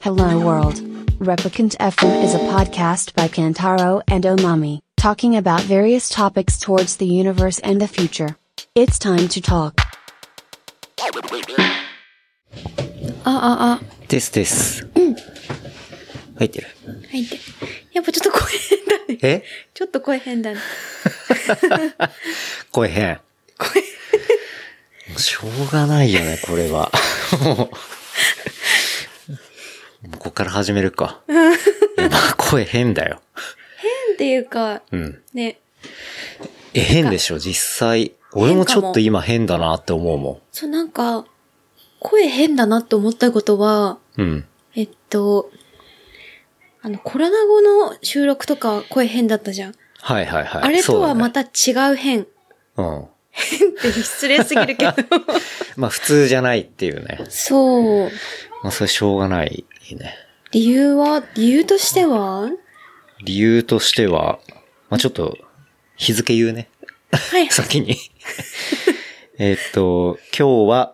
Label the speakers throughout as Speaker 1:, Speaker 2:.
Speaker 1: Hello World. Replicant FM is a podcast by Kantaro and Omami, talking about various topics towards the universe and the future. It's time to talk.
Speaker 2: です。入ってる。
Speaker 3: 入ってる。やっぱちょっと声変だね。
Speaker 2: え？
Speaker 3: ちょっと声変だね。
Speaker 2: 声変。しょうがないよね、これは。もうこっから始めるか。いや、まあ声変だよ。
Speaker 3: 変っていうか、ね。
Speaker 2: 変でしょ、実際。俺もちょっと今変だなって思うもん。
Speaker 3: そう、なんか、声変だなって思ったことは、コロナ後の収録とか声変だったじゃん。
Speaker 2: はいはいはい。
Speaker 3: あれとはまた違う変。変って失礼すぎるけど。
Speaker 2: まあ普通じゃないっていうね。
Speaker 3: そう。
Speaker 2: まあそれしょうがないね。
Speaker 3: 理由としては、
Speaker 2: まあちょっと日付言うね。
Speaker 3: はい。
Speaker 2: 先に。今日は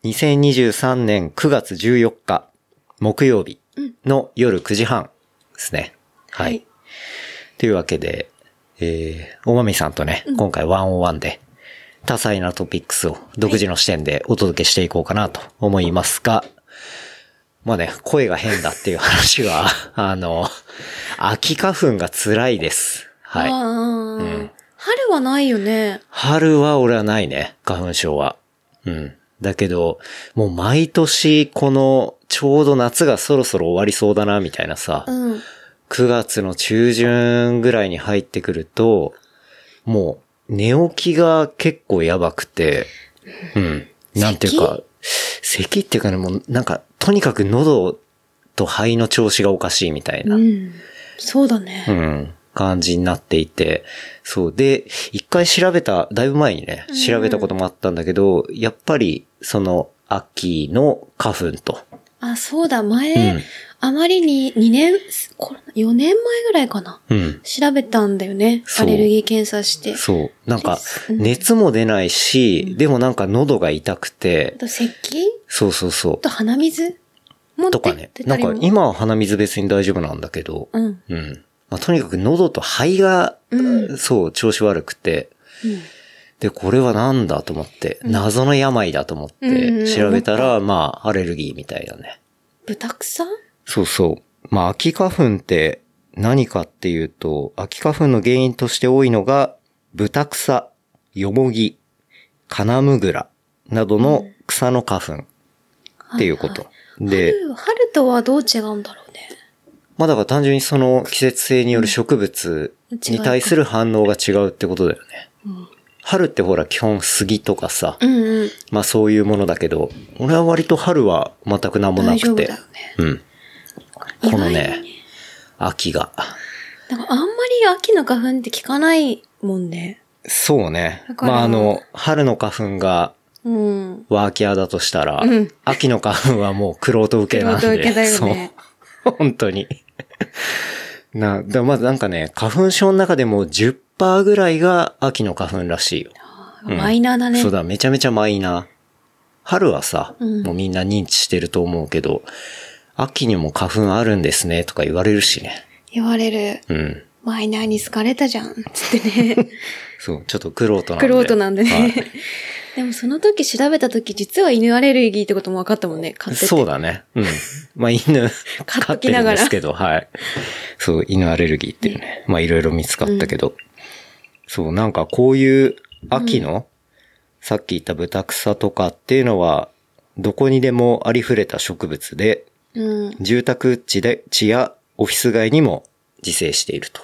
Speaker 2: 2023年9月14日木曜日の夜9時半ですね。はい。というわけで、おまみさんとね、今回101で多彩なトピックスを独自の視点でお届けしていこうかなと思いますが、まあね、声が変だっていう話は、秋花粉が辛いです。はい。
Speaker 3: 春はないよね。
Speaker 2: 春は俺はないね、花粉症は。だけど、もう毎年この、ちょうど夏がそろそろ終わりそうだな、みたいなさ、9月の中旬ぐらいに入ってくると、もう寝起きが結構やばくて、なんていうか、咳っていうかね、もうなんか、とにかく喉と肺の調子がおかしいみたいな。
Speaker 3: そうだね。
Speaker 2: 感じになっていて、そうで、一回だいぶ前にね、調べたこともあったんだけど、やっぱり、その、秋の花粉と。
Speaker 3: あ、そうだ、前、あまりに4年前ぐらいかな。調べたんだよね。アレルギー検査して。
Speaker 2: そう。なんか、熱も出ないし、でもなんか喉が痛くて。
Speaker 3: あと咳？
Speaker 2: そう。
Speaker 3: と鼻水も
Speaker 2: とかね。なんか今は鼻水別に大丈夫なんだけど。まあ、とにかく喉と肺が、調子悪くて。で、これはなんだと思って、謎の病だと思って調べたら、まあ、アレルギーみたいだね。
Speaker 3: 豚草？
Speaker 2: そう。まあ、秋花粉って何かっていうと、秋花粉の原因として多いのが、豚草、よもぎ、カナムグラなどの草の花粉っていうこと。で、
Speaker 3: 春とはどう違うんだろうね。
Speaker 2: まあだから単純にその季節性による植物に対する反応が違うってことだよね。春ってほら基本杉とかさ、まあそういうものだけど、俺は割と春は全く何もなくて、このね、秋が。
Speaker 3: なんかあんまり秋の花粉って聞かないもんね。
Speaker 2: そうね。まあ春の花粉が、ワーキャーだとしたら、秋の花粉はもう玄人受けなんで。玄人受けだよね。そう。本当に。まずなんかね、花粉症の中でも10% ぐらいが秋の花粉らしいよ。
Speaker 3: マイナーだね。
Speaker 2: そうだ、めちゃめちゃマイナー。春はさ、もうみんな認知してると思うけど、秋にも花粉あるんですねとか言われるしね。
Speaker 3: 言われる。マイナーに好かれたじゃん、つってね。
Speaker 2: そう、ちょっと玄人なんで。
Speaker 3: 玄人なんでね。でもその時調べた時実は犬アレルギーってことも分かったもんね、飼ってて。
Speaker 2: そうだね。まあ犬、飼ってるんですけど、はい。そう、犬アレルギーっていうね。まあいろいろ見つかったけど。そう、なんかこういう秋の、さっき言った豚草とかっていうのは、どこにでもありふれた植物で、住宅地やオフィス街にも自生していると。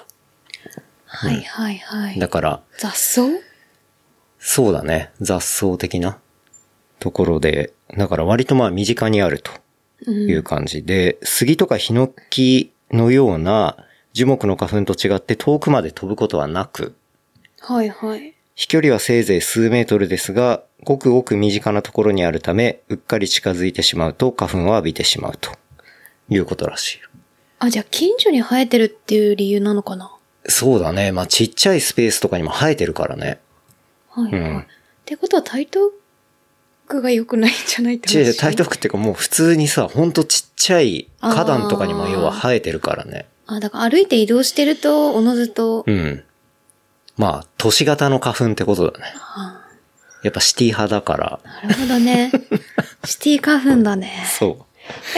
Speaker 2: だから、
Speaker 3: 雑草？
Speaker 2: そうだね。雑草的なところで、だから割とまあ身近にあるという感じで、杉とかヒノキのような樹木の花粉と違って遠くまで飛ぶことはなく、飛距離はせいぜい数メートルですが、ごくごく身近なところにあるため、うっかり近づいてしまうと花粉を浴びてしまうということらしいよ。
Speaker 3: あ、じゃあ近所に生えてるっていう理由なのかな？
Speaker 2: そうだね。まあちっちゃいスペースとかにも生えてるからね。
Speaker 3: ってことは台東服が良くないんじゃないって話。
Speaker 2: 台東区っていうかもう普通にさ、ほんとちっちゃい花壇とかにも要は生えてるからね。
Speaker 3: だから歩いて移動してると、おのずと。
Speaker 2: うん。まあ、都市型の花粉ってことだね。やっぱシティ派だから。
Speaker 3: なるほどね。シティ花粉だね。
Speaker 2: そう。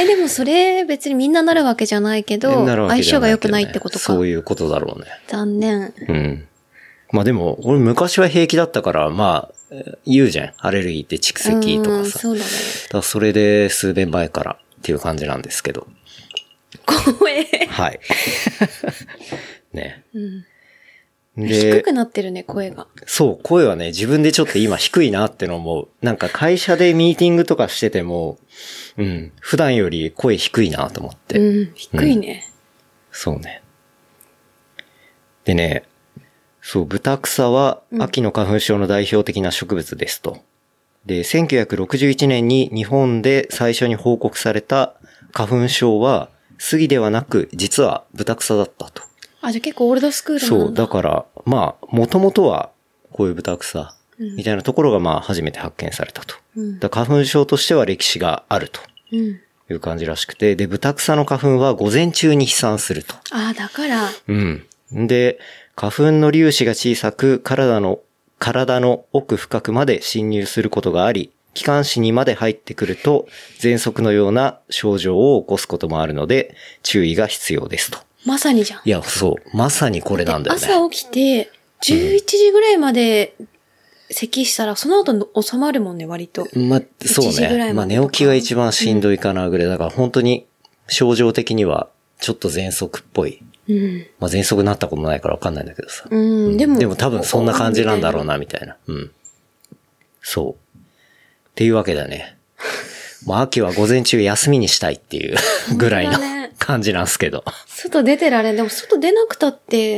Speaker 3: でもそれ別にみんななるわけじゃないけど、相性が良くないってことか。
Speaker 2: そういうことだろうね。
Speaker 3: 残念。
Speaker 2: うん。まあでも、俺昔は平気だったから、まあ、言うじゃん。アレルギーって蓄積とかさ。
Speaker 3: そうだね。
Speaker 2: だからそれで数年前からっていう感じなんですけど。
Speaker 3: 声。
Speaker 2: はい。ね。
Speaker 3: うん。低くなってるね、声が。
Speaker 2: そう、声はね、自分でちょっと今低いなっての思う。なんか会社でミーティングとかしてても、うん、普段より声低いなと思って。
Speaker 3: うん、低いね。
Speaker 2: そうね。でね、そう、ブタクサは秋の花粉症の代表的な植物ですと。で、1961年に日本で最初に報告された花粉症は、杉ではなく、実はブタクサだったと。
Speaker 3: じゃあ結構オールドスクールなんだ。
Speaker 2: そう、だから、まあ、もともとは、こういうブタクサ、みたいなところがまあ、初めて発見されたと。だ花粉症としては歴史があると。いう感じらしくて、で、ブタクサの花粉は午前中に飛散すると。
Speaker 3: だから。
Speaker 2: うん。で、花粉の粒子が小さく、体の奥深くまで侵入することがあり、気管支にまで入ってくると、喘息のような症状を起こすこともあるので、注意が必要ですと。
Speaker 3: まさにじゃん。
Speaker 2: いや、そう。まさにこれなんだよね。
Speaker 3: 朝起きて、11時ぐらいまで咳したら、その後収まるもんね、割と。
Speaker 2: まあ、そうね。まあ、寝起きが一番しんどいかなぐらい。だから本当に、症状的には、ちょっと喘息っぽい。まあ、喘息になったことないからわかんないんだけどさ。でも多分そんな感じなんだろうな、みたいな。そう。っていうわけだね。まあ、秋は午前中休みにしたいっていうぐらいの感じなんですけど。
Speaker 3: 外出てられん。でも外出なくたって。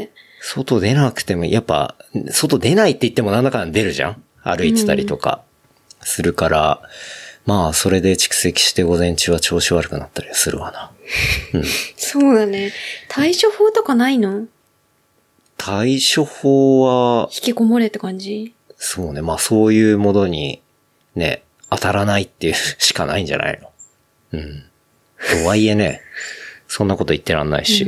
Speaker 2: 外出なくても、やっぱ、外出ないって言ってもなんだかんだ出るじゃん？歩いてたりとかするから、まあ、それで蓄積して午前中は調子悪くなったりするわな。
Speaker 3: そうだね。対処法とかないの？
Speaker 2: 対処法は、
Speaker 3: 引きこもれって感じ？
Speaker 2: そうね。まあ、そういうものに、ね、当たらないっていうしかないんじゃないの？とはいえね、そんなこと言ってらんないし。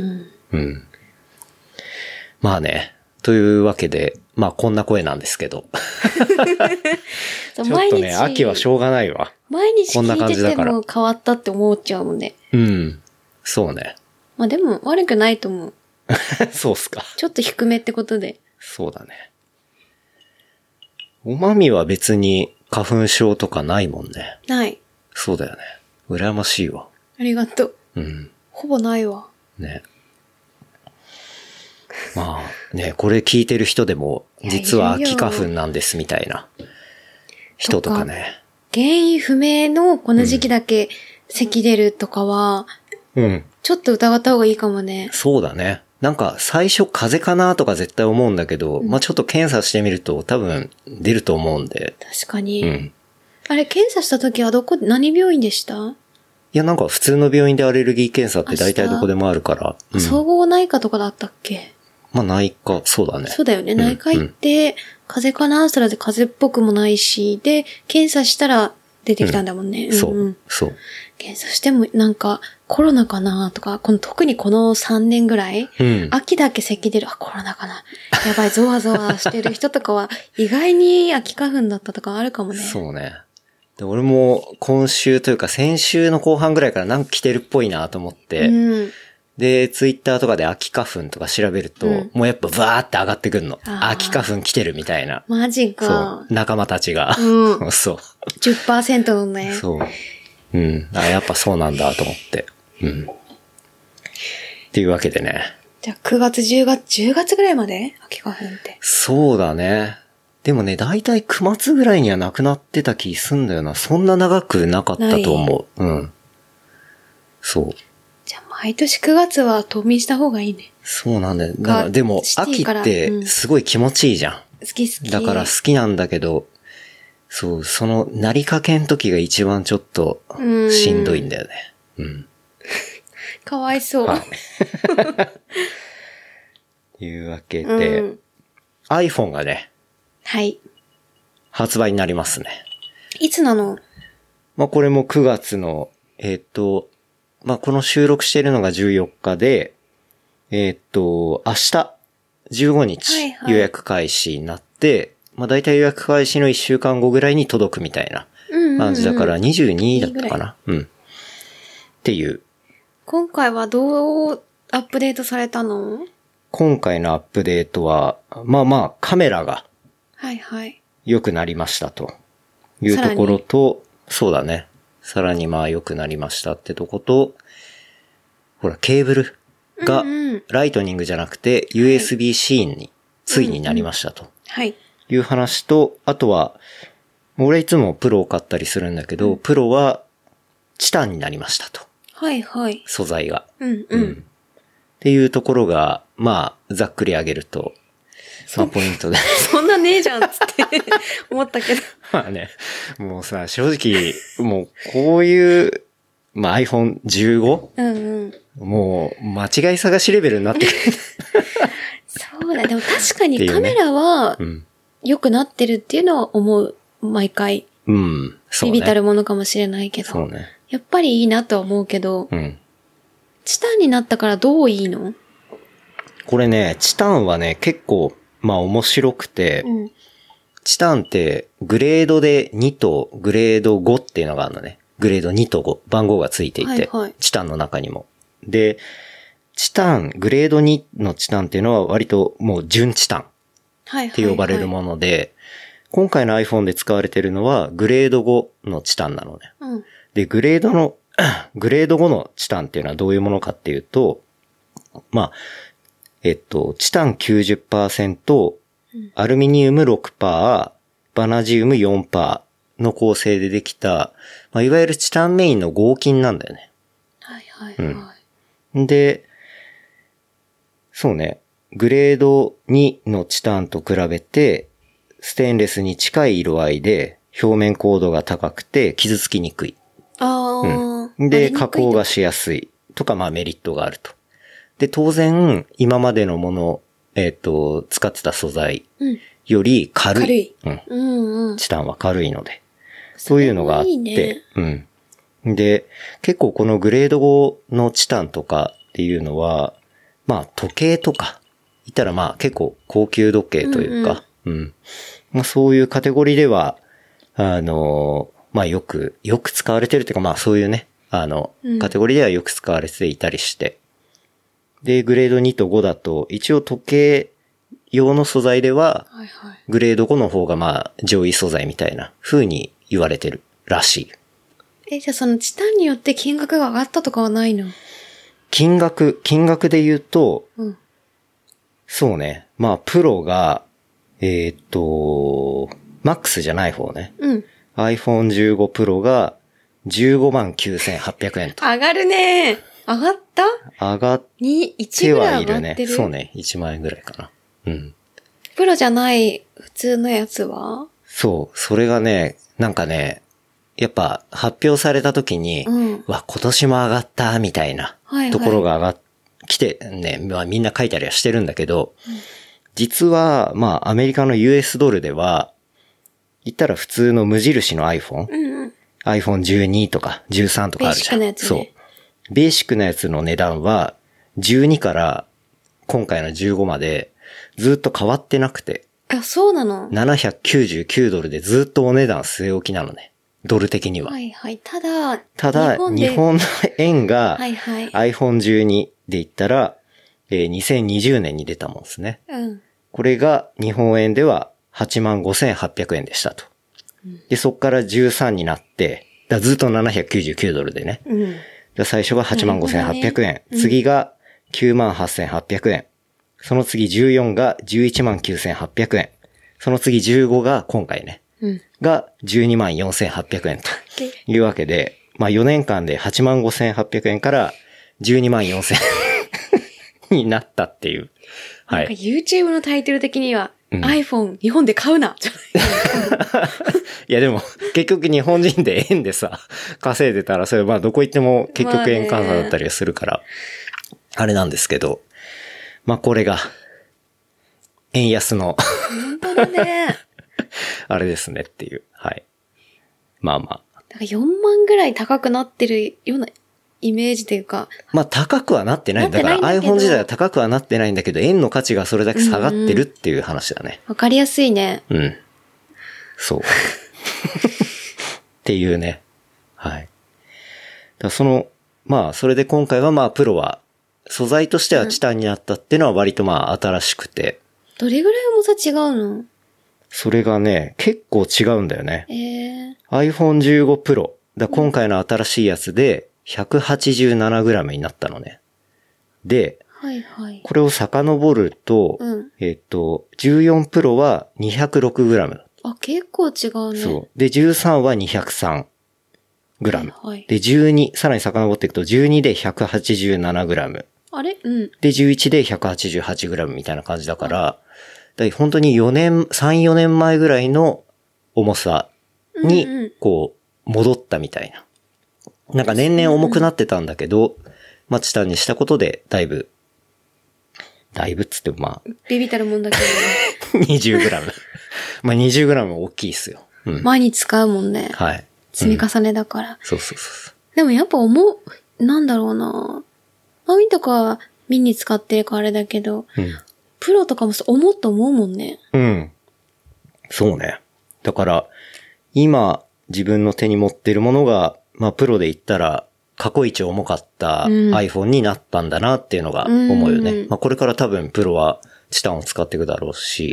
Speaker 2: まあね、というわけで、まあこんな声なんですけど。ちょっとね、秋はしょうがないわ。
Speaker 3: 毎日聞いてても変わったって思っちゃうもんね。
Speaker 2: そうね。
Speaker 3: まあでも悪くないと思う。
Speaker 2: そうっすか。
Speaker 3: ちょっと低めってことで。
Speaker 2: そうだね。おまみは別に花粉症とかないもんね。
Speaker 3: ない。
Speaker 2: そうだよね。羨ましいわ。
Speaker 3: ありがとう。ほぼないわ。
Speaker 2: ね。まあね、これ聞いてる人でも、実は秋花粉なんですみたいな人とかね。
Speaker 3: 原因不明のこの時期だけ咳出るとかは、ちょっと疑った方がいいかもね。
Speaker 2: そうだね。なんか最初風邪かなとか絶対思うんだけど、まあちょっと検査してみると多分出ると思うんで。
Speaker 3: 確かに。あれ検査した時は何病院でした？
Speaker 2: いやなんか普通の病院でアレルギー検査って大体どこでもあるから。
Speaker 3: 総合内科とかだったっけ？
Speaker 2: まあ内科、そうだね。
Speaker 3: そうだよね。内科行って、風邪かなそれで風邪っぽくもないし、で、検査したら出てきたんだもんね。
Speaker 2: そう。
Speaker 3: 検査してもなんかコロナかなとか、特にこの3年ぐらい、秋だけ咳出る、コロナかな。やばい、ゾワゾワしてる人とかは、意外に秋花粉だったとかあるかもね。
Speaker 2: そうね。で俺も今週というか先週の後半ぐらいからなんか来てるっぽいなと思って、で、ツイッターとかで秋花粉とか調べると、もうやっぱバーって上がってくるの。秋花粉来てるみたいな。
Speaker 3: マジか。
Speaker 2: そう。仲間たちが。そう。
Speaker 3: 10% のね。
Speaker 2: そう。やっぱそうなんだと思って。っていうわけでね。
Speaker 3: じゃあ9月、10月ぐらいまで秋花粉って。
Speaker 2: そうだね。でもね、だいたい9月ぐらいにはなくなってた気すんだよな。そんな長くなかったと思う。そう。
Speaker 3: じゃあ毎年9月は冬眠した方がいいね。
Speaker 2: そうなんだよ。だからでも秋ってすごい気持ちいいじゃん。
Speaker 3: 好き。
Speaker 2: だから好きなんだけど、そう、そのなりかけん時が一番ちょっとしんどいんだよね。
Speaker 3: かわいそう。
Speaker 2: というわけで、iPhone がね、
Speaker 3: はい。
Speaker 2: 発売になりますね。
Speaker 3: いつなの？
Speaker 2: まあこれも9月の、まあこの収録しているのが14日で、明日、15日予約開始になって、まあ大体予約開始の1週間後ぐらいに届くみたいな感じだから22だったかな。うん。っていう。
Speaker 3: 今回はどうアップデートされたの？
Speaker 2: 今回のアップデートは、まあまあカメラが
Speaker 3: はいはい。
Speaker 2: 良くなりましたというところと、そうだね。さらにまあ良くなりましたってとこと、ほらケーブルがライトニングじゃなくて USB-C についになりましたと。
Speaker 3: はい。
Speaker 2: いう話と、あとは、俺いつもプロを買ったりするんだけど、プロはチタンになりましたと。
Speaker 3: はいはい。
Speaker 2: 素材が。
Speaker 3: うんうん。
Speaker 2: っていうところが、まあ、ざっくり上げると、まあポイントで。
Speaker 3: そんなねえじゃんっつって思ったけど。
Speaker 2: まあね、もうさ、正直、もうこういう、まあ iPhone 15?
Speaker 3: うんうん。
Speaker 2: もう間違い探しレベルになってくる。
Speaker 3: そうだ、でも確かにカメラは良くなってるっていうのは思う。毎回。
Speaker 2: うん。そうね。
Speaker 3: ビビたるものかもしれないけど。
Speaker 2: そうね。
Speaker 3: やっぱりいいなとは思うけど。
Speaker 2: うん。
Speaker 3: チタンになったからどういいの？
Speaker 2: これね、チタンはね、結構、まあ面白くて、チタンってグレードで2とグレード5っていうのがあるのね。グレード2と5、番号がついていて、はいはい、チタンの中にも。で、チタン、グレード2のチタンっていうのは割ともう純チタンって呼ばれるもので、今回の iPhone で使われているのはグレード5のチタンなのね。
Speaker 3: うん、
Speaker 2: で、グレード5のチタンっていうのはどういうものかっていうと、まあ、チタン 90%、アルミニウム 6%、バナジウム 4% の構成でできた、まあ、いわゆるチタンメインの合金なんだよね。
Speaker 3: はいはいはい。
Speaker 2: うん、で、そうね、グレード2のチタンと比べて、ステンレスに近い色合いで、表面硬度が高くて傷つきにくい。で、加工がしやすいとか、まあメリットがあると。で、当然、今までのもの、使ってた素材より軽い。チタンは軽いので。そういうのがあって、いいね、で、結構このグレード5のチタンとかっていうのは、まあ時計とか、言ったらまあ結構高級時計というか、まあそういうカテゴリーでは、まあよく使われてるというか、まあそういうね、カテゴリーではよく使われていたりして。で、グレード2と5だと、一応時計用の素材では、グレード5の方がまあ上位素材みたいな風に言われてるらしい。
Speaker 3: じゃあそのチタンによって金額が上がったとかはないの？
Speaker 2: 金額で言うと、そうね。まあプロが、マックスじゃない方ね。iPhone 15 Pro が159,800円と。
Speaker 3: 上がるね。上がった？
Speaker 2: 上がってはいるね。そうね。1万円ぐらいかな。
Speaker 3: プロじゃない普通のやつは？
Speaker 2: そう。それがね、なんかね、やっぱ発表された時に、わ、今年も上がったみたいなところが来てね、まあみんな書いたりはしてるんだけど、実は、まあアメリカの US ドルでは、言ったら普通の無印の iPhone、iPhone 12とか13とかあるじゃん。
Speaker 3: ベーシックなやつね。
Speaker 2: そう。ベーシックなやつの値段は、12から今回の15までずっと変わってなくて。
Speaker 3: あ、そうなの
Speaker 2: ？799ドルでずっとお値段据え置きなのね。ドル的には。
Speaker 3: はいはい。ただ、
Speaker 2: 日本の円が iPhone 12で言ったら、2020年に出たもんですね。これが日本円では85,800円でしたと。で、そっから13になって、ずっと799ドルでね。最初が85,800円。次が98,800円。その次14が119,800円。その次15が今回ね。が124,800円というわけで、まあ4年間で85,800円から124,000円になったっていう。
Speaker 3: はい。YouTube のタイトル的には、iPhone 日本で買うなじゃない
Speaker 2: いやでも、結局日本人で円でさ、稼いでたら、それまあどこ行っても結局円換算だったりするから、あれなんですけど、まあこれが、円安の
Speaker 3: 本当だね。
Speaker 2: あれですねっていう。はい。まあまあ、
Speaker 3: だから4万ぐらい高くなってるようなイメージというか。
Speaker 2: まあ高くはなってない。だから iPhone 自体は高くはなってないんだけど、円の価値がそれだけ下がってるっていう話だね。
Speaker 3: わかりやすいね。
Speaker 2: うん。そう。っていうね。はい。だまあそれで今回はまあプロは素材としてはチタンになったっていうのは割とまあ新しくて。
Speaker 3: どれぐらい重さ違うの？
Speaker 2: それがね、結構違うんだよね。iPhone 15 Pro。今回の新しいやつで 187g になったのね。で、
Speaker 3: はいはい、
Speaker 2: これを遡ると、14 Pro は 206g。
Speaker 3: あ、結構違うね。
Speaker 2: そう。で、13は 203g。
Speaker 3: はいはい、
Speaker 2: で、12、さらに遡っていくと12で 187g。
Speaker 3: あれ？うん。
Speaker 2: で、11で 188g みたいな感じだから、本当に3、4年前ぐらいの重さに、こう、戻ったみたいな。なんか年々重くなってたんだけど、まあ、チタンにしたことで、だいぶっつってもまあ。
Speaker 3: ビビたるもんだけ
Speaker 2: ど。20g。まあ、20g 大きいっすよ。
Speaker 3: うん。毎日使うもんね。
Speaker 2: はい。
Speaker 3: 積み重ねだから。
Speaker 2: そうそうそう。
Speaker 3: でもやっぱなんだろうな。マミとかミニ使ってるからあれだけど、プロとかも重っと思うもんね。
Speaker 2: うん。そうね。だから、今自分の手に持ってるものが、まあプロで言ったら過去一重かった iPhone になったんだなっていうのが思うよね。まあこれから多分プロはチタンを使っていくだろうし、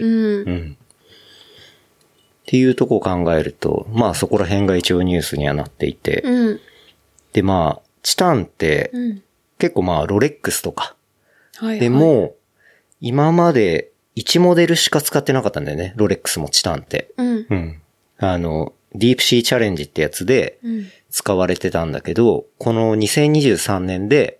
Speaker 2: っていうとこを考えると、まあそこら辺が一応ニュースにはなっていて、でまあチタンって、結構まあロレックスとか、でも今まで1モデルしか使ってなかったんだよね、ロレックスもチタンって。ディープシーチャレンジってやつで使われてたんだけど、この2023年で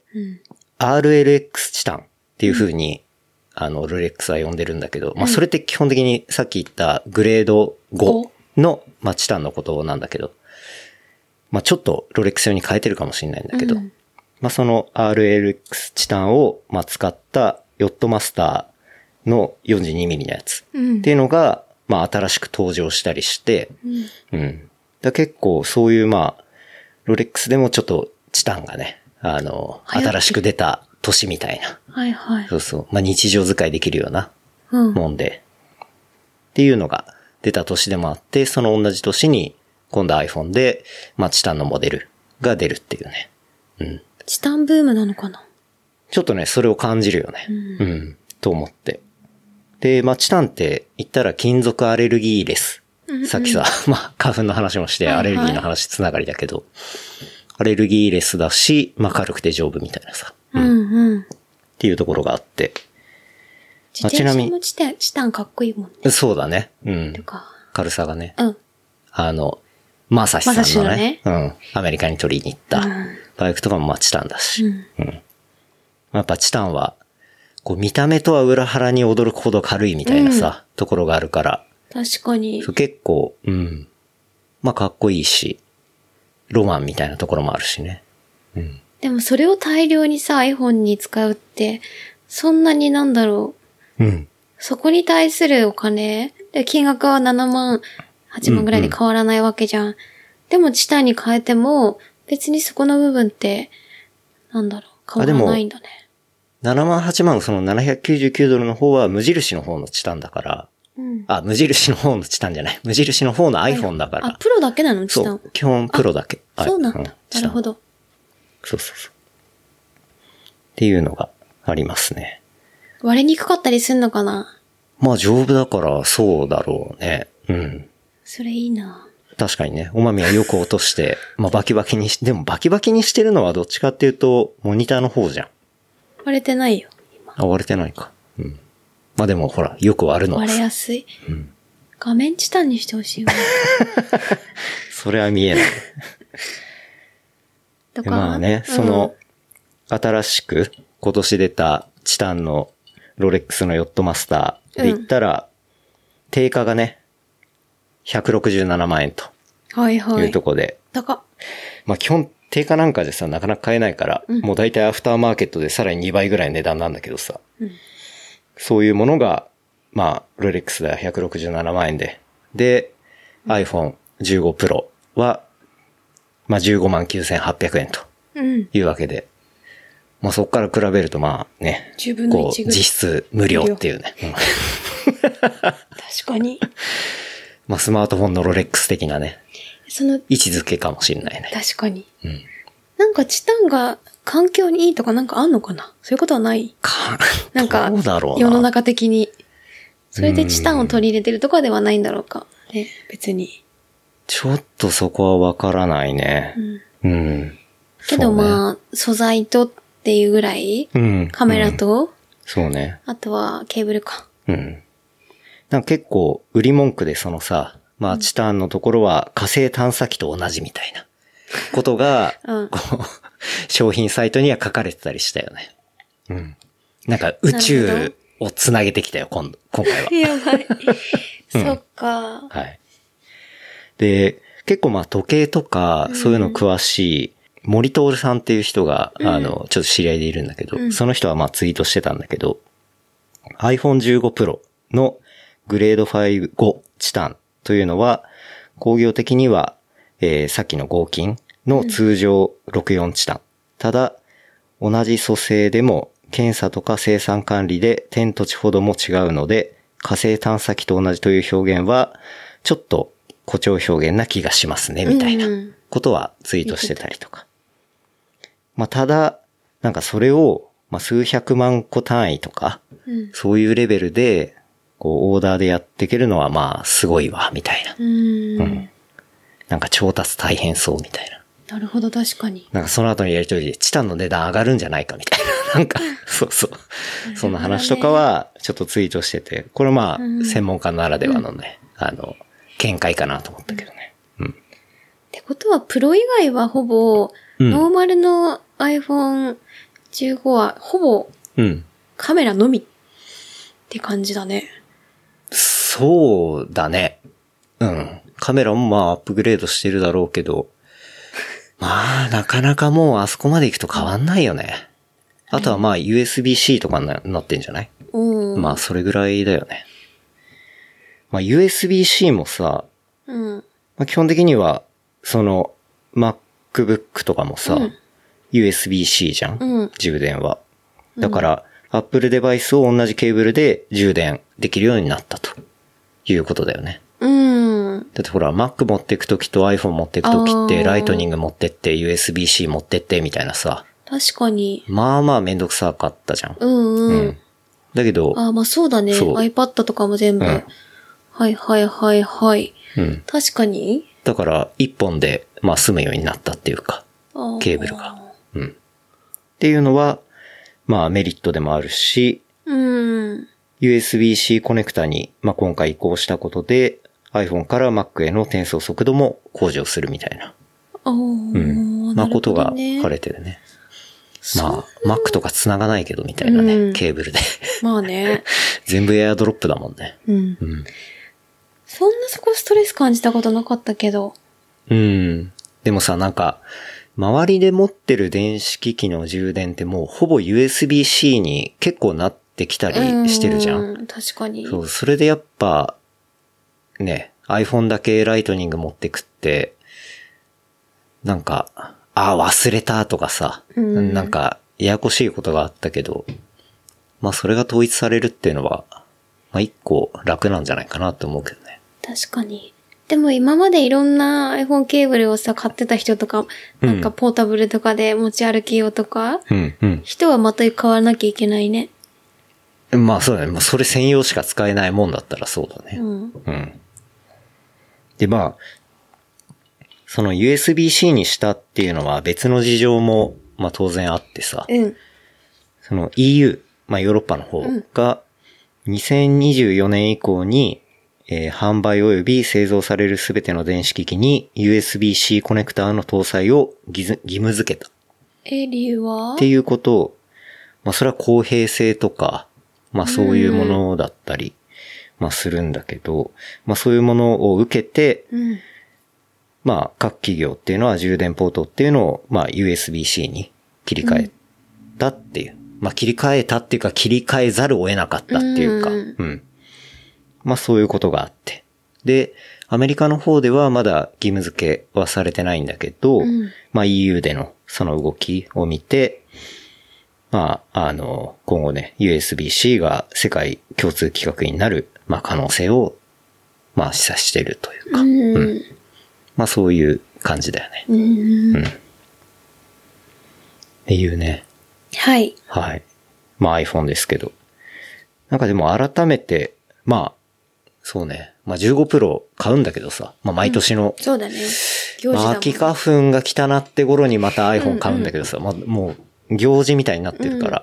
Speaker 2: RLX チタンっていう風に、ロレックスは呼んでるんだけど、まあそれって基本的にさっき言ったグレード5の、まあチタンのことなんだけど、まあちょっとロレックス用に変えてるかもしれないんだけど、まあその RLX チタンを、まあ、使ったヨットマスターの 42mm のやつっていうのが、まあ新しく登場したりして、だ結構そういうまあ、ロレックスでもちょっとチタンがね、新しく出た年みたいな。
Speaker 3: はいはい。
Speaker 2: そうそう。まあ日常使いできるようなもんで、っていうのが出た年でもあって、その同じ年に今度 iPhone で、まあチタンのモデルが出るっていうね。
Speaker 3: チタンブームなのかな？
Speaker 2: ちょっとね、それを感じるよね。と思って。で、まあ、チタンって言ったら金属アレルギーレス。さっきさ、まあ、花粉の話もしてアレルギーの話つながりだけど、アレルギーレスだし、まあ、軽くて丈夫みたいなさ。っていうところがあって。
Speaker 3: 自転車もチタンかっこいいもんね。
Speaker 2: そうだね。軽さがね。マサシさんのね。アメリカに取りに行った。バイクとかもまあチタンだし。やっぱチタンは、こう見た目とは裏腹に驚くほど軽いみたいなさ、ところがあるから。
Speaker 3: 確かに。
Speaker 2: 結構、まあかっこいいし、ロマンみたいなところもあるしね。
Speaker 3: でもそれを大量にさ、iPhone に使うって、そんなになんだろう。そこに対するお金、で金額は7万、8万ぐらいで変わらないわけじゃん。でもチタンに変えても、別にそこの部分って、なんだろう、変わらないんだね。
Speaker 2: 7万8万その799ドルの方は無印の方のチタンだから、無印の方のチタンじゃない。無印の方の iPhone だから。
Speaker 3: プロだけなのチタン。
Speaker 2: そう、基本プロだけ。
Speaker 3: そうなんだ。なるほど。
Speaker 2: そう。っていうのがありますね。
Speaker 3: 割れにくかったりすんのかな？
Speaker 2: まあ丈夫だからそうだろうね。
Speaker 3: それいいな。
Speaker 2: 確かにね、おまみはよく落として、まあバキバキにでもバキバキにしてるのはどっちかっていうと、モニターの方じゃん。
Speaker 3: 割れてないよ。
Speaker 2: 今割れてないか。まあでもほら、よく割るのは。
Speaker 3: 割れやすい。画面チタンにしてほしいわ。
Speaker 2: それは見えない。まあね、新しく今年出たチタンのロレックスのヨットマスターで言ったら、定価がね、167万円と。いうところで。
Speaker 3: 高っ。
Speaker 2: まあ基本、定価なんかでさ、なかなか買えないから、もう大体アフターマーケットでさらに2倍ぐらい値段なんだけどさ。そういうものが、まあ、ロレックスでは167万円で。で、iPhone 15 Pro はまあ159,800円というわけで、まあそこから比べるとまあね、
Speaker 3: 10分の1ぐらい
Speaker 2: 実質無料っていうね。
Speaker 3: 確かに。
Speaker 2: まあスマートフォンのロレックス的なね、
Speaker 3: その、
Speaker 2: 位置づけかもしれないね。
Speaker 3: 確かに。
Speaker 2: うん。
Speaker 3: なんかチタンが環境にいいとかなんかあんのかな？そういうことはない？なんか、
Speaker 2: どうだろうな。
Speaker 3: 世の中的に。それでチタンを取り入れてるとかではないんだろうか。ね、別に。
Speaker 2: ちょっとそこはわからないね。うん。
Speaker 3: けどまあ、素材とっていうぐらい、
Speaker 2: うん。
Speaker 3: カメラと、
Speaker 2: そうね。
Speaker 3: あとはケーブルか。
Speaker 2: うん。なんか結構、売り文句でそのさ、まあ、チタンのところは火星探査機と同じみたいなことが、
Speaker 3: うん
Speaker 2: こう、商品サイトには書かれてたりしたよね。うん。なんか宇宙をつなげてきたよ、今回は。
Speaker 3: やばい。そっか。
Speaker 2: はい。で、結構まあ時計とか、そういうの詳しい、森徹さんっていう人が、ちょっと知り合いでいるんだけど、その人はまあツイートしてたんだけど、iPhone 15 Pro のグレード5チタンというのは、工業的には、さっきの合金の通常64チタン。ただ、同じ組成でも検査とか生産管理で天と地ほども違うので、火星探査機と同じという表現は、ちょっと誇張表現な気がしますね、みたいなことはツイートしてたりとか。まあ、ただ、なんかそれを、まあ、数百万個単位とか、そういうレベルで、こう、オーダーでやっていけるのはまあ、すごいわ、みたいな。なんか調達大変そう、みたいな。
Speaker 3: なるほど、確かに。
Speaker 2: なんかその後のやりとりで、チタンの値段上がるんじゃないか、みたいな。なんか、そうそう。そんな話とかは、ちょっとツイートしてて、これまあ、専門家ならではのね、見解かなと思ったけどね。
Speaker 3: ってことは、プロ以外はほぼ、ノーマルの iPhone 15は、ほぼ、カメラのみって感じだね。
Speaker 2: そうだね。うん。カメラもまあアップグレードしてるだろうけど、まあなかなかもうあそこまで行くと変わんないよね。あとはまあ USB-C とかになってんじゃない？まあそれぐらいだよね。まあ USB-C もさ、まあ、基本的にはその MacBook とかもさ、USB-C じゃん、充電は。だから、Apple デバイスを同じケーブルで充電できるようになったということだよね。だってほら、Mac 持ってくときと iPhone 持ってくときって、ライトニング持ってって、USB-C 持ってってみたいなさ。
Speaker 3: 確かに。
Speaker 2: まあまあめんどくさかったじゃん。だけど。
Speaker 3: まあそうだね。iPad とかも全部。はいはいはいはい。確かに。
Speaker 2: だから、一本で、まあ済むようになったっていうか、ケーブルが。っていうのは、まあメリットでもあるし、USB-C コネクタに、まあ今回移行したことで、iPhone から Mac への転送速度も向上するみたいな。まあことが書かれてるね。まあ、Mac とか繋がないけどみたいなね、ケーブルで。
Speaker 3: まあね。
Speaker 2: 全部エアドロップだもんね。
Speaker 3: そんなそこストレス感じたことなかったけど。
Speaker 2: でもさ、なんか、周りで持ってる電子機器の充電ってもうほぼ USB-C に結構なってきたりしてるじゃん。
Speaker 3: 確かに。
Speaker 2: そう、それでやっぱ、ね、iPhone だけライトニング持ってくって、なんか、忘れたとかさ、なんか、ややこしいことがあったけど、まあそれが統一されるっていうのは、まあ一個楽なんじゃないかなって思うけどね。
Speaker 3: 確かに。でも今までいろんな iPhone ケーブルをさ、買ってた人とか、なんかポータブルとかで持ち歩きようとか、人はまた変わらなきゃいけないね。
Speaker 2: まあそうだね。もうそれ専用しか使えないもんだったらそうだね。でまあ、その USB-C にしたっていうのは別の事情も、まあ当然あってさ、その EU、まあヨーロッパの方が2024年以降に、販売及び製造されるすべての電子機器に USB-C コネクターの搭載を義務付けた。
Speaker 3: 理由は？
Speaker 2: っていうことを、まあそれは公平性とか、まあそういうものだったり、まあするんだけど、まあそういうものを受けて、まあ各企業っていうのは充電ポートっていうのを、まあ USB-C に切り替えたっていう。まあ切り替えたっていうか切り替えざるを得なかったっていうか、まあそういうことがあって。で、 アメリカの方ではまだ義務付けはされてないんだけど、まあ EU でのその動きを見て、まあ、今後ね、USB-C が世界共通規格になる、まあ可能性を、まあ示唆しているというか、まあそういう感じだよね。っていうね。
Speaker 3: はい。
Speaker 2: はい。まあ iPhone ですけど。なんかでも改めて、まあ、そうね。まあ15 Pro 買うんだけどさ。まあ毎年の。
Speaker 3: そうだね。行事だもん。
Speaker 2: まあ秋花粉が来たなって頃にまた iPhone 買うんだけどさ。まあもう行事みたいになってるから。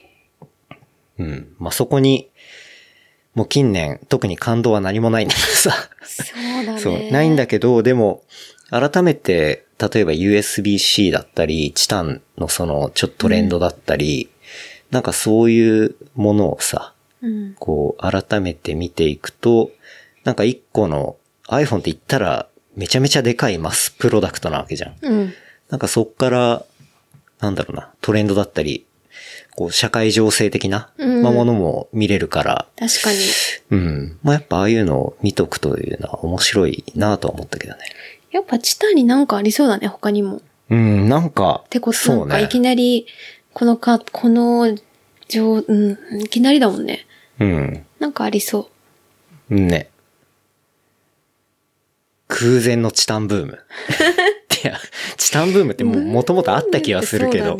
Speaker 2: まあそこに、もう近年特に感動は何もないんだけどさ。
Speaker 3: そうだね。
Speaker 2: そう。ないんだけど、でも、改めて、例えば USB-C だったり、チタンのそのちょっとトレンドだったり、なんかそういうものをさ、こう改めて見ていくと、なんか一個の iPhone って言ったらめちゃめちゃでかいマスプロダクトなわけじゃん。なんかそっから、なんだろうな、トレンドだったり、こう社会情勢的な、まあ、ものも見れるから。
Speaker 3: 確かに。
Speaker 2: まあやっぱああいうのを見とくというのは面白いなとは思ったけどね。
Speaker 3: やっぱチタンになんかありそうだね、他にも。
Speaker 2: なんか。
Speaker 3: ってことなんかいきなり、いきなりだもんね。なんかありそう。
Speaker 2: ね。空前のチタンブーム。いや、チタンブームってもともとあった気がするけど。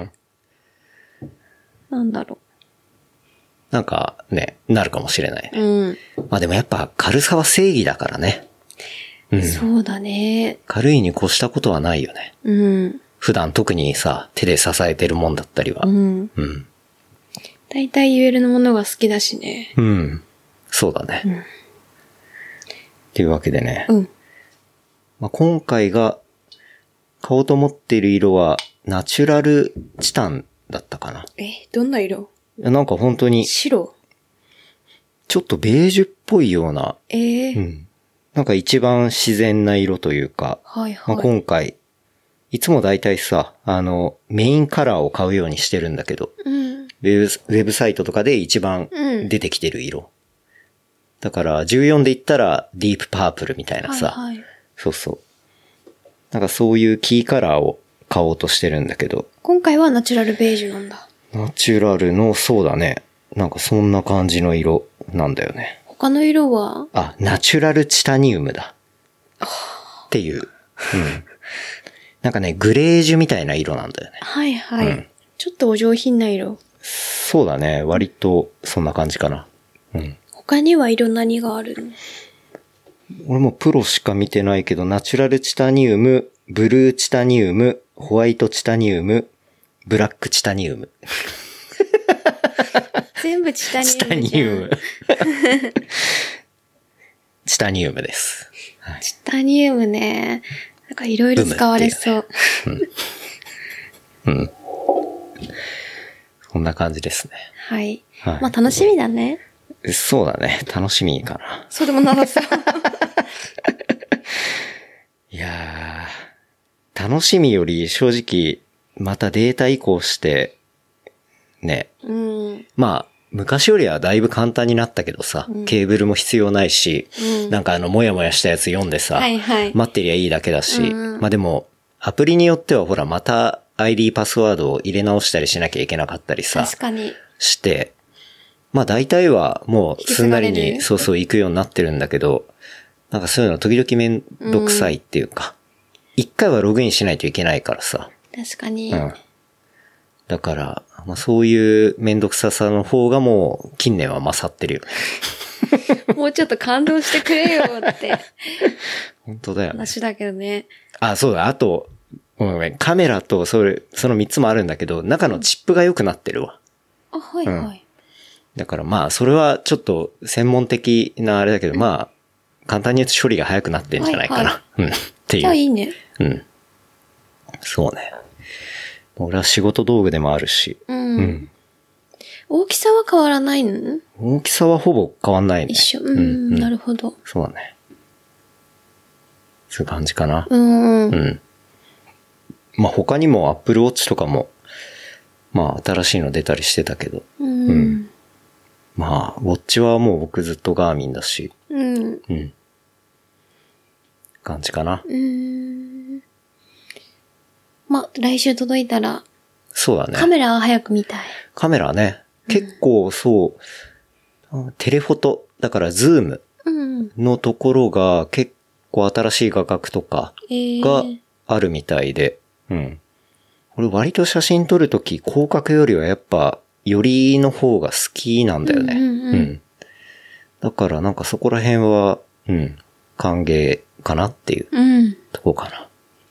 Speaker 3: なんだろ
Speaker 2: う。なんかね、なるかもしれないね。まあでもやっぱ軽さは正義だからね。
Speaker 3: そうだね。
Speaker 2: 軽いに越したことはないよね。普段特にさ、手で支えてるもんだったりは。
Speaker 3: だいたい言えるものが好きだしね。
Speaker 2: そうだね。っていうわけでね。まあ、今回が買おうと思っている色はナチュラルチタンだったかな。
Speaker 3: どんな色？
Speaker 2: なんか本当に。
Speaker 3: 白？
Speaker 2: ちょっとベージュっぽいような。なんか一番自然な色というか。まあ、今回、いつもだいたいさ、メインカラーを買うようにしてるんだけど。ウェブサイトとかで一番出てきてる色。だから14で言ったらディープパープルみたいなさ。そうそう。なんかそういうキーカラーを買おうとしてるんだけど。
Speaker 3: 今回はナチュラルベージュなんだ。
Speaker 2: ナチュラルの、そうだね。なんかそんな感じの色なんだよね。
Speaker 3: 他の色は？
Speaker 2: ナチュラルチタニウムだ。っていう。なんかね、グレージュみたいな色なんだよね。
Speaker 3: ちょっとお上品な色。
Speaker 2: そうだね。割とそんな感じかな。
Speaker 3: 他には色何があるの？
Speaker 2: 俺もプロしか見てないけど、ナチュラルチタニウム、ブルーチタニウム、ホワイトチタニウム、ブラックチタニウム。
Speaker 3: 全部チタニウム。
Speaker 2: チタニウム。チタニウムです。
Speaker 3: チタニウムね。なんかいろいろ使われそう。
Speaker 2: こんな感じですね。
Speaker 3: はい。まあ楽しみだね。
Speaker 2: そうだね。楽しみかな。
Speaker 3: そうでもなさそう。
Speaker 2: いやー、楽しみより正直、またデータ移行して、ね。まあ、昔よりはだいぶ簡単になったけどさ、ケーブルも必要ないし、なんかもやもやしたやつ読んでさ、待ってりゃいいだけだし、まあでも、アプリによってはほら、また ID パスワードを入れ直したりしなきゃいけなかったりさ、
Speaker 3: 確かに
Speaker 2: して、まあ大体はもうすんなりにそうそう行くようになってるんだけど、なんかそういうの時々めんどくさいっていうか、一回はログインしないといけないからさ。
Speaker 3: 確かに。
Speaker 2: だから、まあそういうめんどくささの方がもう近年は勝ってるよね。
Speaker 3: もうちょっと感動してくれよって。
Speaker 2: 本当だよね。
Speaker 3: 話だけどね。
Speaker 2: そうだ、あと、ごめん、カメラとその3つもあるんだけど、中のチップが良くなってるわ。だからまあ、それはちょっと専門的なあれだけど、まあ、簡単に言うと処理が早くなってんじゃないかな。っていう。
Speaker 3: じゃあいいね。
Speaker 2: そうね。俺は仕事道具でもあるし。
Speaker 3: 大きさは変わらないの？
Speaker 2: 大きさはほぼ変わんないね。
Speaker 3: 一緒。なるほど。
Speaker 2: そうだね。そういう感じかな。まあ他にも Apple Watch とかも、まあ新しいの出たりしてたけど。まあ、ウォッチはもう僕ずっとガーミンだし。 感じかな。
Speaker 3: まあ、来週届いたら、
Speaker 2: そうだね。
Speaker 3: カメラは早く見たい。
Speaker 2: カメラね、結構そう、テレフォト、だからズームのところが結構新しい画角とかがあるみたいで、俺割と写真撮るとき広角よりはやっぱよりの方が好きなんだよね。だからなんかそこら辺は、歓迎かなっていうとこかな。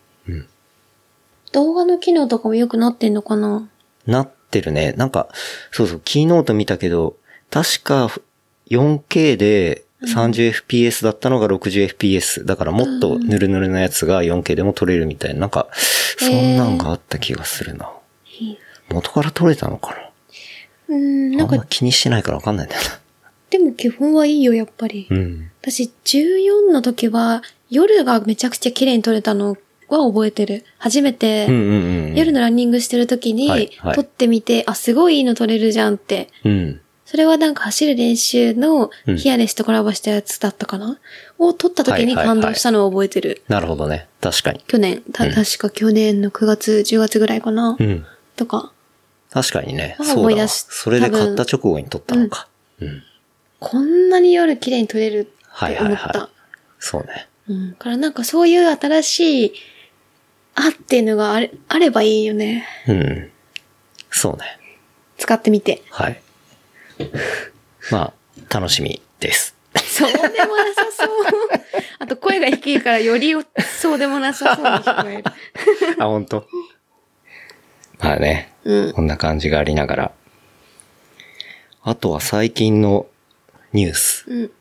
Speaker 3: 動画の機能とかも良くなってんのかな？
Speaker 2: なってるね。なんか、そうそう、キーノート見たけど、確か 4K で 30fps だったのが 60fps。だからもっとヌルヌルのやつが 4K でも撮れるみたいな、なんか、そんなんがあった気がするな。元から撮れたのかな？なんかあんま気にしてないからわかんないんだよな。
Speaker 3: でも基本はいいよ、やっぱり。私、14の時は、夜がめちゃくちゃ綺麗に撮れたのは覚えてる。初めて、夜のランニングしてる時に、撮ってみて、あ、すごいいいの撮れるじゃんって。それはなんか走る練習のヒアレスとコラボしたやつだったかな、を撮った時に感動したのを覚えてる。
Speaker 2: なるほどね。確かに。
Speaker 3: 去年、確か去年の9月、10月ぐらいかな、とか。
Speaker 2: 確かにね。そうだ。それで買った直後に撮ったのか。
Speaker 3: こんなに夜綺麗に撮れるって思った。
Speaker 2: そうね。
Speaker 3: からなんかそういう新しい、っていうのがあればいいよね。そうね。使ってみて。
Speaker 2: はい。まあ、楽しみです。
Speaker 3: そうでもなさそう。あと声が低いからよりそうでもなさそうに聞こえる。
Speaker 2: 本当。まあね、こんな感じがありながら。あとは最近のニュース。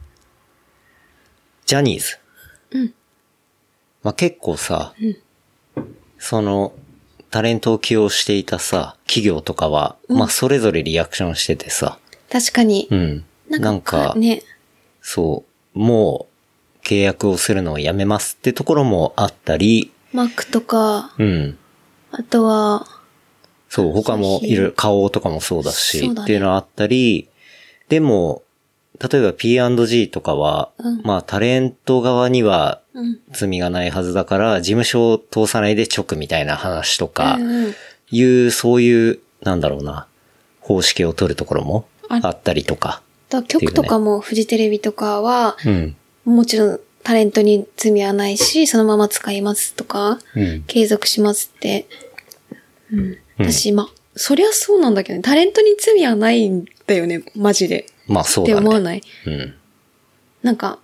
Speaker 2: ジャニーズ。まあ結構さ、その、タレントを起用していたさ、企業とかは、まあそれぞれリアクションしててさ。
Speaker 3: 確かに。
Speaker 2: なんか、
Speaker 3: ね。
Speaker 2: そう、もう契約をするのをやめますってところもあったり。
Speaker 3: マックとか。あとは、
Speaker 2: そう、他もいる、顔とかもそうだし、っていうのはあったり、でも、例えば P&G とかは、まあタレント側には罪がないはずだから、事務所を通さないで直みたいな話とか、そういう、なんだろうな、方式を取るところもあったりとか。
Speaker 3: 局とかもフジテレビとかは、もちろんタレントに罪はないし、そのまま使いますとか、継続しますって。私、まあ、そりゃそうなんだけどね、タレントに罪はないんだよね、マジで。
Speaker 2: まあそうだね。
Speaker 3: って思わない？なんか、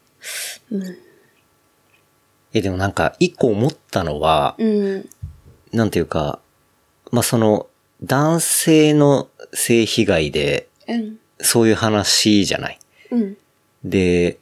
Speaker 2: でもなんか、一個思ったのは、なんていうか、まあその、男性の性被害で、そういう話じゃない。で、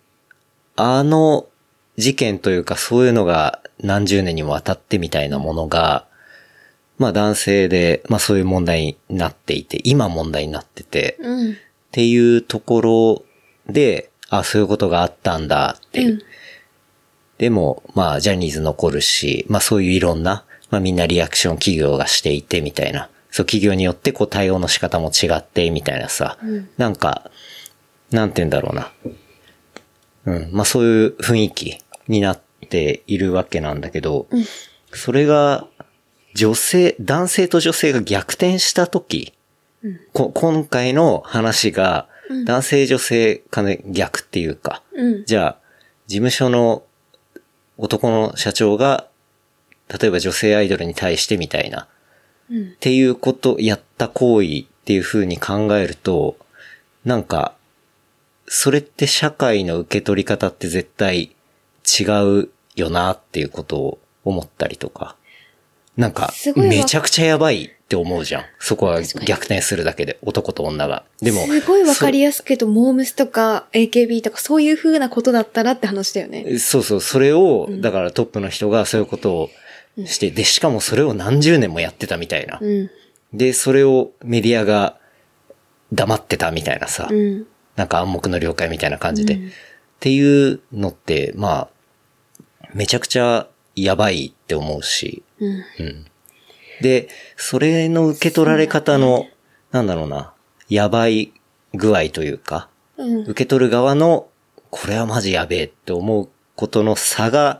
Speaker 2: 事件というかそういうのが何十年にもわたってみたいなものが、まあ男性で、まあそういう問題になっていて、今問題になってて、っていうところで、そういうことがあったんだっていう。でも、まあジャニーズ残るし、まあそういういろんな、まあみんなリアクション企業がしていてみたいな。そう企業によってこう対応の仕方も違ってみたいなさ。なんか、なんて言うんだろうな。まあそういう雰囲気になっているわけなんだけど、それが男性と女性が逆転したとき、今回の話が男性女性かね逆っていうか、じゃあ事務所の男の社長が例えば女性アイドルに対してみたいな、っていうことやった行為っていう風に考えると、なんかそれって社会の受け取り方って絶対違うよなっていうことを思ったりとか。なんか、めちゃくちゃやばいって思うじゃん。そこは逆転するだけで、男と女が。でも。
Speaker 3: すごいわかりやすく言うと、モームスとか AKB とかそういう風なことだったらって話だよね。
Speaker 2: そうそう、それを、だからトップの人がそういうことをして、で、しかもそれを何十年もやってたみたいな。で、それをメディアが黙ってたみたいなさ。なんか暗黙の了解みたいな感じで。っていうのって、まあ、めちゃくちゃやばいって思うし。で、それの受け取られ方の、なんだろうな、やばい具合というか、受け取る側の、これはマジやべえって思うことの差が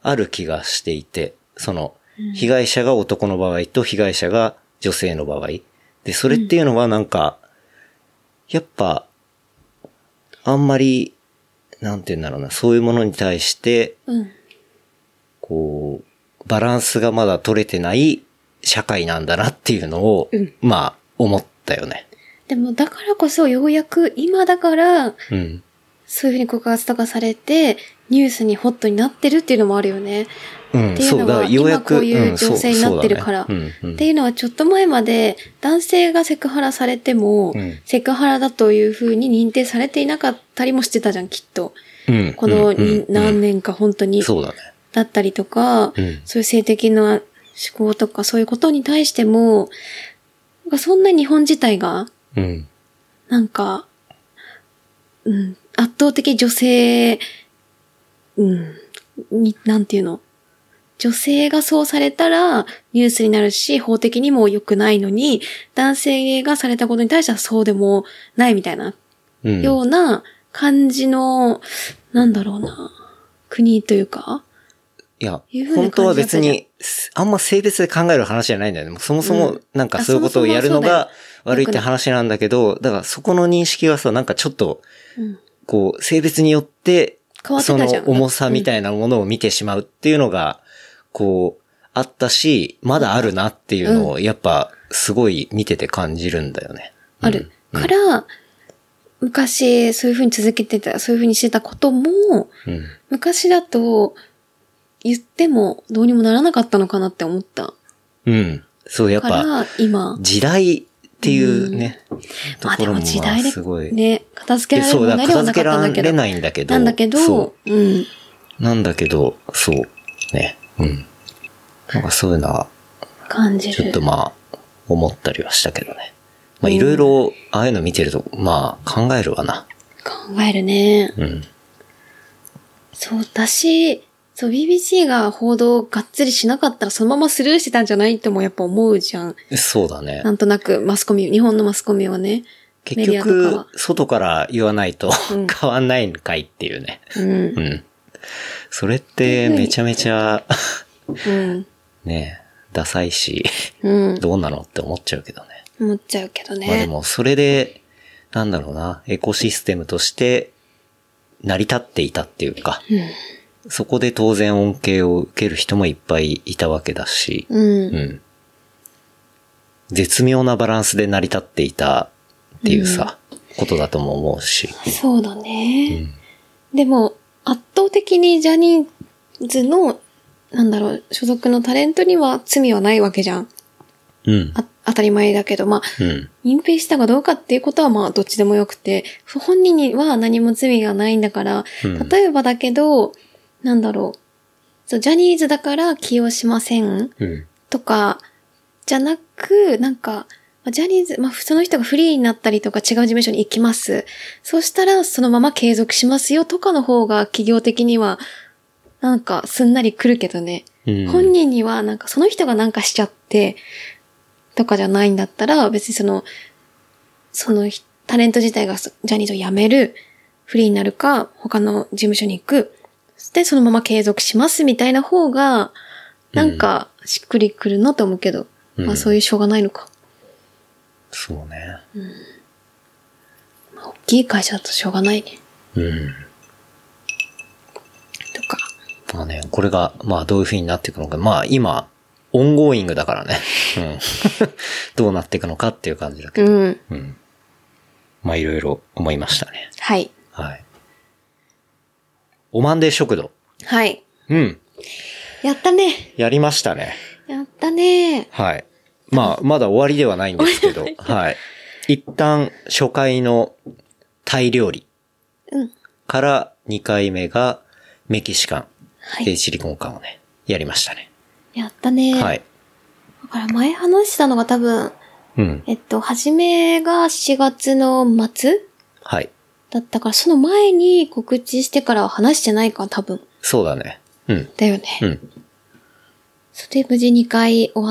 Speaker 2: ある気がしていて、被害者が男の場合と被害者が女性の場合。で、それっていうのはなんか、やっぱ、あんまり、なんて言うんだろうな、そういうものに対して、こう、バランスがまだ取れてない社会なんだなっていうのを、まあ、思ったよね。
Speaker 3: でも、だからこそようやく今だから、そういうふうに告発とかされて、ニュースにホットになってるっていうのもあるよね。っていうのは、今こういう情勢になってるから。っていうのはちょっと前まで男性がセクハラされても、セクハラだというふうに認定されていなかったりもしてたじゃん、きっと。この何年か本当に。
Speaker 2: そうだね。
Speaker 3: だったりとか、そういう性的な思考とかそういうことに対しても、そんな日本自体が、なんか、圧倒的女性、なんていうの、女性がそうされたらニュースになるし、法的にも良くないのに、男性がされたことに対してはそうでもないみたいな、ような感じの、なんだろうな、国というか。
Speaker 2: いや、本当は別に、あんま性別で考える話じゃないんだよね。そもそもなんかそういうことをやるのが悪いって話なんだけど、だからそこの認識はさ、なんかちょっと、こう、性別によって、その重さみたいなものを見てしまうっていうのが、こう、あったし、まだあるなっていうのを、やっぱ、すごい見てて感じるんだよね。
Speaker 3: ある。から、昔、そういう風に続けてた、そういう風にしてたことも、昔だと、言ってもどうにもならなかったのかなって思った。
Speaker 2: そう、やっぱ、
Speaker 3: 今、
Speaker 2: 時代っていうね、
Speaker 3: まあでも時代で、ね、片付けられる問題ではなかったんだけど。
Speaker 2: 片付けられないんだけど。
Speaker 3: なんだけど、
Speaker 2: なんだけど、そう、ね。なんかそういうのは、
Speaker 3: 感じる。
Speaker 2: ちょっとまあ、思ったりはしたけどね。まあいろいろ、ああいうの見てると、まあ考えるわな。
Speaker 3: 考えるね。そうだし、そう、BBC が報道がっつりしなかったらそのままスルーしてたんじゃないってもやっぱ思うじゃん。
Speaker 2: そうだね。
Speaker 3: なんとなくマスコミ、日本のマスコミはね。
Speaker 2: 結局、外から言わないと変わんないんかいっていうね。それってめちゃめちゃね、ダサいし、どうなのって思っちゃうけどね。
Speaker 3: 思っちゃうけどね。
Speaker 2: まあでもそれで、なんだろうな、エコシステムとして成り立っていたっていうか、そこで当然恩恵を受ける人もいっぱいいたわけだし、絶妙なバランスで成り立っていたっていうさ、ことだとも思うし。
Speaker 3: そうだね。でも、圧倒的にジャニーズの、なんだろう、所属のタレントには罪はないわけじゃん。当たり前だけど、まあ、隠蔽したかどうかっていうことはまあ、どっちでもよくて、本人には何も罪がないんだから、例えばだけど、なんだろう、そうジャニーズだから起用しません、とか、じゃなく、なんか、ジャニーズ、まあ、その人がフリーになったりとか違う事務所に行きます。そうしたらそのまま継続しますよとかの方が企業的には、なんかすんなり来るけどね。本人にはなんかその人がなんかしちゃって、とかじゃないんだったら、別にそのタレント自体がジャニーズを辞める、フリーになるか、他の事務所に行く、で、そのまま継続しますみたいな方が、なんかしっくりくるなと思うけど、まあそういうしょうがないのか。
Speaker 2: そうね。
Speaker 3: まあ、大きい会社だとしょうがないね。とか。
Speaker 2: まあね、これが、まあどういう風になっていくのか。まあ今、オンゴーイングだからね。どうなっていくのかっていう感じだけど。まあいろいろ思いましたね。
Speaker 3: はい。
Speaker 2: おマンデー食堂。
Speaker 3: はい。やったね。
Speaker 2: やりましたね。
Speaker 3: やったね。
Speaker 2: はい。まあ、まだ終わりではないんですけど、はい。一旦、初回のタイ料理。から2回目がメキシカン。チリコンカンをね、やりましたね。
Speaker 3: やったね。
Speaker 2: はい。
Speaker 3: だから前話したのが多分、初めが4月の末
Speaker 2: はい。
Speaker 3: だったから、その前に告知してからは話してないか、多分。
Speaker 2: そうだね。
Speaker 3: だよね。それで無事2回終わって、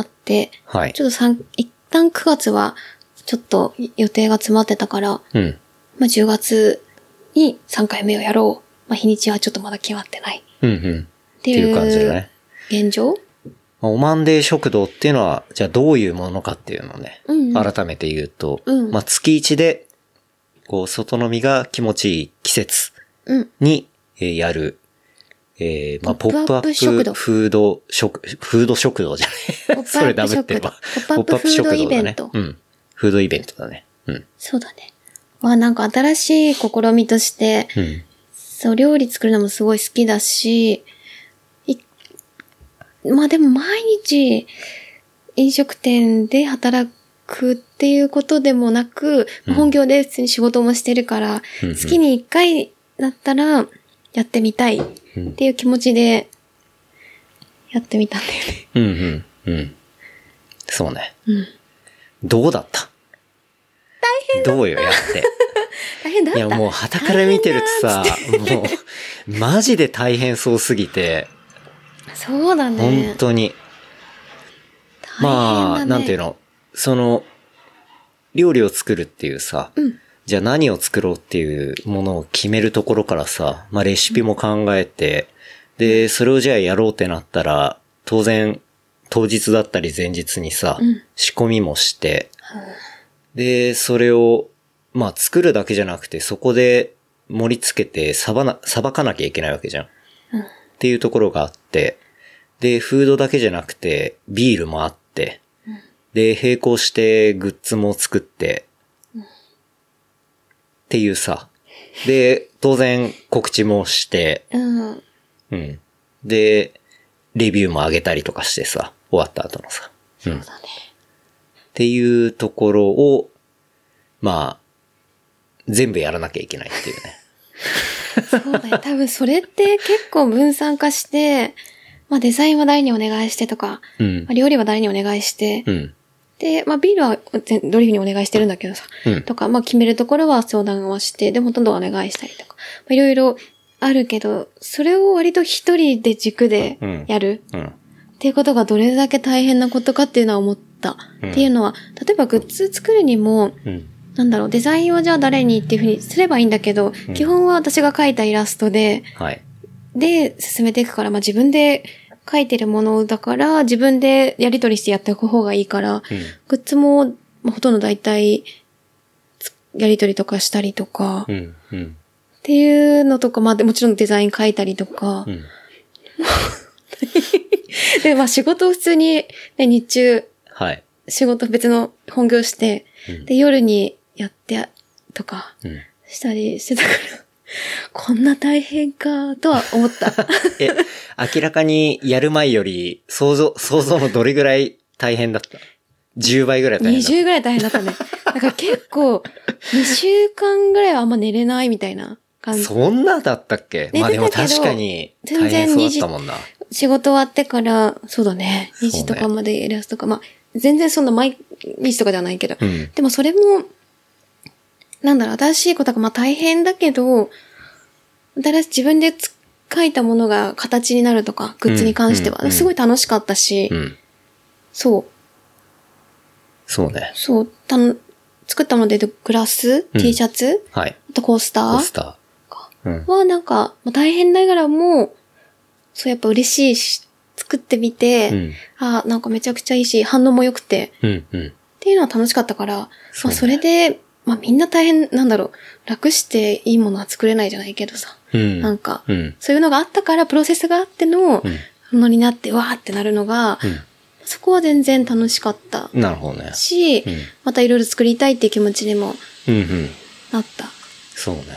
Speaker 2: はい。
Speaker 3: ちょっと一旦9月はちょっと予定が詰まってたから、まあ10月に3回目をやろう。まあ日にちはちょっとまだ決まってない。っっていう
Speaker 2: 感じだね。
Speaker 3: 現状？
Speaker 2: オマンデー食堂っていうのは、じゃあどういうものかっていうのをね、
Speaker 3: うんうん、
Speaker 2: 改めて言うと、
Speaker 3: うん、
Speaker 2: 月1で、こう、外飲みが気持ちいい季節に、やる、ポップアップフード食堂じゃないそれダブってば。
Speaker 3: ポップアップ食堂だね。ポップアップフードイベント。
Speaker 2: うん。フードイベントだね。うん。
Speaker 3: そうだね。なんか新しい試みとして、うん、そう、料理作るのもすごい好きだし、でも毎日飲食店で働くっていうことでもなく、本業で普通に仕事もしてるから、月に1回だったらやってみたいっていう気持ちでやってみたんだよね。
Speaker 2: うんうんうん。そうね。
Speaker 3: うん。
Speaker 2: どうだった？
Speaker 3: 大変だった。
Speaker 2: どうよ、やって。
Speaker 3: 大変だった。
Speaker 2: いやもう傍から見てるとさ、もう、マジで大変そうすぎて。
Speaker 3: そうだね。
Speaker 2: 本当に。なんていうの、料理を作るっていうさ、じゃあ何を作ろうっていうものを決めるところからさ、レシピも考えて、で、それをじゃあやろうってなったら、当然、当日だったり前日にさ、仕込みもして、で、それを、作るだけじゃなくて、そこで盛り付けてさばかなきゃいけないわけじゃん。っていうところがあって、で、フードだけじゃなくて、ビールもあって、で、並行してグッズも作って、っていうさ。で、当然告知もして、で、レビューも上げたりとかしてさ、終わった後のさ。
Speaker 3: そうだね。
Speaker 2: っていうところを、全部やらなきゃいけないっていうね。
Speaker 3: そうだよ。多分それって結構分散化して、デザインは誰にお願いしてとか、料理は誰にお願いして、で、ビールはドリフにお願いしてるんだけどさ、とか、決めるところは相談はして、で、ほとんどお願いしたりとか、いろいろあるけど、それを割と一人で軸でやる、っていうことがどれだけ大変なことかっていうのは思った。っていうのは、例えばグッズ作るにも、デザインはじゃあ誰にっていうふうにすればいいんだけど、基本は私が描いたイラストで、で、進めていくから、自分で書いてるものだから、自分でやり取りしてやっていく方がいいから、グッズも、ほとんど大体、やり取りとかしたりとか、っていうのとか、もちろんデザイン書いたりとか、で、仕事を普通に、日中、仕事別の本業して、で、夜にやってとか、したりしてたから、こんな大変か、とは思った。
Speaker 2: 明らかにやる前より想像のどれぐらい大変だった？ 10 倍ぐらい大変だった。
Speaker 3: 20ぐらい大変だったね。だから結構、2週間ぐらいはあんま寝れないみたいな感じ。
Speaker 2: そんなだったっけ？でも確かに大変そうだったもんな。
Speaker 3: 仕事終わってから、そうだね、2時とかまでイラストとか、全然そんな毎日とかではないけど、でもそれも、新しいことが大変だけど、自分で書いたものが形になるとか、グッズに関しては、すごい楽しかったし、そう。
Speaker 2: そうね。
Speaker 3: そう、作ったものでグラス、T シャツ、あとコースターは大変ながらも、そうやっぱ嬉しいし、作ってみて、めちゃくちゃいいし、反応も良くて、っていうのは楽しかったから、それで、みんな大変、楽していいものは作れないじゃないけどさ。そういうのがあったから、プロセスがあっての、ものになって、わーってなるのが、そこは全然楽しかった。
Speaker 2: なるほどね。
Speaker 3: し、またいろいろ作りたいっていう気持ちにも、なった。
Speaker 2: そうね。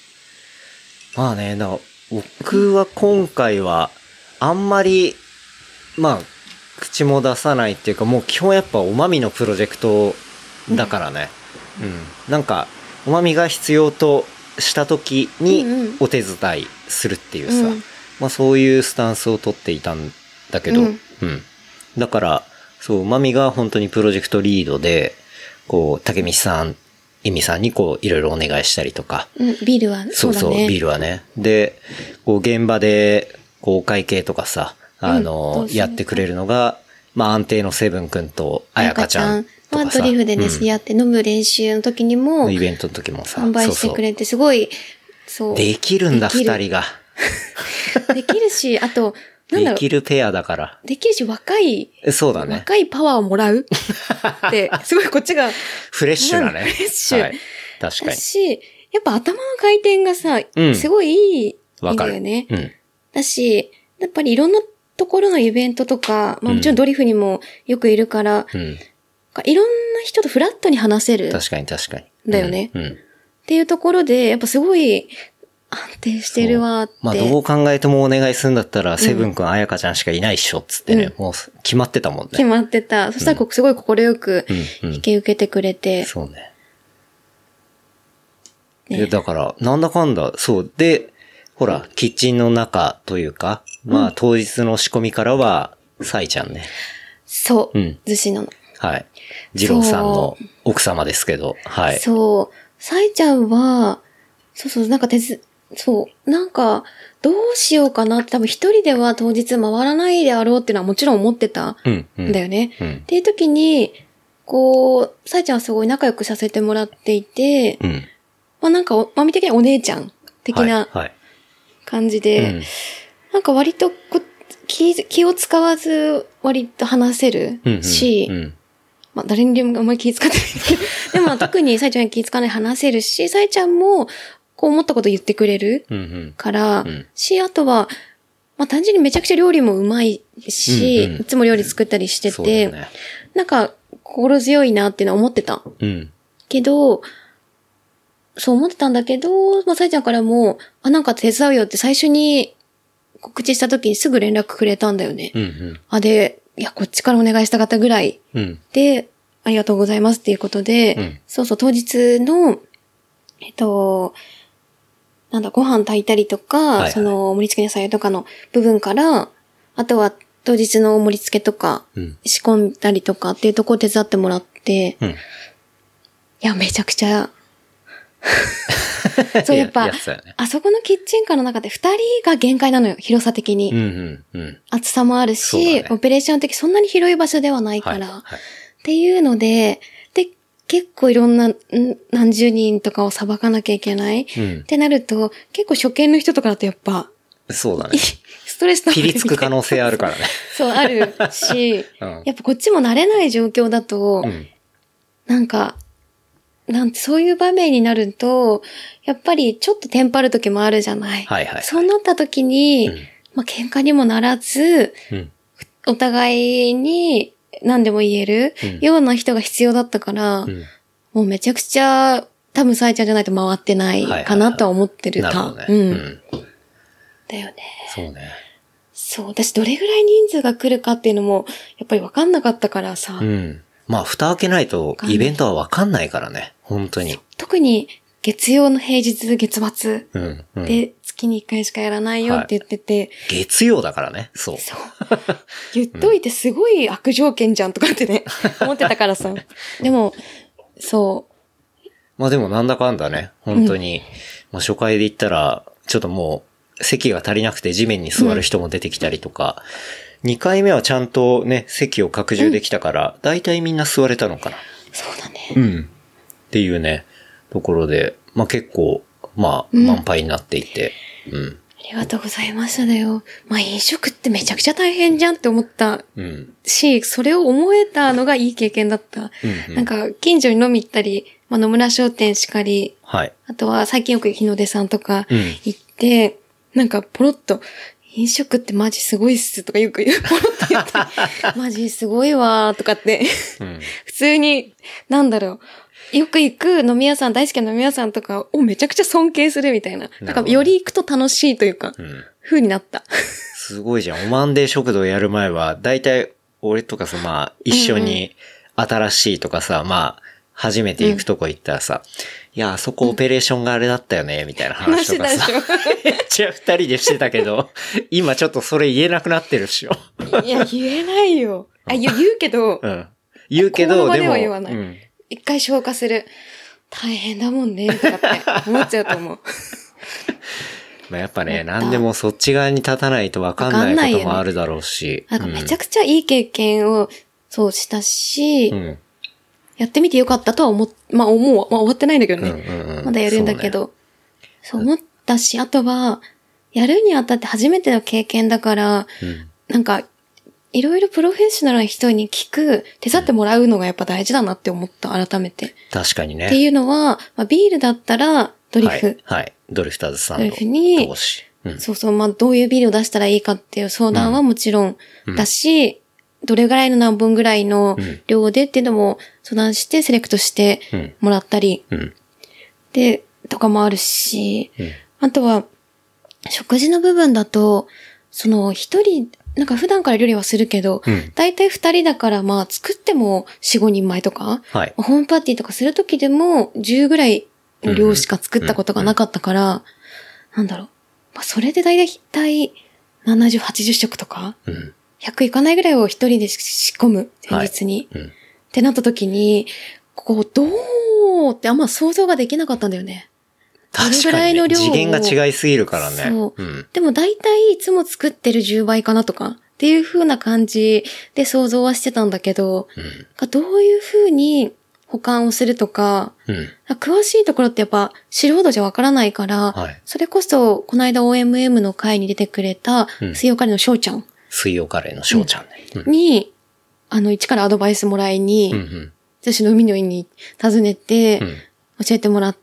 Speaker 2: 僕は今回は、あんまり、口も出さないっていうか、もう基本やっぱおまみのプロジェクトだからね。おまみが必要とした時にお手伝いするっていうさ、そういうスタンスを取っていたんだけど、だから、そう、おまみが本当にプロジェクトリードで、竹道さん、エミさんにいろいろお願いしたりとか。
Speaker 3: ビールはね。
Speaker 2: そう、ビールはね。で、現場で、お会計とかさ、やってくれるのが、安定のセブン君とあやかちゃんとかさ。
Speaker 3: ドリフでね、やって飲む練習の時にも、
Speaker 2: イベントの時もさ、
Speaker 3: 販売してくれて、すごい、
Speaker 2: できるんだ、二人が。
Speaker 3: できるし、あと、 なんだろう。
Speaker 2: できるペアだから。
Speaker 3: できるし、
Speaker 2: そうだね。
Speaker 3: 若いパワーをもらうって、すごいこっちが。
Speaker 2: フレッシュだね。
Speaker 3: フレッシュ。
Speaker 2: はい。確かに。
Speaker 3: だし、やっぱ頭の回転がさ、すごいいいんだよね。だし、やっぱりいろんなところのイベントとか、まあもちろんドリフにもよくいるから、いろんな人とフラットに話せる。
Speaker 2: 確かに確かに。
Speaker 3: だよね。っていうところで、やっぱすごい安定してるわって。
Speaker 2: まあどう考えてもお願いするんだったら、セブン君、あやかちゃんしかいないっしょっつってね、もう決まってたもんね。
Speaker 3: 決まってた。そしたらすごい心よく引き受けてくれて。
Speaker 2: そうね。で、だから、なんだかんだ、そう。で、ほら、キッチンの中というか、まあ当日の仕込みからは、サイちゃんね。
Speaker 3: そう。逗子なの。
Speaker 2: はい。二郎さんの奥様ですけど、はい。
Speaker 3: そう。サイちゃんは、なんかなんか、どうしようかなって多分一人では当日回らないであろうっていうのはもちろん思ってたんだよね。っていう時に、こう、サイちゃんはすごい仲良くさせてもらっていて、まあなんか、マミ的にはお姉ちゃん的な感じで、なんか割と気を使わず割と話せるし、まあ誰にでもあんまり気使ってないけど、でも特にサイちゃんに気使わない話せるし、サイちゃんもこう思ったこと言ってくれるから、あとは、まあ単純にめちゃくちゃ料理もうまいし、いつも料理作ったりしてて、なんか心強いなっていうのは思ってた。けど、そう思ってたんだけど、まあサイちゃんからも、なんか手伝うよって最初に告知した時にすぐ連絡くれたんだよね。で、いや、こっちからお願いしたかったぐらい。で、ありがとうございますっていうことで、当日の、ご飯炊いたりとか、その盛り付け野菜とかの部分から、あとは当日の盛り付けとか、仕込んだりとかっていうところを手伝ってもらって、いや、めちゃくちゃ、そう、やっぱ、あそこのキッチンカーの中で2人が限界なのよ、広さ的に。厚さもあるし、オペレーション的そんなに広い場所ではないから。っていうので、結構いろんな何十人とかを裁かなきゃいけない。ってなると、結構初見の人とかだとやっぱ、
Speaker 2: そうだね。
Speaker 3: ストレスとか。
Speaker 2: ピリつく可能性あるからね。
Speaker 3: そう、あるし、やっぱこっちも慣れない状況だと、なんか、そういう場面になると、やっぱりちょっとテンパる時もあるじゃない。そうなった時に、まあ喧嘩にもならず、お互いに何でも言えるような人が必要だったから、もうめちゃくちゃ多分サイちゃんじゃないと回ってないかなとは思ってる。だよね。
Speaker 2: そうね。
Speaker 3: そう。私どれぐらい人数が来るかっていうのも、やっぱり分かんなかったからさ。
Speaker 2: まあ、蓋開けないとイベントは分かんないからね。本当に。
Speaker 3: 特に月曜の平日、月末で月に1回しかやらないよって言ってて。
Speaker 2: 月曜だからね。そう。
Speaker 3: 言っといてすごい悪条件じゃんとかってね、思ってたからさ。でも、そう。
Speaker 2: まあでもなんだかんだね。本当に。まあ初回で言ったら、ちょっともう席が足りなくて地面に座る人も出てきたりとか。2回目はちゃんとね、席を拡充できたから、だいたいみんな座れたのかな。
Speaker 3: そうだね。
Speaker 2: っていうね、ところで、まあ結構、まあ、満杯になっていて。
Speaker 3: ありがとうございましただよ。まあ飲食ってめちゃくちゃ大変じゃんって思ったし、それを思えたのがいい経験だった。なんか、近所に飲み行ったり、まあ野村商店しかり、あとは最近よく日の出さんとか行って、なんかポロッと、飲食ってマジすごいっすとかよく言う。ポロッと言って、マジすごいわーとかって、普通に、よく行く飲み屋さん、大好きな飲み屋さんとかをめちゃくちゃ尊敬するみたいな。なんかより行くと楽しいというか、風になった。
Speaker 2: すごいじゃん。オマンデー食堂やる前は、だいたい俺とかさ、まあ、一緒に新しいとかさ、まあ、初めて行くとこ行ったらさ、いや、あそこオペレーションがあれだったよね、みたいな話とかさ。めっちゃ二人でしてたけど、今ちょっとそれ言えなくなってるっしょ。
Speaker 3: いや、言えないよ。言うけど、
Speaker 2: 言うけど、でも、
Speaker 3: 一回消化する。大変だもんね、とかって思っちゃうと思う。
Speaker 2: まあやっぱね、何でもそっち側に立たないと分かんないこともあるだろうし。
Speaker 3: なんかめちゃくちゃいい経験を、そうしたし、やってみてよかったとはもう終わってないんだけどね。まだやるんだけど。そう思ったし、あとは、 やるにあたって初めての経験だから、なんか、いろいろプロフェッショナルな人に手伝ってもらうのがやっぱ大事だなって思った、改めて。
Speaker 2: 確かにね。
Speaker 3: っていうのは、まあ、ビールだったら、ドリフ。
Speaker 2: はい。ドリフターズさん
Speaker 3: ドリフに、
Speaker 2: 投資。
Speaker 3: そうそう、まあ、どういうビールを出したらいいかっていう相談はもちろんだし、どれぐらいの何本ぐらいの量でっていうのも相談してセレクトしてもらったり、で、とかもあるし、あとは、食事の部分だと、一人、なんか普段から料理はするけど、だいたい二人だからまあ作っても4、5人前とか、
Speaker 2: はい、
Speaker 3: ホームパーティーとかするときでも10ぐらいの量しか作ったことがなかったから、なんだろう。まあそれでだいたい70、80食とか、100いかないぐらいを一人で仕込む、前日に。ってなったときに、どうってあんま想像ができなかったんだよね。
Speaker 2: 確かに、ね、次元が違いすぎるからね。
Speaker 3: そう。でも大体いつも作ってる10倍かなとかっていう風な感じで想像はしてたんだけど、どういう風に保管をするとか、詳しいところってやっぱ素人じゃわからないから、それこそこの間 OMM の回に出てくれた水曜カレーの翔ちゃん。
Speaker 2: 水曜カレーの翔ちゃんね。
Speaker 3: に、一からアドバイスもらいに、私の海の家に訪ねて、教えてもらって、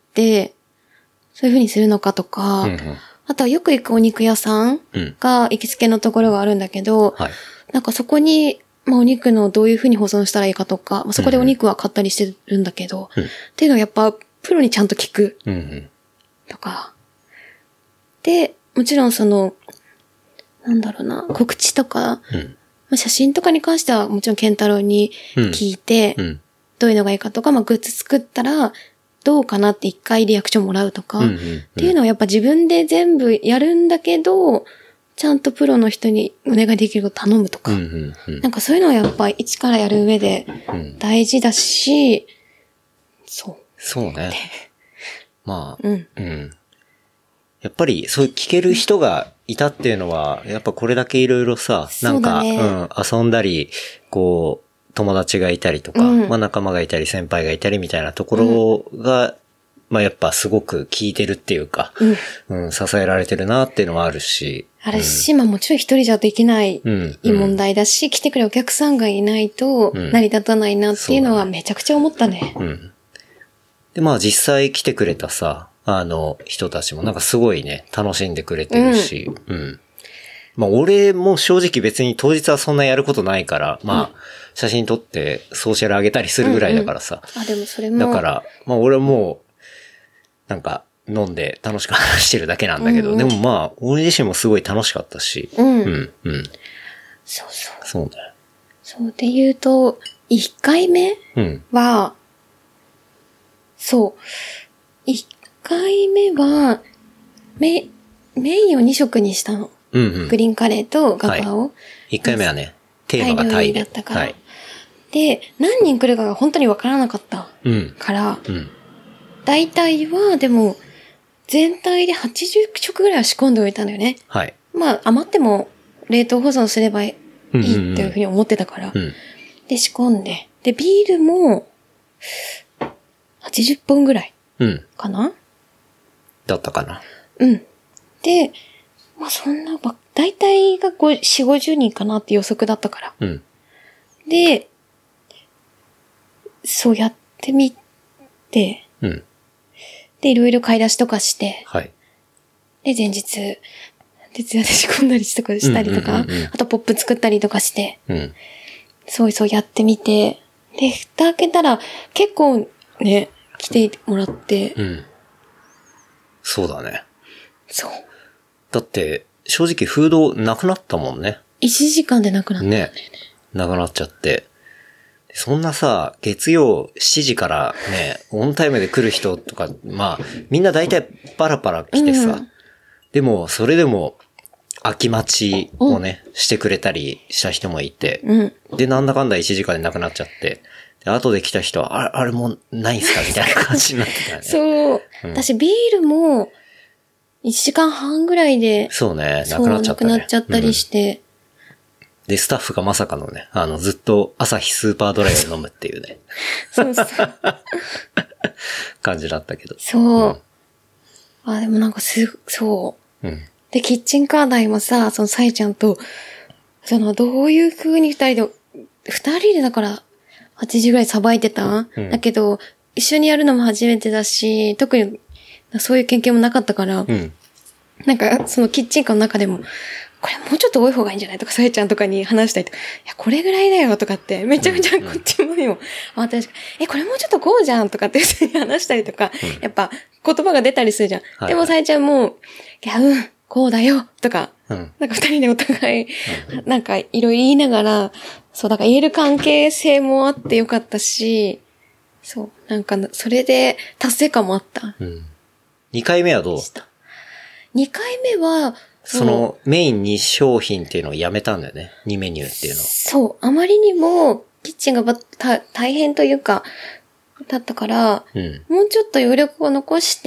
Speaker 3: そういう風にするのかとか、あとはよく行くお肉屋さんが行きつけのところがあるんだけど、なんかそこに、まあお肉のどういう風に保存したらいいかとか、まあ、そこでお肉は買ったりしてるんだけど、っていうのはやっぱプロにちゃんと聞くとか。で、もちろんなんだろうな、告知とか、まあ、写真とかに関してはもちろん健太郎に聞いて、どういうのがいいかとか、まあグッズ作ったら、どうかなって一回リアクションもらうとか、っていうのはやっぱ自分で全部やるんだけど、ちゃんとプロの人にお願いできること頼むとか、なんかそういうのはやっぱ一からやる上で大事だし、そう。
Speaker 2: そうね。まあ、やっぱりそう聞ける人がいたっていうのは、やっぱこれだけいろいろさ、なんか、遊んだり、こう、友達がいたりとか、まあ仲間がいたり先輩がいたりみたいなところが、まあやっぱすごく効いてるっていうか、支えられてるなっていうのはあるし。
Speaker 3: まあもちろん一人じゃできない問題だし、来てくれるお客さんがいないと成り立たないなっていうのはめちゃくちゃ思ったね。
Speaker 2: で、まあ実際来てくれたさ、人たちもなんかすごいね、楽しんでくれてるし、まあ俺も正直別に当日はそんなやることないから、まあ写真撮ってソーシャル上げたりするぐらいだからさ。
Speaker 3: でもそれも。
Speaker 2: だから、まあ俺はもう、なんか飲んで楽しく話してるだけなんだけど、でもまあ俺自身もすごい楽しかったし。
Speaker 3: そうそう。
Speaker 2: そうね。
Speaker 3: そうで言うと、1回目は、そう。1回目は、メインを2色にしたの。グリーンカレーとガパオ。
Speaker 2: 1回目はね、テーマがタイだ
Speaker 3: ったから。で、何人来るかが本当にわからなかったから、大体はでも、全体で80食ぐらいは仕込んでおいたんだよね。まあ、余っても冷凍保存すればいいっていうふうに思ってたから。で、仕込んで。で、ビールも、80本ぐらい。かな
Speaker 2: だったかな。
Speaker 3: で、まあそんな、大体が4、50人かなって予測だったから。で、そうやってみて、で、いろいろ買い出しとかして、で、前日、徹夜で仕込んだりとかしたりとか、あとポップ作ったりとかして、そうやってみて、で、蓋開けたら結構ね、来てもらって、
Speaker 2: そうだね。
Speaker 3: そう。
Speaker 2: だって、正直フードなくなったもんね。
Speaker 3: 1時間でなくなったんだよね。
Speaker 2: なくなっちゃって。そんなさ、月曜7時からね、オンタイムで来る人とか、まあ、みんな大体パラパラ来てさ、でも、それでも、空き待ちをね、してくれたりした人もいて、で、なんだかんだ1時間でなくなっちゃって、で、後で来た人は、あれもうないんすかみたいな感じになってたよね。
Speaker 3: そう。私ビールも、1時間半ぐらいで、
Speaker 2: そうね、なくなっちゃったね。
Speaker 3: なくなっちゃったりして、
Speaker 2: で、スタッフがまさかのね、ずっと朝日スーパードライを飲むっていうね。
Speaker 3: そうそう。
Speaker 2: 感じだったけど。
Speaker 3: そう。でもなんかそう。 で、キッチンカー内もさ、そのサイちゃんと、どういう風に二人でだから、8時ぐらいさばいてた、だけど、一緒にやるのも初めてだし、特にそういう経験もなかったから、なんか、そのキッチンカーの中でも、これもうちょっと多い方がいいんじゃないとか、さえちゃんとかに話したりとか、いや、これぐらいだよとかって、めちゃめちゃこっちもよ。私が、これもうちょっとこうじゃんとかって話したりとか、やっぱ言葉が出たりするじゃん。でもさえちゃんも、いや、こうだよとか、なんか二人でお互い、なんかいろいろ言いながら、そう、だから言える関係性もあってよかったし、そう、なんか、それで達成感もあった。
Speaker 2: 2回目はどう
Speaker 3: ？2回目は、
Speaker 2: そのメイン2商品っていうのをやめたんだよね。2メニューっていうの。
Speaker 3: そう。あまりにも、キッチンが大変というか、だったから、もうちょっと余力を残して、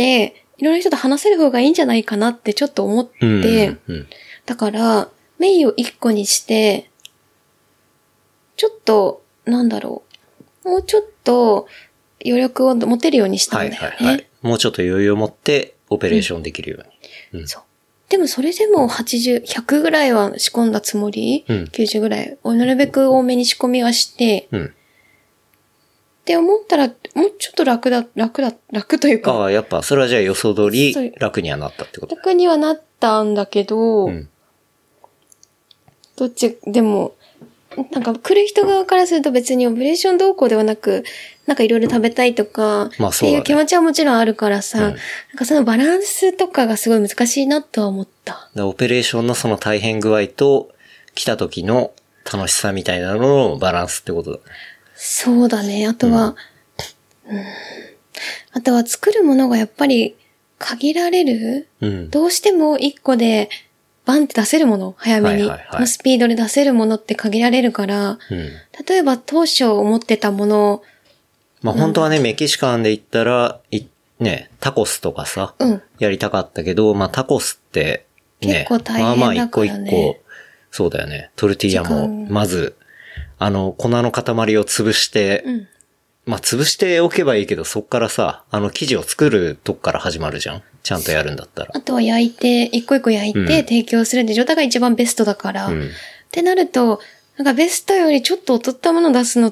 Speaker 3: いろんな人と話せる方がいいんじゃないかなってちょっと思って、だから、メインを1個にして、ちょっと、なんだろう。もうちょっと余力を持てるようにしたんだよね。
Speaker 2: もうちょっと余裕を持ってオペレーションできるように。
Speaker 3: そう。でもそれでも80、100ぐらいは仕込んだつもり、90ぐらい。なるべく多めに仕込みはして、って思ったら、もうちょっと楽というか。
Speaker 2: ああ、やっぱそれはじゃあ予想通り楽にはなったってこと？
Speaker 3: 楽にはなったんだけど、でも、なんか来る人側からすると別にオペレーション動向ではなく、なんかいろいろ食べたいとか、っていう気持ちはもちろんあるからさ、なんかそのバランスとかがすごい難しいなとは思った。
Speaker 2: オペレーションのその大変具合と、来た時の楽しさみたいなののバランスってことだね。
Speaker 3: そうだね。あとは、あとは作るものがやっぱり限られる、どうしても1個で、バンって出せるもの、早めに、のスピードで出せるものって限られるから、例えば当初思ってたもの、
Speaker 2: まあ本当はね、メキシカンで言ったら、ね、タコスとかさ、やりたかったけど、まあタコスって、ね、
Speaker 3: 結構大変だからね。
Speaker 2: まあまあ一個一個、そうだよね。トルティーヤも、まず、粉の塊を潰して、まあ潰しておけばいいけど、そっからさ、生地を作るとこから始まるじゃん。ちゃんとやるんだったら。
Speaker 3: あとは焼いて、一個一個焼いて提供するって状態が一番ベストだから。ってなると、なんかベストよりちょっと劣ったものを出すのって、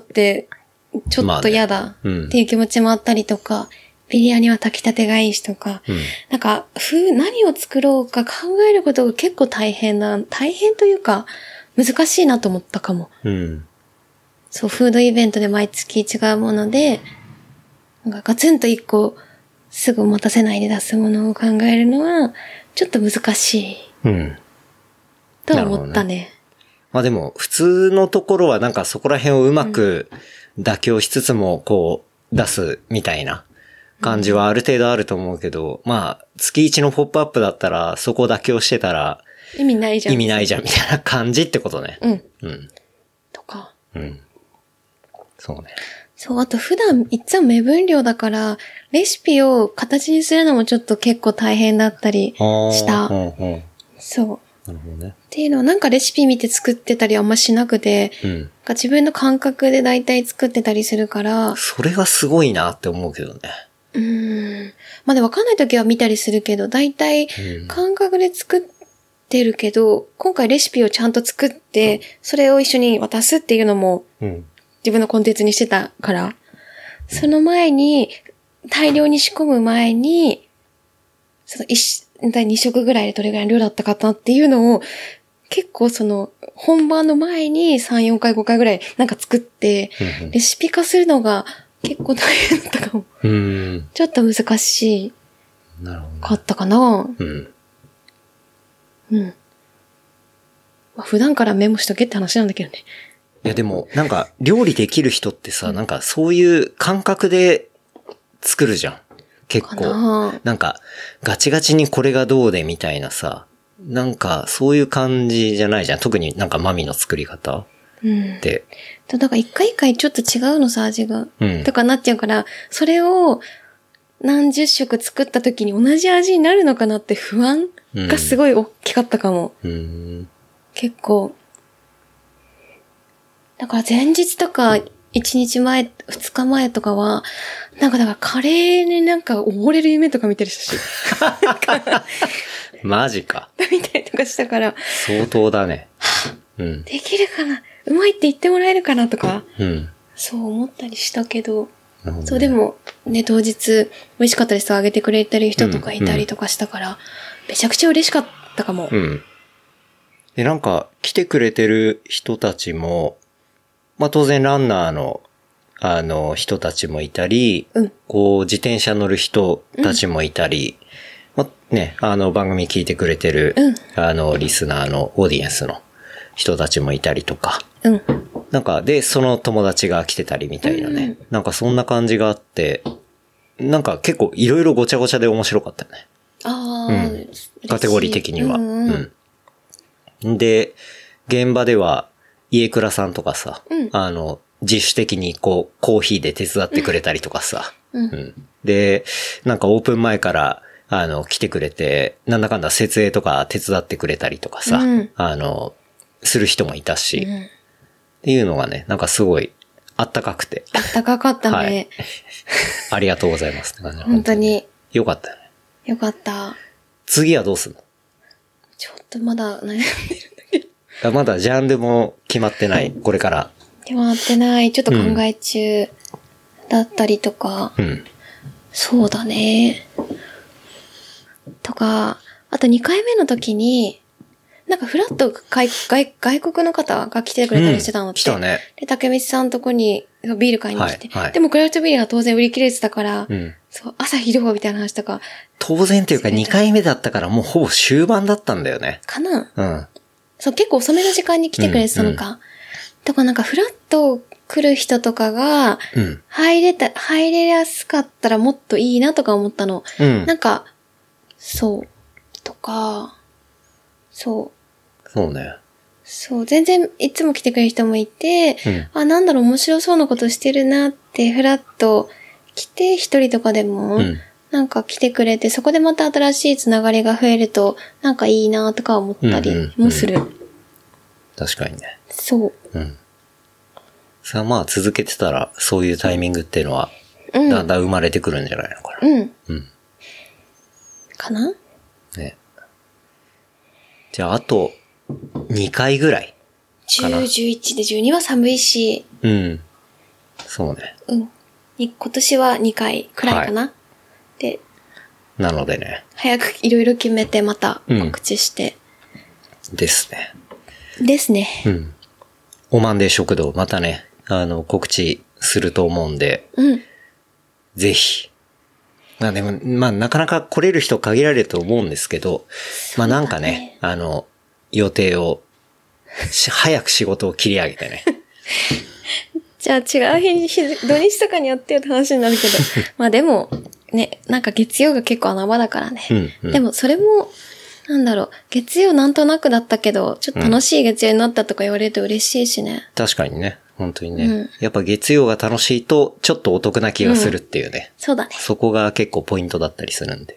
Speaker 3: ちょっと嫌だっていう気持ちもあったりとか、ビリヤニは炊きたてがいいしとか、なんか、何を作ろうか考えることが結構大変というか、難しいなと思ったかも。そう、フードイベントで毎月違うもので、なんかガツンと一個、すぐ持たせないで出すものを考えるのは、ちょっと難しい。と思ったね。
Speaker 2: まあでも、普通のところはなんかそこら辺をうまく妥協しつつも、こう、出すみたいな感じはある程度あると思うけど、まあ、月1のポップアップだったら、そこを妥協してたら、
Speaker 3: 意味ないじゃんみたい
Speaker 2: な感じってことね。
Speaker 3: とか。
Speaker 2: そうね。
Speaker 3: そう、あと普段いつも目分量だから、レシピを形にするのもちょっと結構大変だったりした。そう。
Speaker 2: なるほどね。
Speaker 3: っていうのはなんかレシピ見て作ってたりあんましなくて、自分の感覚で大体作ってたりするから。
Speaker 2: それがすごいなって思うけどね。
Speaker 3: まあでわかんないときは見たりするけど、大体感覚で作ってるけど、今回レシピをちゃんと作って、それを一緒に渡すっていうのも、自分のコンテンツにしてたから、その前に、大量に仕込む前に、2食ぐらいでどれぐらいの量だったかなっていうのを、結構本番の前に3、4回、5回ぐらいなんか作って、レシピ化するのが結構大変だったかも。ちょっと難しい。かったかな。まあ、普段からメモしとけって話なんだけどね。
Speaker 2: いやでも、なんか、料理できる人ってさ、なんかそういう感覚で作るじゃん。結構。なんか、ガチガチにこれがどうでみたいなさ、なんかそういう感じじゃないじゃん。特になんかマミの作り方って。
Speaker 3: だから一回一回ちょっと違うのさ、味が。とかなっちゃうから、それを何十食作った時に同じ味になるのかなって不安がすごい大きかったかも。結構。だから前日とか1日前、2日前とかは、なんかだからカレーになんか溺れる夢とか見てるし。
Speaker 2: マジか。
Speaker 3: みたりとかしたから。
Speaker 2: 相当だね。うん。
Speaker 3: できるかな、うまいって言ってもらえるかなとか。
Speaker 2: うん。
Speaker 3: そう思ったりしたけど。そう、でも、ね、当日、美味しかったですとあげてくれてる人とかいたりとかしたから、めちゃくちゃ嬉しかったかも。
Speaker 2: うん。で、なんか、来てくれてる人たちも、まあ当然ランナーの、人たちもいたり、こう、自転車乗る人たちもいたり、まあね、番組聞いてくれてる、リスナーのオーディエンスの人たちもいたりとか、なんか、で、その友達が来てたりみたいなね、なんかそんな感じがあって、なんか結構いろいろごちゃごちゃで面白かったよね。カテゴリー的には。で、現場では、家倉さんとかさ、自主的にこう、コーヒーで手伝ってくれたりとかさ、で、なんかオープン前から、来てくれて、なんだかんだ設営とか手伝ってくれたりとかさ、する人もいたし、っていうのがね、なんかすごい、あったかくて。
Speaker 3: あったかかったね。はい、
Speaker 2: ありがとうございますって感じ。
Speaker 3: 本当に。
Speaker 2: よかったよね。
Speaker 3: よかった。
Speaker 2: 次はどうすんの？
Speaker 3: ちょっとまだ悩んでるんだけど。
Speaker 2: まだジャンルも決まってない、これから。
Speaker 3: 決まってない。ちょっと考え中だったりとか。そうだね。とか、あと2回目の時に、なんかフラッと外国の方が来てくれたりしてたのって。
Speaker 2: 来たね。
Speaker 3: で、竹光さんのとこにビール買いに来て。でもクラフトビールは当然売り切れてたから、そう、朝昼間みたいな話とか。
Speaker 2: 当然っていうか2回目だったからもうほぼ終盤だったんだよね。
Speaker 3: かな？そう、結構遅めの時間に来てくれてたのか。とかなんかフラッと来る人とかが、入れやすかったらもっといいなとか思ったの。なんか、そう。とか、そうね。そう、全然いつも来てくれる人もいて、なんだろう面白そうなことしてるなってフラッと来て一人とかでも、なんか来てくれて、そこでまた新しいつながりが増えると、なんかいいなとか思ったりもする。
Speaker 2: 確かにね。
Speaker 3: そう。
Speaker 2: さあまあ続けてたら、そういうタイミングっていうのは、だんだん生まれてくるんじゃないのかな。
Speaker 3: かな？
Speaker 2: ね。じゃああと、2回ぐらいかな。
Speaker 3: 10、11で12は寒いし。
Speaker 2: そうね。
Speaker 3: 今年は2回くらいかな。で。
Speaker 2: なのでね。
Speaker 3: 早くいろいろ決めてまた告知して。
Speaker 2: ですね。
Speaker 3: ですね。
Speaker 2: オマンデー食堂、またね、告知すると思うんで。ぜひ。まあでも、まあなかなか来れる人限られると思うんですけど、まあなんかね、予定を、早く仕事を切り上げてね。
Speaker 3: じゃあ違う日、土日とかにやってよって話になるけど。まあでも、ね、なんか月曜が結構穴場だからね。でもそれも、なんだろう、月曜なんとなくだったけど、ちょっと楽しい月曜になったとか言われると嬉しいしね。
Speaker 2: 確かにね。本当にね。やっぱ月曜が楽しいと、ちょっとお得な気がするっていうね。
Speaker 3: そうだね。
Speaker 2: そこが結構ポイントだったりするんで。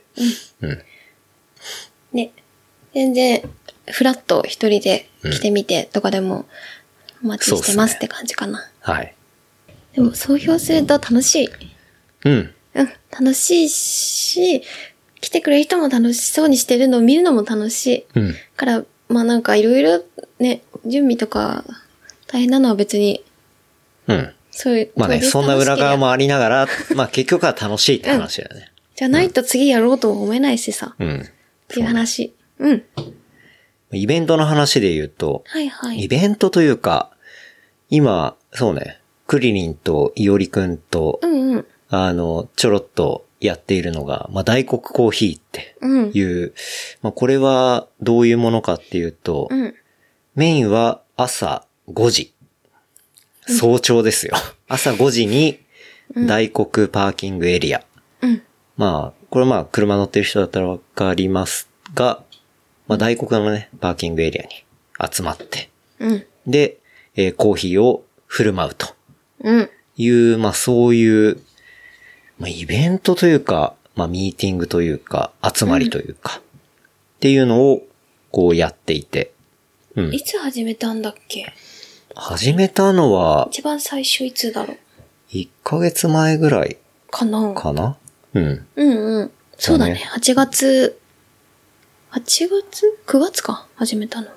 Speaker 3: ね。全然、フラッと一人で来てみてとかでも、お待ちしてますって感じかな。
Speaker 2: はい。
Speaker 3: でも、総評すると楽しい。楽しいし、来てくれる人も楽しそうにしてるのを見るのも楽しい。から、まあなんかいろいろね、準備とか大変なのは別に、そういう。
Speaker 2: まあね、そんな裏側もありながら、まあ結局は楽しいって話だよね。
Speaker 3: じゃないと次やろうとも思えないしさ。っていう話。
Speaker 2: イベントの話で言うと、イベントというか、今、そうね、クリリンとイオリくんと、ちょろっとやっているのが、まあ、大黒コーヒーっていう、まあ、これはどういうものかっていうと、メインは朝5時。早朝ですよ。朝5時に大黒パーキングエリア。まあ、これまあ、車乗ってる人だったらわかりますが、まあ、大黒のね、パーキングエリアに集まって、で、コーヒーを振る舞うという、まあ、そういう、まあ、イベントというか、まあ、ミーティングというか、集まりというか、っていうのを、こうやっていて。
Speaker 3: いつ始めたんだっけ？
Speaker 2: 始めたのは、
Speaker 3: 一番最初いつだろう？
Speaker 2: 1 ヶ月前ぐらい。
Speaker 3: かな？
Speaker 2: そうだね。
Speaker 3: 8月 8月 ?9 月か始めたのは。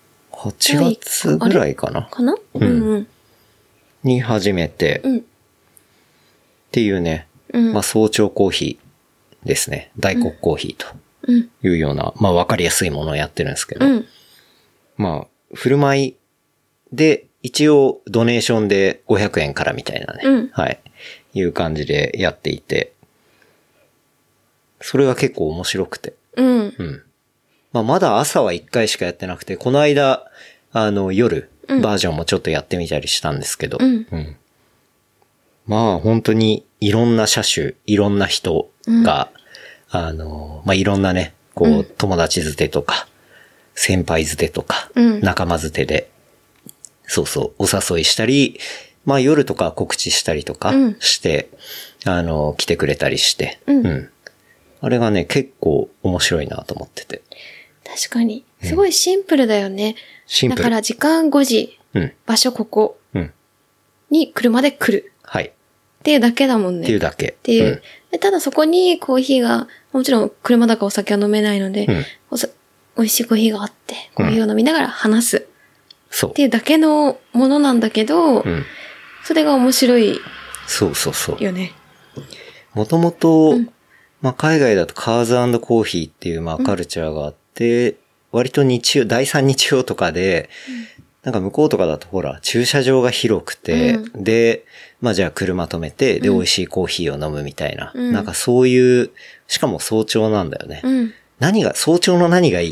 Speaker 2: 8月ぐらいかな。
Speaker 3: かなうんうん。
Speaker 2: に始めて、
Speaker 3: うん。
Speaker 2: っていうね、
Speaker 3: うん
Speaker 2: まあ早朝コーヒーですね。大黒コーヒーと
Speaker 3: うん。
Speaker 2: いうような、まあわかりやすいものをやってるんですけど、
Speaker 3: うん。
Speaker 2: まあ、振る舞いで、一応ドネーションで500円からみたいなね、
Speaker 3: うん
Speaker 2: はい、いう感じでやっていて、それが結構面白くて、
Speaker 3: うん。
Speaker 2: うん。まあまだ朝は1回しかやってなくて、この間、夜、バージョンもちょっとやってみたりしたんですけど、
Speaker 3: うん
Speaker 2: まあ本当にいろんな車種、いろんな人が、まあいろんなね、こう、友達づてとか、先輩づてとか、
Speaker 3: うん
Speaker 2: 仲間づてで、そうそう、お誘いしたり、まあ夜とか告知したりとかして、来てくれたりして、あれがね、結構面白いなと思ってて。
Speaker 3: 確かに。すごいシンプルだよね。
Speaker 2: シンプル。
Speaker 3: だから時間5時、
Speaker 2: うん。
Speaker 3: 場所ここ
Speaker 2: うん。
Speaker 3: に車で来る
Speaker 2: はい。
Speaker 3: っていうだけだもんね。
Speaker 2: っていうだけ。
Speaker 3: っていう。でただそこにコーヒーが、もちろん車だからお酒は飲めないので、
Speaker 2: うん
Speaker 3: 美味しいコーヒーがあって、コーヒーを飲みながら話すっ
Speaker 2: そう
Speaker 3: て。いうだけのものなんだけど、
Speaker 2: うん。
Speaker 3: それが面白い
Speaker 2: そうそうそう。
Speaker 3: よね。
Speaker 2: もともと、まあ海外だとカーズ&コーヒーっていうまあカルチャーがあって、割と日曜、第3日曜とかで、なんか向こうとかだとほら、駐車場が広くて、で、まあじゃあ車止めて、で、美味しいコーヒーを飲むみたいな、なんかそういう、しかも早朝なんだよね。
Speaker 3: うん。
Speaker 2: 早朝の何がいいって、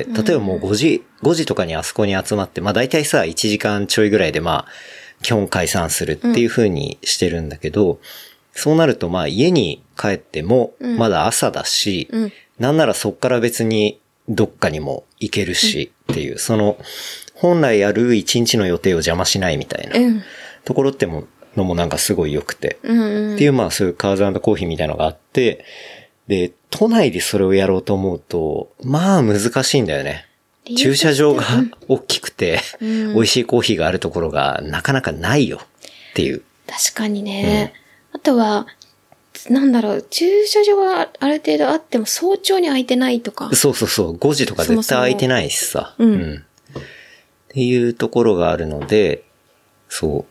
Speaker 2: 例えばもう5時とかにあそこに集まって、まあ大体さ、1時間ちょいぐらいでまあ、基本解散するっていう風にしてるんだけど、そうなるとまあ家に帰っても、まだ朝だし、なんならそっから別にどっかにも行けるしっていう、その、本来ある一日の予定を邪魔しないみたいなところってものもなんかすごい良くて、っていうまあそういうカーズ&コーヒーみたいなのがあって、で、都内でそれをやろうと思うと、まあ難しいんだよね。駐車場が大きくて、美味しいコーヒーがあるところがなかなかないよっていう。
Speaker 3: 確かにね。あとは、なんだろう、駐車場はある程度あっても早朝に空いてないとか。
Speaker 2: そうそうそう、5時とか絶対空いてないしさ。っていうところがあるので、そう。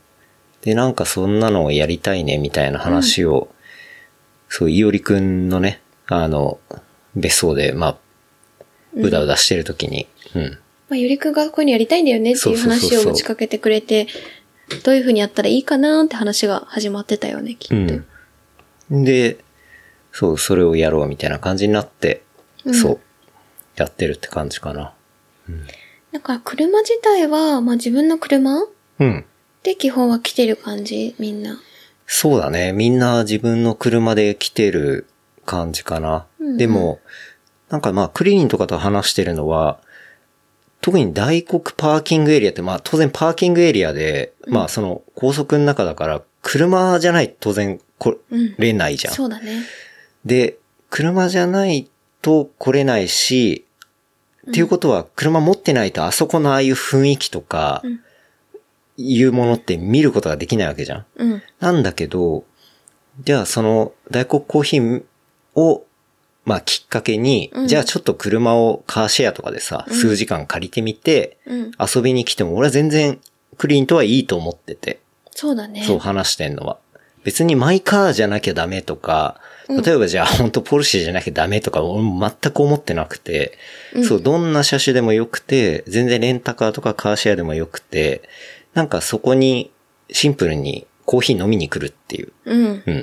Speaker 2: で、なんかそんなのをやりたいねみたいな話を、そう、いおりくんのね、別荘で、まあ、うだうだしてるときに、
Speaker 3: まあ、ゆりくんがこういうのやりたいんだよねっていう話を持ちかけてくれて、どういう風にやったらいいかなって話が始まってたよね、きっと。
Speaker 2: で、そう、それをやろうみたいな感じになって、そう、やってるって感じかな。
Speaker 3: だから車自体は、まあ自分の車で基本は来てる感じ、みんな。
Speaker 2: そうだね。みんな自分の車で来てる感じかな。でも、なんかまあクリリンとかと話してるのは、特に大黒パーキングエリアって、まあ当然パーキングエリアで、まあその高速の中だから、車じゃないと当然来れないじゃん。
Speaker 3: そうだね。
Speaker 2: で、車じゃないと来れないし、っていうことは車持ってないとあそこのああいう雰囲気とか、いうものって見ることができないわけじゃん。なんだけど、じゃあその大黒コーヒーを、まあきっかけに、じゃあちょっと車をカーシェアとかでさ、数時間借りてみて、遊びに来ても俺は全然クリーンとはいいと思ってて。
Speaker 3: そうだね。
Speaker 2: そう話してんのは。別にマイカーじゃなきゃダメとか、例えばじゃあ本当ポルシェじゃなきゃダメとか俺も全く思ってなくて、そう、どんな車種でもよくて、全然レンタカーとかカーシェアでもよくて、なんかそこにシンプルにコーヒー飲みに来るっていう、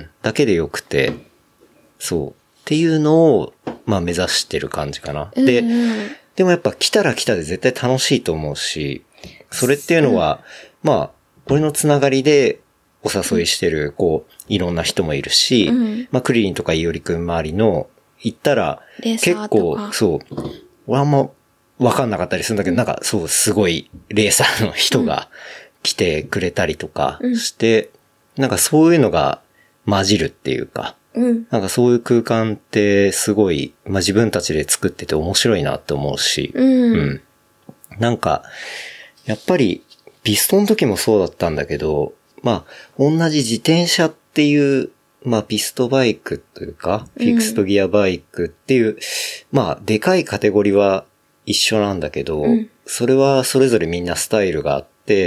Speaker 2: だけでよくて、そう、っていうのを、まあ目指してる感じかな。で、でもやっぱ来たら来たで絶対楽しいと思うし、それっていうのは、まあ、俺のつながりでお誘いしてる、こう、いろんな人もいるし、まあクリリンとかいおりくん周りの、行ったら、結構、そう、俺あんまわかんなかったりするんだけど、なんかそう、すごいレーサーの人が来てくれたりとかして、なんかそういうのが混じるっていうか、なんかそういう空間ってすごい、まあ自分たちで作ってて面白いなって思うし、なんか、やっぱり、ピストンの時もそうだったんだけど、まあ、同じ自転車っていうまあピストバイクというか、フィクストギアバイクっていう、まあでかいカテゴリーは一緒なんだけど、それはそれぞれみんなスタイルがあって、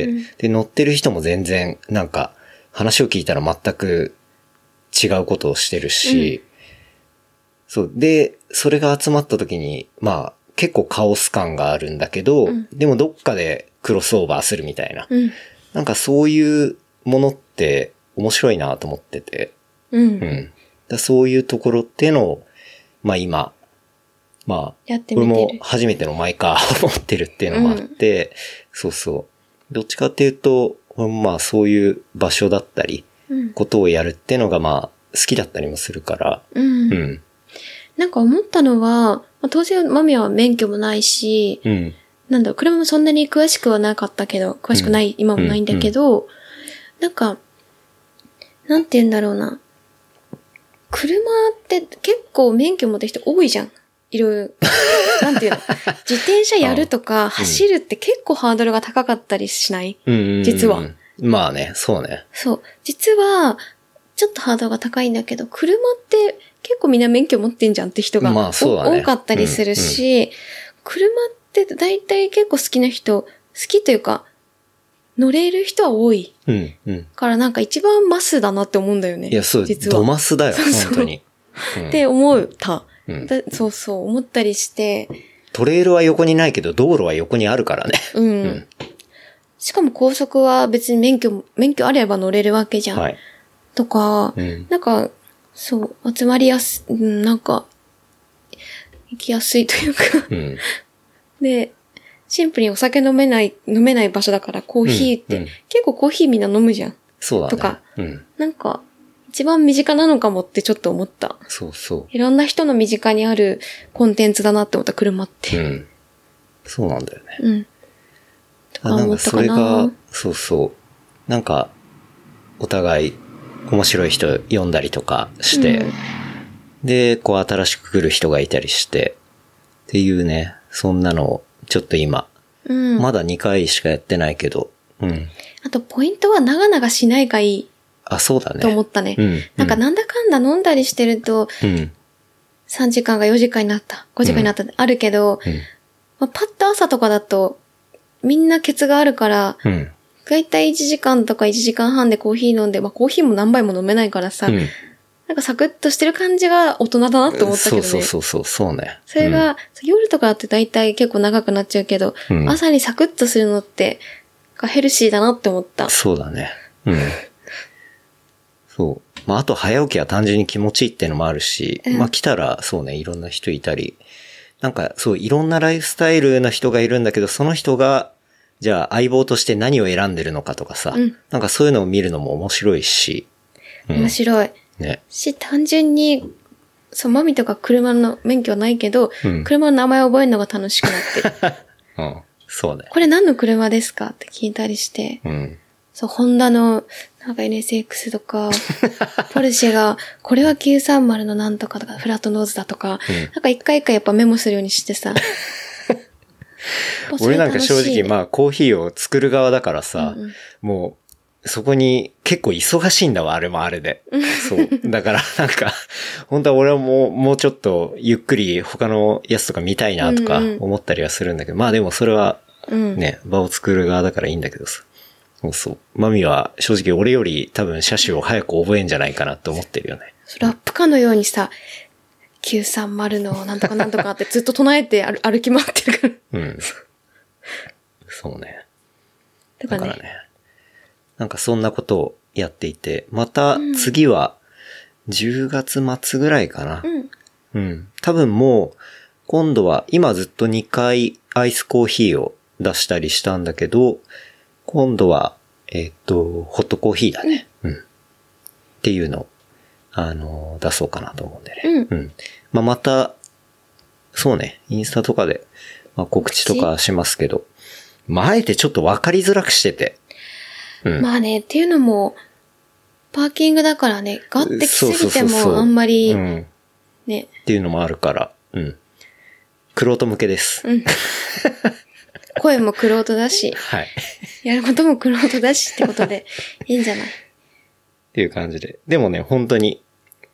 Speaker 2: で、乗ってる人も全然なんか話を聞いたら全く違うことをしてるし、そう。で、それが集まった時に、まあ結構カオス感があるんだけど、でもどっかでクロスオーバーするみたいな。なんかそういうものって面白いなと思ってて。だそういうところっていうのを、まあ今、まあ、俺も初めてのマイカーを持ってるっていうのもあって、そうそう。どっちかっていうと、まあそういう場所だったり、ことをやるっていうのがまあ好きだったりもするから。
Speaker 3: なんか思ったのは、当然マミは免許もないし、なんだろう、車もそんなに詳しくはなかったけど、詳しくない、今もないんだけど、なんか、なんて言うんだろうな。車って結構免許持ってる人多いじゃん。いろいろ。なんていうの自転車やるとか走るって結構ハードルが高かったりしない？実は。
Speaker 2: まあね、そうね。
Speaker 3: そう。実は、ちょっとハードルが高いんだけど、車って結構みんな免許持ってんじゃんって人が、まあそうだね、多かったりするし、車って大体結構好きな人、好きというか、乗れる人は多い。からなんか一番マスだなって思うんだよね。
Speaker 2: いや、そう、ドマスだよ、本当に。
Speaker 3: って思った。そうそう、思ったりして。
Speaker 2: トレイルは横にないけど、道路は横にあるからね。
Speaker 3: しかも高速は別に免許あれば乗れるわけじゃん。とか、なんか、そう、集まりやす、なんか、行きやすいというかで、シンプルにお酒飲めない場所だからコーヒーって、結構コーヒーみんな飲むじゃん。
Speaker 2: そうだね。
Speaker 3: とか、なんか、一番身近なのかもってちょっと思った。
Speaker 2: そうそう。
Speaker 3: いろんな人の身近にあるコンテンツだなって思った、車って。
Speaker 2: そうなんだよね。
Speaker 3: とか思ったかな。
Speaker 2: なんかそれが、そうそう。なんか、お互い面白い人読んだりとかして、で、こう新しく来る人がいたりして、っていうね、そんなのをちょっと今、まだ2回しかやってないけど、
Speaker 3: あとポイントは長々しないがいい。
Speaker 2: あ、そうだね。
Speaker 3: と思ったね。なんかなんだかんだ飲んだりしてると、3時間が4時間になった、5時間になった、あるけど、パッと朝とかだと、みんなケツがあるから、だいたい1時間とか1時間半でコーヒー飲んで、コーヒーも何杯も飲めないからさ、なんかサクッとしてる感じが大人だなって思ったけどね。
Speaker 2: そうね。
Speaker 3: それが、夜とかだってだいたい結構長くなっちゃうけど、朝にサクッとするのって、ヘルシーだなって思った。
Speaker 2: そうだね。そう。あと早起きは単純に気持ちいいっていうのもあるし、来たらそうね、いろんな人いたり、なんかそう、いろんなライフスタイルの人がいるんだけど、その人が、じゃあ相棒として何を選んでるのかとかさ、なんかそういうのを見るのも面白いし。
Speaker 3: 面白い。
Speaker 2: ね。
Speaker 3: 単純に、そう、マミとか車の免許はないけど、車の名前を覚えるのが楽しくなってる。
Speaker 2: そうね。
Speaker 3: これ何の車ですかって聞いたりして、そう、ホンダの、なんか NSX とか、ポルシェが、これは930のなんとかとか、フラットノーズだとか、なんか一回一回やっぱメモするようにしてさ。
Speaker 2: 俺なんか正直コーヒーを作る側だからさ、もう、そこに結構忙しいんだわ、あれもあれで。そう。だからなんか、本当は俺はもうちょっとゆっくり他のやつとか見たいなとか思ったりはするんだけど、でもそれはね、場を作る側だからいいんだけどさ。そう。マミは正直俺より多分車種を早く覚えんじゃないかなって思ってるよね。
Speaker 3: ラップかのようにさ、930のなんとかなんとかってずっと唱えて歩き回ってるから。
Speaker 2: そうね。だからね。なんかそんなことをやっていて、また次は10月末ぐらいかな。多分もう今度は今ずっと2回アイスコーヒーを出したりしたんだけど、今度はホットコーヒーだね。っていうのを出そうかなと思うんでね。またそうね、インスタとかで告知とかしますけど、あえてちょっと分かりづらくしてて。
Speaker 3: まあね、っていうのも、パーキングだからね、ガッて来すぎてもあんまり、ね。
Speaker 2: っていうのもあるから、玄人向けです。
Speaker 3: 声も玄人だし、やることも玄人だしってことで、いいんじゃない？
Speaker 2: っていう感じで。でもね、本当に、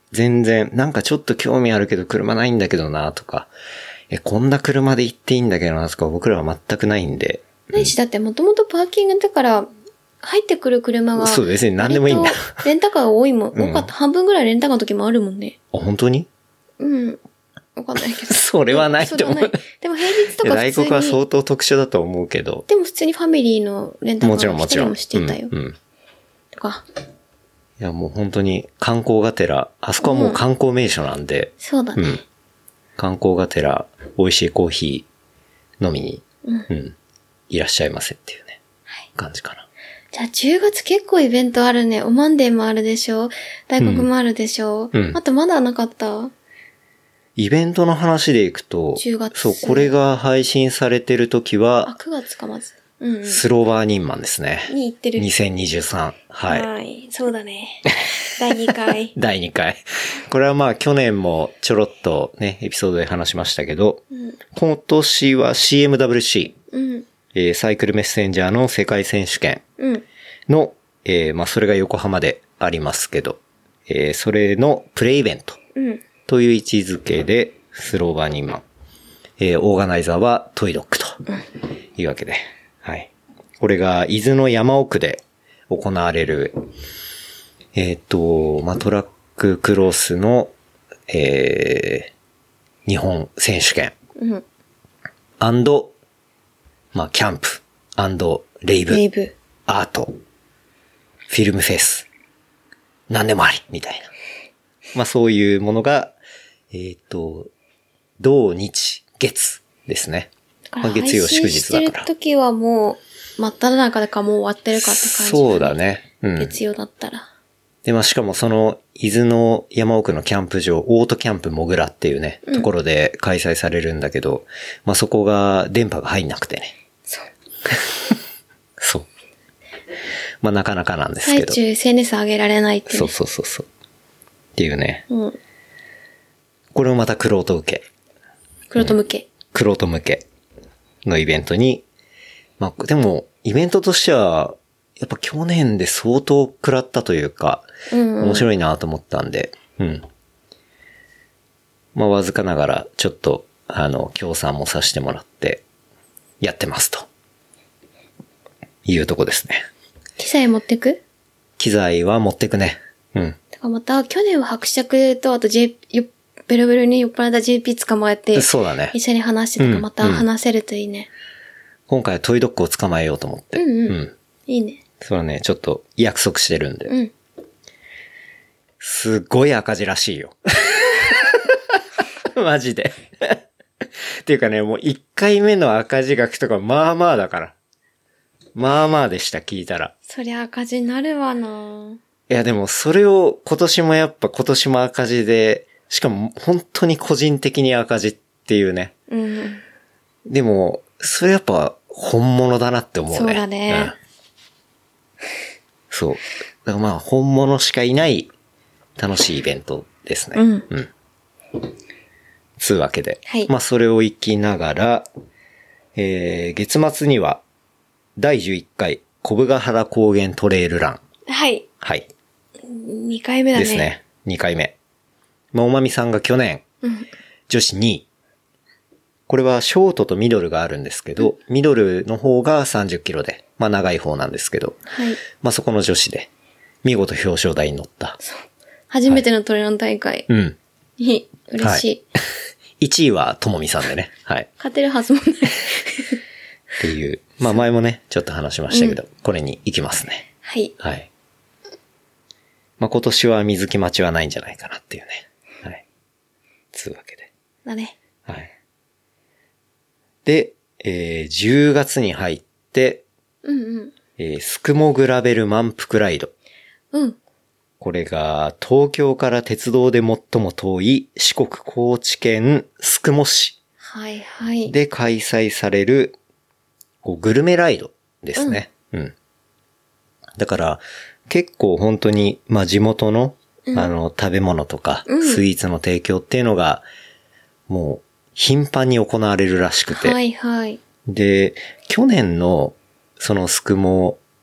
Speaker 2: 全然、なんかちょっと興味あるけど車ないんだけどなとか、こんな車で行っていいんだけどなとか僕らは全くないんで。
Speaker 3: ないし、だってもともとパーキングだから、入ってくる車が。
Speaker 2: そうですね、何でもいいんだ。
Speaker 3: レンタカーが多いもん。多かった。半分ぐらいレンタカーの時もあるもんね。
Speaker 2: あ、本当に？
Speaker 3: うん。わかんないけど。
Speaker 2: それはないと思う。
Speaker 3: でも平日とか普通に。
Speaker 2: 外国は相当特殊だと思うけど。
Speaker 3: でも普通にファミリーのレンタカーが来たりもしてたよ。
Speaker 2: うん。
Speaker 3: とか。
Speaker 2: いやもう本当に観光がてら、あそこはもう観光名所なんで。
Speaker 3: そうだね。うん。
Speaker 2: 観光がてら、美味しいコーヒー飲みに、いらっしゃいませっていうね。はい。感じかな。
Speaker 3: じゃあ10月結構イベントあるね。オマンデーもあるでしょ。大黒もあるでしょ。あとまだなかった？
Speaker 2: イベントの話でいくと、
Speaker 3: 10月。
Speaker 2: そう、これが配信されてる時は、
Speaker 3: 9月かまず。
Speaker 2: スローバーニンマンですね。
Speaker 3: に行ってる。
Speaker 2: 2023。はい。
Speaker 3: はい。そうだね。第2回。
Speaker 2: 第2回。これはまあ去年もちょろっとね、エピソードで話しましたけど、今年は CMWC、サイクルメッセンジャーの世界選手権の、まあそれが横浜でありますけど、それのプレイベントという位置づけでスローバーニンマン、オーガナイザーはトイドッグというわけで、はい。これが伊豆の山奥で行われる、まあ、トラッククロスの、日本選手権。まあ、キャンプ、レイブ、アート、フィルムフェス、何でもあり、みたいな。まあ、そういうものが、土日月ですね。まあ、月曜祝日だから。配信してる
Speaker 3: 時はもう、真っ只中でかもう終わってるかって感じ、
Speaker 2: そうだね。
Speaker 3: 月曜だったら。
Speaker 2: で、まあ、しかもその、伊豆の山奥のキャンプ場、オートキャンプもぐらっていうね、ところで開催されるんだけど、まあ、そこが電波が入んなくてね。
Speaker 3: そう。
Speaker 2: そう。まあ、なかなかなんですけど。
Speaker 3: 最中 SNS 上げられないって、ね。
Speaker 2: そう。っていうね。これもまた玄人受け。
Speaker 3: 玄人向け
Speaker 2: のイベントに、まあ、でも、イベントとしては、やっぱ去年で相当食らったというか、面白いなと思ったんで、まあ、わずかながら、ちょっと、協賛もさせてもらって、やってますと。いうとこですね。
Speaker 3: 機材持ってく？
Speaker 2: 機材は持ってくね。だ
Speaker 3: からまた、去年は伯爵と、あとベロベロに酔っ払った JP 捕まえて、
Speaker 2: そうだね。
Speaker 3: 一緒に話してとか、また話せるといいね。
Speaker 2: 今回はトイドッグを捕まえようと思って。
Speaker 3: いいね。
Speaker 2: それはね、ちょっと約束してるんで。すっごい赤字らしいよ。マジで。っていうかね、もう1回目の赤字額とかまあまあだから。まあまあでした、聞いたら。
Speaker 3: そりゃ赤字になるわな。
Speaker 2: いやでもそれを今年も赤字で、しかも本当に個人的に赤字っていうね。でも、それやっぱ本物だなって思うね。
Speaker 3: そうだね。
Speaker 2: そう。だからまあ本物しかいない楽しいイベントですね。つうわけで。
Speaker 3: はい。
Speaker 2: まあそれを行きながら、月末には第11回小部ヶ原高原トレイルラン。
Speaker 3: はい。
Speaker 2: はい。
Speaker 3: 2回目だね。
Speaker 2: ですね。2回目。まあおまみさんが去年、女子2位。これはショートとミドルがあるんですけど、ミドルの方が30キロで、まあ長い方なんですけど、まあそこの女子で、見事表彰台に乗った。
Speaker 3: そう。初めてのトレラン大会。嬉し
Speaker 2: い。1位はともみさんでね。はい。
Speaker 3: 勝てるはずもない。
Speaker 2: っていう。まあ前もね、ちょっと話しましたけど、これに行きますね。
Speaker 3: はい。
Speaker 2: はい。まあ今年は水木待ちはないんじゃないかなっていうね。はい。つうわけで。
Speaker 3: だね。
Speaker 2: はい。で、10月に入って、スクモグラベル満腹ライド。これが東京から鉄道で最も遠い四国高知県スクモ市で開催されるグルメライドですね。だから結構本当にまあ地元の食べ物とかスイーツの提供っていうのがもう頻繁に行われるらしくて。で、去年のそのスクモ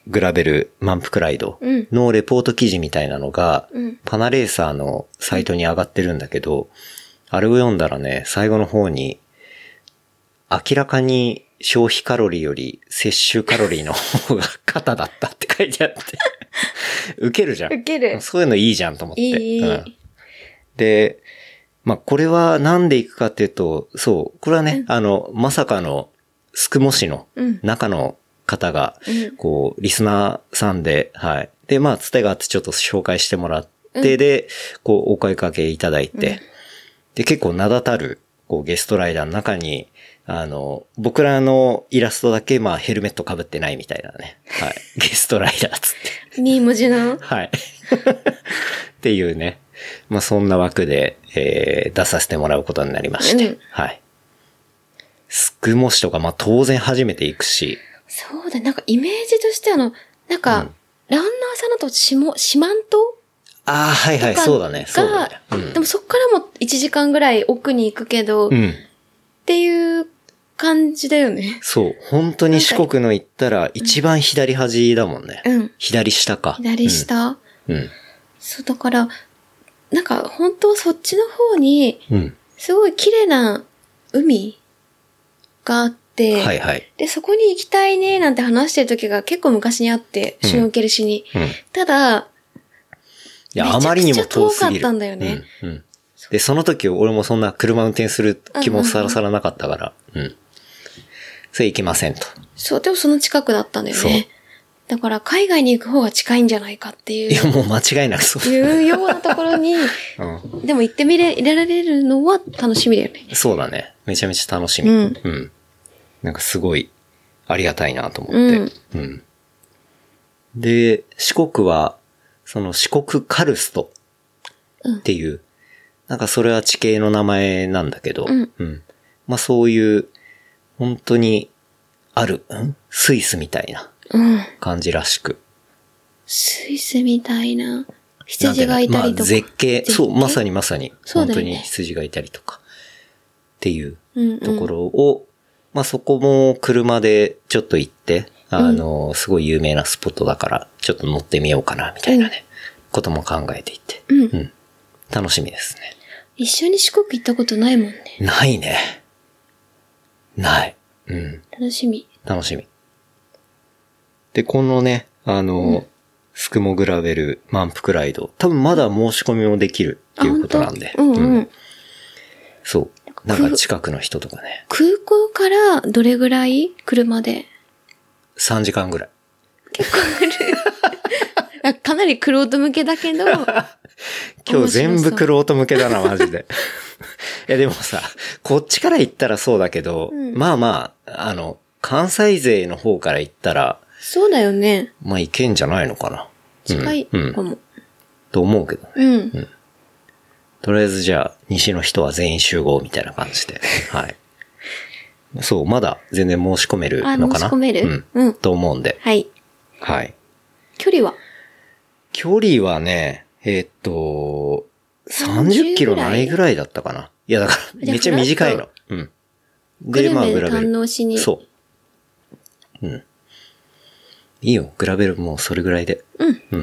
Speaker 2: グラベル満腹ライドのレポート記事みたいなのが、パナレーサーのサイトに上がってるんだけど、あれを読んだらね、最後の方に、明らかに消費カロリーより摂取カロリーの方が肩だったって書いてあって。ウケるじゃん。
Speaker 3: ウケる。
Speaker 2: そういうのいいじゃんと思って。
Speaker 3: いい。
Speaker 2: で、まあ、これはなんでいくかっていうと、そう、これはね、まさかの、スクモ市の中の方が、こう、リスナーさんで、はい。で、まあ、つてがあってちょっと紹介してもらって、で、こう、お声掛けいただいて、で、結構名だたる、こう、ゲストライダーの中に、僕らのイラストだけ、まあ、ヘルメット被ってないみたいなね。はい。ゲストライダーつって。
Speaker 3: 2文字の
Speaker 2: はい。っていうね。まあ、そんな枠で、出させてもらうことになりまして。はい。スクモ市とか、まあ、当然初めて行くし。
Speaker 3: そうだ、なんかイメージとしてなんか、ランナーさんだと四万十
Speaker 2: ああ、はいはい、そうだね。そうだね。
Speaker 3: でもそっからも1時間ぐらい奥に行くけど、っていう感じだよね。
Speaker 2: そう。本当に四国の行ったら一番左端だもんね。左下か。
Speaker 3: 左下。そう、だから、なんか本当そっちの方に、すごい綺麗な海があって、
Speaker 2: はいはい。
Speaker 3: で、そこに行きたいねなんて話してる時が結構昔にあって、シュノーケルしに。ただ、
Speaker 2: いや、あまりにも遠すぎる。
Speaker 3: めちゃくちゃ遠かったんだよね。
Speaker 2: で、その時俺もそんな車運転する気もさらさらなかったから、それ行けませんと。
Speaker 3: そう、でもその近くだったんだよね。だから海外に行く方が近いんじゃないかっていう。
Speaker 2: いや、もう間違いなくそう。
Speaker 3: いうようなところに、でも行って入れられるのは楽しみだよね。
Speaker 2: そうだね。めちゃめちゃ楽しみ。なんかすごいありがたいなと思って。で、四国は、その四国カルストっていう、なんかそれは地形の名前なんだけど、まあそういう、本当にある、スイスみたいな感じらしく。
Speaker 3: スイスみたいな羊がいたりとか。
Speaker 2: まあ絶景、そう、まさにまさに、本当に羊がいたりとか、っていうところを、まあそこも車でちょっと行って、すごい有名なスポットだから、ちょっと乗ってみようかな、みたいなね、ことも考えていて。楽しみですね。
Speaker 3: 一緒に四国行ったことないもんね。
Speaker 2: ないね。ない。
Speaker 3: 楽しみ。
Speaker 2: 楽しみ。で、このね、スクモグラベル満腹ライド、多分まだ申し込みもできるっていうことなんで。そう。なんか近くの人とかね。
Speaker 3: 空港からどれぐらい車で
Speaker 2: 3時間ぐらい。
Speaker 3: 結構かなりクロート向けだけど。
Speaker 2: 今日全部クロート向けだな、マジで。いやでもさ、こっちから行ったらそうだけど、まあまあ、関西勢の方から行ったら、
Speaker 3: そうだよね。
Speaker 2: まあ行けんじゃないのかな。
Speaker 3: 近いかも。
Speaker 2: と思うけどね。とりあえずじゃあ、西の人は全員集合みたいな感じで。はい。そう、まだ全然申し込めるのかな。
Speaker 3: 申し込める？
Speaker 2: と思うんで。
Speaker 3: はい。
Speaker 2: はい。
Speaker 3: 距離は
Speaker 2: はね、30キロないぐらいだったかな。いや、だから、めっちゃ短いの。
Speaker 3: で、まあ、グラベル。堪能しに。
Speaker 2: そう。いいよ、グラベルもそれぐらいで。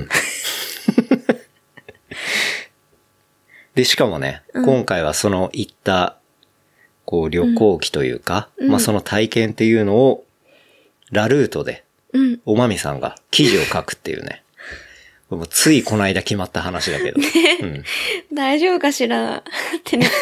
Speaker 2: で、しかもね、今回はその行った、こう、旅行記というか、まあその体験っていうのを、ラルートで、おまみさんが記事を書くっていうね。もうついこの間決まった話だけど。
Speaker 3: 大丈夫かしらってね。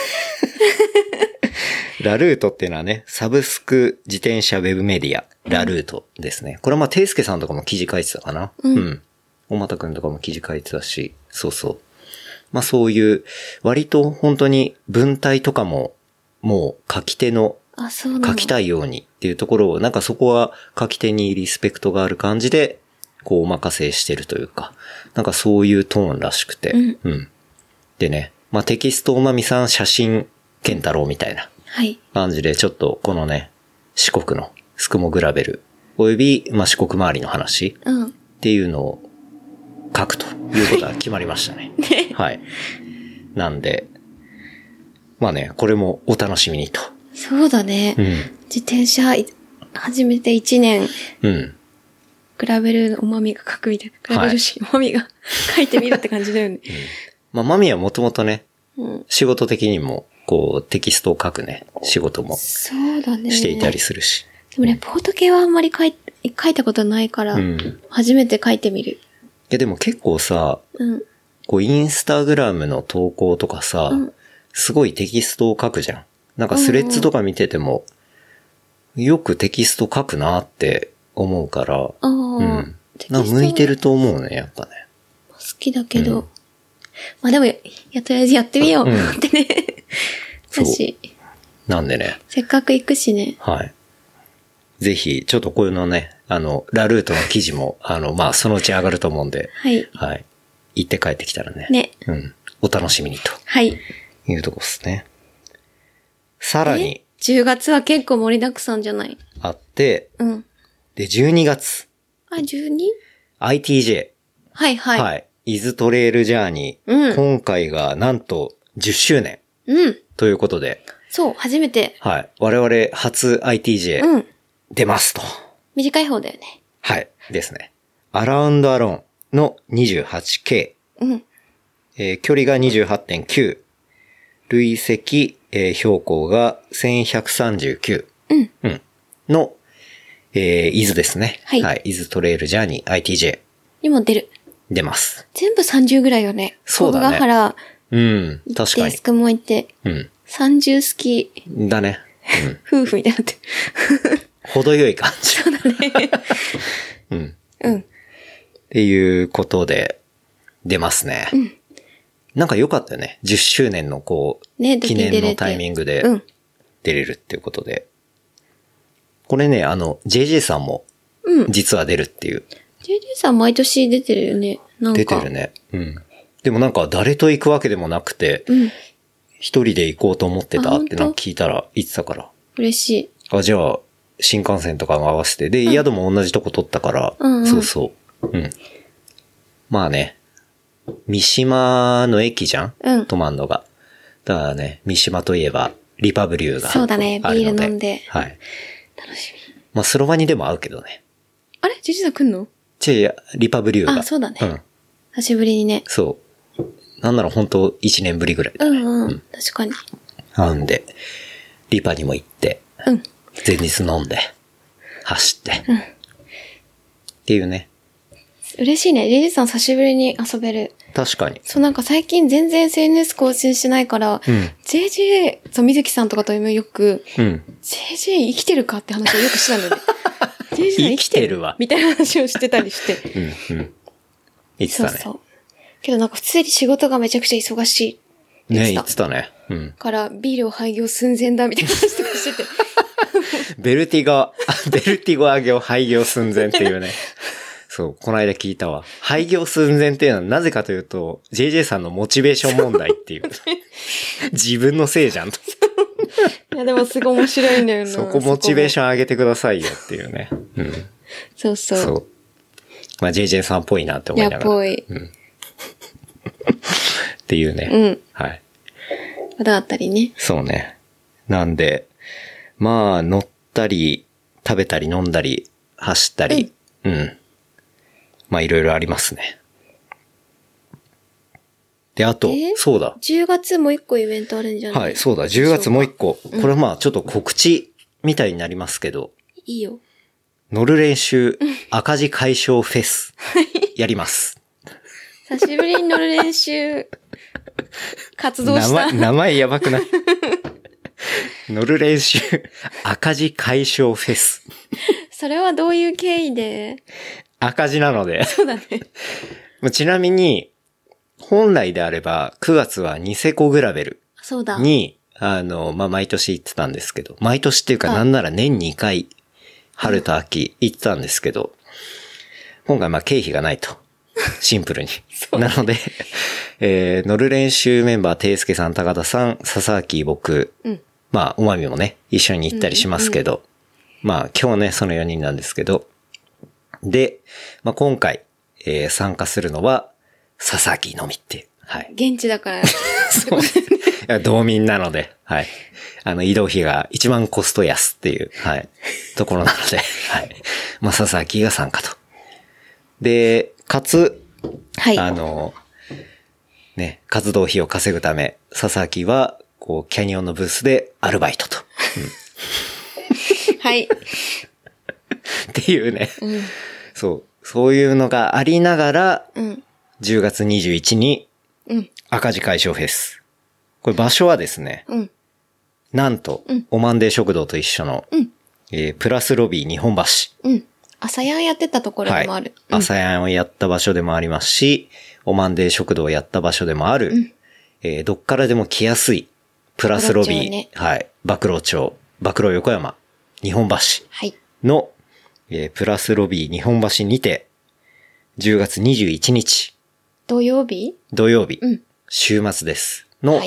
Speaker 2: ラルートっていうのはね、サブスク自転車ウェブメディア、ラルートですね。これはまあ、ていすけさんとかも記事書いてたかな。おまたくんとかも記事書いてたし、そうそう。まあそういう、割と本当に文体とかも、もう書き手の、書きたいようにっていうところを、なんかそこは書き手にリスペクトがある感じで、こうお任せしてるというか、なんかそういうトーンらしくて。でね、まあテキストおまみさん写真健太郎みたいな感じで、ちょっとこのね、四国のスクモグラベル、および、まあ四国周りの話っていうのを書くということが決まりましたね。はい。なんで、まあね、これもお楽しみにと。
Speaker 3: そうだね。自転車始めて1年。 グラベルのおまみが書くみたいな。グラベル紙、おまみが書いてみるって感じだよね。
Speaker 2: まあ、マミはもともとね、
Speaker 3: うん、
Speaker 2: 仕事的にも、こう、テキストを書くね、仕事も
Speaker 3: そうだね。
Speaker 2: していたりするし。
Speaker 3: でもレポート系はあんまり書いたことないから、うん、初めて書いてみる。い
Speaker 2: や、でも結構さ、うん、こう、インスタグラムの投稿とかさ、うん、すごいテキストを書くじゃん。なんかスレッズとか見てても、よくテキスト書くなって思うから、うん。なんか向いてると思うね、やっぱね。
Speaker 3: 好きだけど、うん、まあでも、とりあえずやってみようってね。だし。
Speaker 2: なんでね。
Speaker 3: せっかく行くしね。
Speaker 2: はい。ぜひ、ちょっとこういうのね、ラルートの記事も、まあ、そのうち上がると思うんで。
Speaker 3: はい。
Speaker 2: はい。行って帰ってきたらね。
Speaker 3: ね。
Speaker 2: うん。お楽しみにと。
Speaker 3: はい。
Speaker 2: いうとこですね。さらに。
Speaker 3: 10月は結構盛りだくさんじゃない？
Speaker 2: あって、
Speaker 3: うん。
Speaker 2: で、12月。
Speaker 3: あ、12？
Speaker 2: ITJ。
Speaker 3: はいはい。
Speaker 2: はい。イズトレイルジャーニー。うん。今回がなんと10周年。
Speaker 3: うん。
Speaker 2: ということで。
Speaker 3: そう、初めて。
Speaker 2: はい。我々初 ITJ。うん。出ますと。
Speaker 3: 短い方だよね。
Speaker 2: はい。ですね。アラウンドアローンの 28K。
Speaker 3: うん。
Speaker 2: 距離が 28.9。累積、標高が1139。
Speaker 3: うん。
Speaker 2: うん。の、伊豆ですね。
Speaker 3: はい。
Speaker 2: はい。伊豆トレイルジャーニー ITJ。
Speaker 3: にも出る。
Speaker 2: 出ます。
Speaker 3: 全部30ぐらいよね。
Speaker 2: そうだね。
Speaker 3: 甲ヶ原。
Speaker 2: うん。確かに。
Speaker 3: デスクも行って。
Speaker 2: うん。
Speaker 3: 30好き。
Speaker 2: だね。
Speaker 3: うん、夫婦みたいになって。
Speaker 2: 程よい感じ。
Speaker 3: そうだね。
Speaker 2: うん。
Speaker 3: うん。
Speaker 2: っていうことで、出ますね。
Speaker 3: うん。
Speaker 2: なんか良かったよね。10周年のこう、ね、記念のタイミングで出れるっていうことで。これね、JJ さんも、実は出るっていう。
Speaker 3: JJ さん毎年出てるよね。なんか。
Speaker 2: 出てるね。うん。でもなんか誰と行くわけでもなくて、一人で行こうと思ってたってなんか聞いたら言ってたから。
Speaker 3: 嬉しい。
Speaker 2: あ、じゃあ、新幹線とかも合わせて。で、宿も同じとこ取ったから、そうそう。うん。まあね。三島の駅じゃん、泊まんのが。だからね、三島といえば、リパブリューが。
Speaker 3: そうだね、ビール飲んで。
Speaker 2: はい。
Speaker 3: 楽しみ。
Speaker 2: まあ、スロバニでも合うけどね。
Speaker 3: あれジジさん来んの？
Speaker 2: いや、リパブリューが。
Speaker 3: あ、そうだね。うん。久しぶりにね。
Speaker 2: そう。なんなら本当1年ぶりぐらいだね。
Speaker 3: 確かに。
Speaker 2: なんで、リパにも行って、前日飲んで、走って、っていうね。
Speaker 3: 嬉しいね。ジジさん久しぶりに遊べる。
Speaker 2: 確かに。
Speaker 3: そう、なんか最近全然 SNS 更新しないから、JJ、そう、水木さんとかとよく、JJ 生きてるかって話をよくしてたんだよね。JJ さん生きてるわ。みたいな話をしてたりして。
Speaker 2: 言ってたね。
Speaker 3: そう。けどなんか普通に仕事がめちゃくちゃ忙しい。
Speaker 2: ね、言ってたね。
Speaker 3: から、ビールを廃業寸前だみたいな話とかしてて。
Speaker 2: ベルティゴ上げを廃業寸前っていうね。そう、この間聞いたわ。廃業寸前っていうのはなぜかというと、JJ さんのモチベーション問題っていう。自分のせいじゃんと。
Speaker 3: いやでもすごい面白いんだよな。
Speaker 2: そこモチベーション上げてくださいよっていうね。
Speaker 3: そうそう。そう。
Speaker 2: まあ JJ さんっぽいなって思いながら。
Speaker 3: ぽい。
Speaker 2: っていうね。はい。
Speaker 3: まだあったりね。
Speaker 2: そうね。なんで、まあ乗ったり、食べたり飲んだり、走ったり、まあいろいろありますね。で、あと、そうだ。
Speaker 3: 10月もう一個イベントあるんじゃない？
Speaker 2: はい、そうだ。10月もう一個。これまあちょっと告知みたいになりますけど。
Speaker 3: いいよ。
Speaker 2: 乗る練習、赤字解消フェス。やります。
Speaker 3: 久しぶりに乗る練習、活動した。
Speaker 2: 名前やばくない？乗る練習、赤字解消フェス。
Speaker 3: それはどういう経緯で？
Speaker 2: 赤字なので。
Speaker 3: そうだね。
Speaker 2: ちなみに、本来であれば、9月はニセコグラベルに、まあ、毎年行ってたんですけど、毎年っていうかなんなら年2回、春と秋行ってたんですけど、今回まあ経費がないと。シンプルに。なので、乗る練習メンバー、ていすけさん、高田さん、笹崎、僕、まあ、おまみもね、一緒に行ったりしますけど、まあ、今日ね、その4人なんですけど、で、まあ、今回、参加するのは、佐々木のみっていう。はい。
Speaker 3: 現地だから。
Speaker 2: そうですね。いや道民なので、はい。移動費が一番コスト安っていう、はい。ところなので、はい。まあ、佐々木が参加とで、かつ、
Speaker 3: はい。
Speaker 2: ね、活動費を稼ぐため、佐々木は、こう、キャニオンのブースでアルバイトと。
Speaker 3: はい。
Speaker 2: っていうね。
Speaker 3: うん。
Speaker 2: そういうのがありながら、
Speaker 3: うん。
Speaker 2: 10月21日に、
Speaker 3: うん。
Speaker 2: 赤字解消フェス。これ場所はですね、
Speaker 3: うん。
Speaker 2: なんと、オマンデー食堂と一緒の、プラスロビー日本橋。
Speaker 3: うん。朝やんやってたところでもある。
Speaker 2: はい。朝やんをやった場所でもありますし、オマンデー食堂をやった場所でもある、どっからでも来やすい、プラスロビー、
Speaker 3: ね、
Speaker 2: はい。馬喰町、馬喰横山、日本橋の、プラスロビー日本橋にて、10月21日。
Speaker 3: 土曜日、
Speaker 2: うん。週末です。の、はい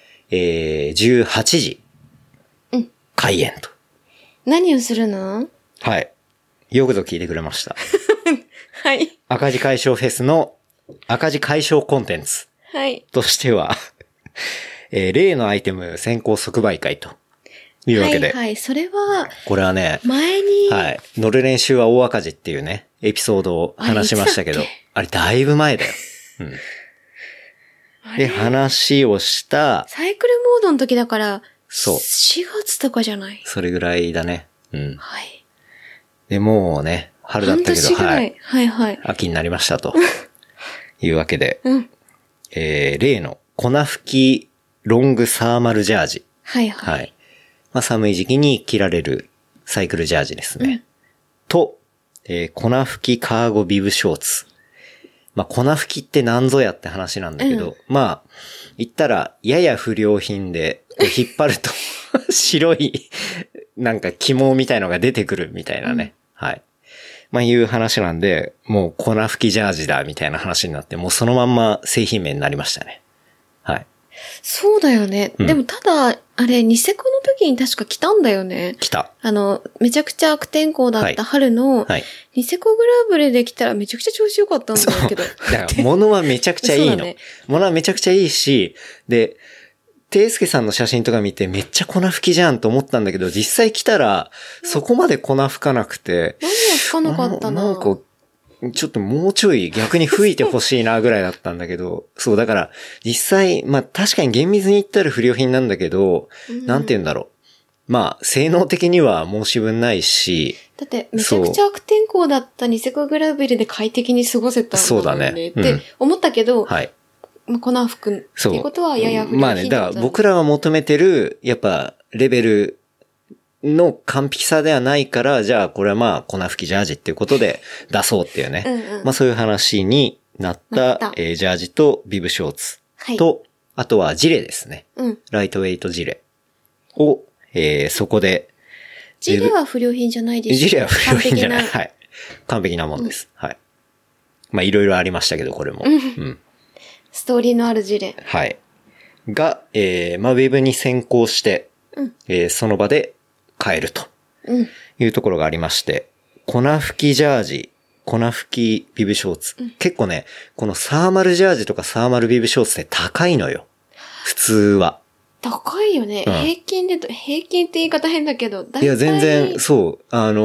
Speaker 2: 、18時。
Speaker 3: うん。
Speaker 2: 開演と。
Speaker 3: 何をするの？
Speaker 2: はい。よくぞ聞いてくれました。
Speaker 3: はい。
Speaker 2: 赤字解消フェスの赤字解消コンテンツ。
Speaker 3: はい。
Speaker 2: としては、例のアイテム先行即売会というわけで。
Speaker 3: はいはい。それは、
Speaker 2: これはね、
Speaker 3: 前に、
Speaker 2: はい。乗る練習は大赤字っていうね、エピソードを話しましたけど、あれだいぶ前だよ。うん。で、話をした、
Speaker 3: サイクルモードの時だから、
Speaker 2: そう。
Speaker 3: 4月とかじゃない？
Speaker 2: それぐらいだね。うん。
Speaker 3: はい。
Speaker 2: で、もうね、春だったけど、
Speaker 3: はい。はいはい。
Speaker 2: 秋になりましたと。いうわけで、
Speaker 3: うん。
Speaker 2: 例の粉吹きロングサーマルジャージ。
Speaker 3: はいはい。
Speaker 2: はい。まあ、寒い時期に着られるサイクルジャージですね。と、粉吹きカーゴビブショーツ。まあ、粉吹きって何ぞやって話なんだけど、まあ、言ったら、やや不良品で、引っ張ると、白い、なんか肝みたいのが出てくるみたいなね。はい。まあ、いう話なんで、もう粉吹きジャージだ、みたいな話になって、もうそのまんま製品名になりましたね。はい。
Speaker 3: そうだよね。でもただ、あれ、ニセコの時に確か来たんだよね。
Speaker 2: 来た。
Speaker 3: めちゃくちゃ悪天候だった春の、はい、ニセコグラブルで来たらめちゃくちゃ調子良かったんだけど。
Speaker 2: だから、物はめちゃくちゃいいの。ね、物はめちゃくちゃいいし、で、ていすけさんの写真とか見てめっちゃ粉吹きじゃんと思ったんだけど、実際来たら、そこまで粉吹かなくて。
Speaker 3: 何も吹かなかったな。
Speaker 2: なんか、ちょっともうちょい逆に吹いてほしいなぐらいだったんだけど、そうだから実際、まあ確かに厳密に言ったら不良品なんだけど、なんて言うんだろう。まあ性能的には申し分ないし。
Speaker 3: だってめちゃくちゃ悪天候だったニセコグラベルで快適に過ごせたんだもんね。
Speaker 2: そうだね。
Speaker 3: って思ったけど、
Speaker 2: はい。
Speaker 3: 粉吹くっていうことはやや不良品だった。
Speaker 2: まあね、だから僕らは求めてる、やっぱレベル、の完璧さではないから、じゃあこれはまあ粉吹きジャージっていうことで出そうっていうね。まあそういう話になった、ジャージとビブショーツと、はい、あとはジレですね。ライトウェイトジレを、そこで。
Speaker 3: ジレは不良品じゃないですか？
Speaker 2: ジレは不良品じゃない。はい。完璧なもんです。はい。まあいろいろありましたけど、これも。
Speaker 3: ストーリーのあるジレ。
Speaker 2: はい。が、まあウェブに先行して、その場で、買えるというところがありまして、粉吹きジャージ、粉吹きビブショーツ。結構ね、このサーマルジャージとかサーマルビブショーツって高いのよ。普通は。
Speaker 3: 高いよね。平均って言い方変だけど、
Speaker 2: いや、全然、そう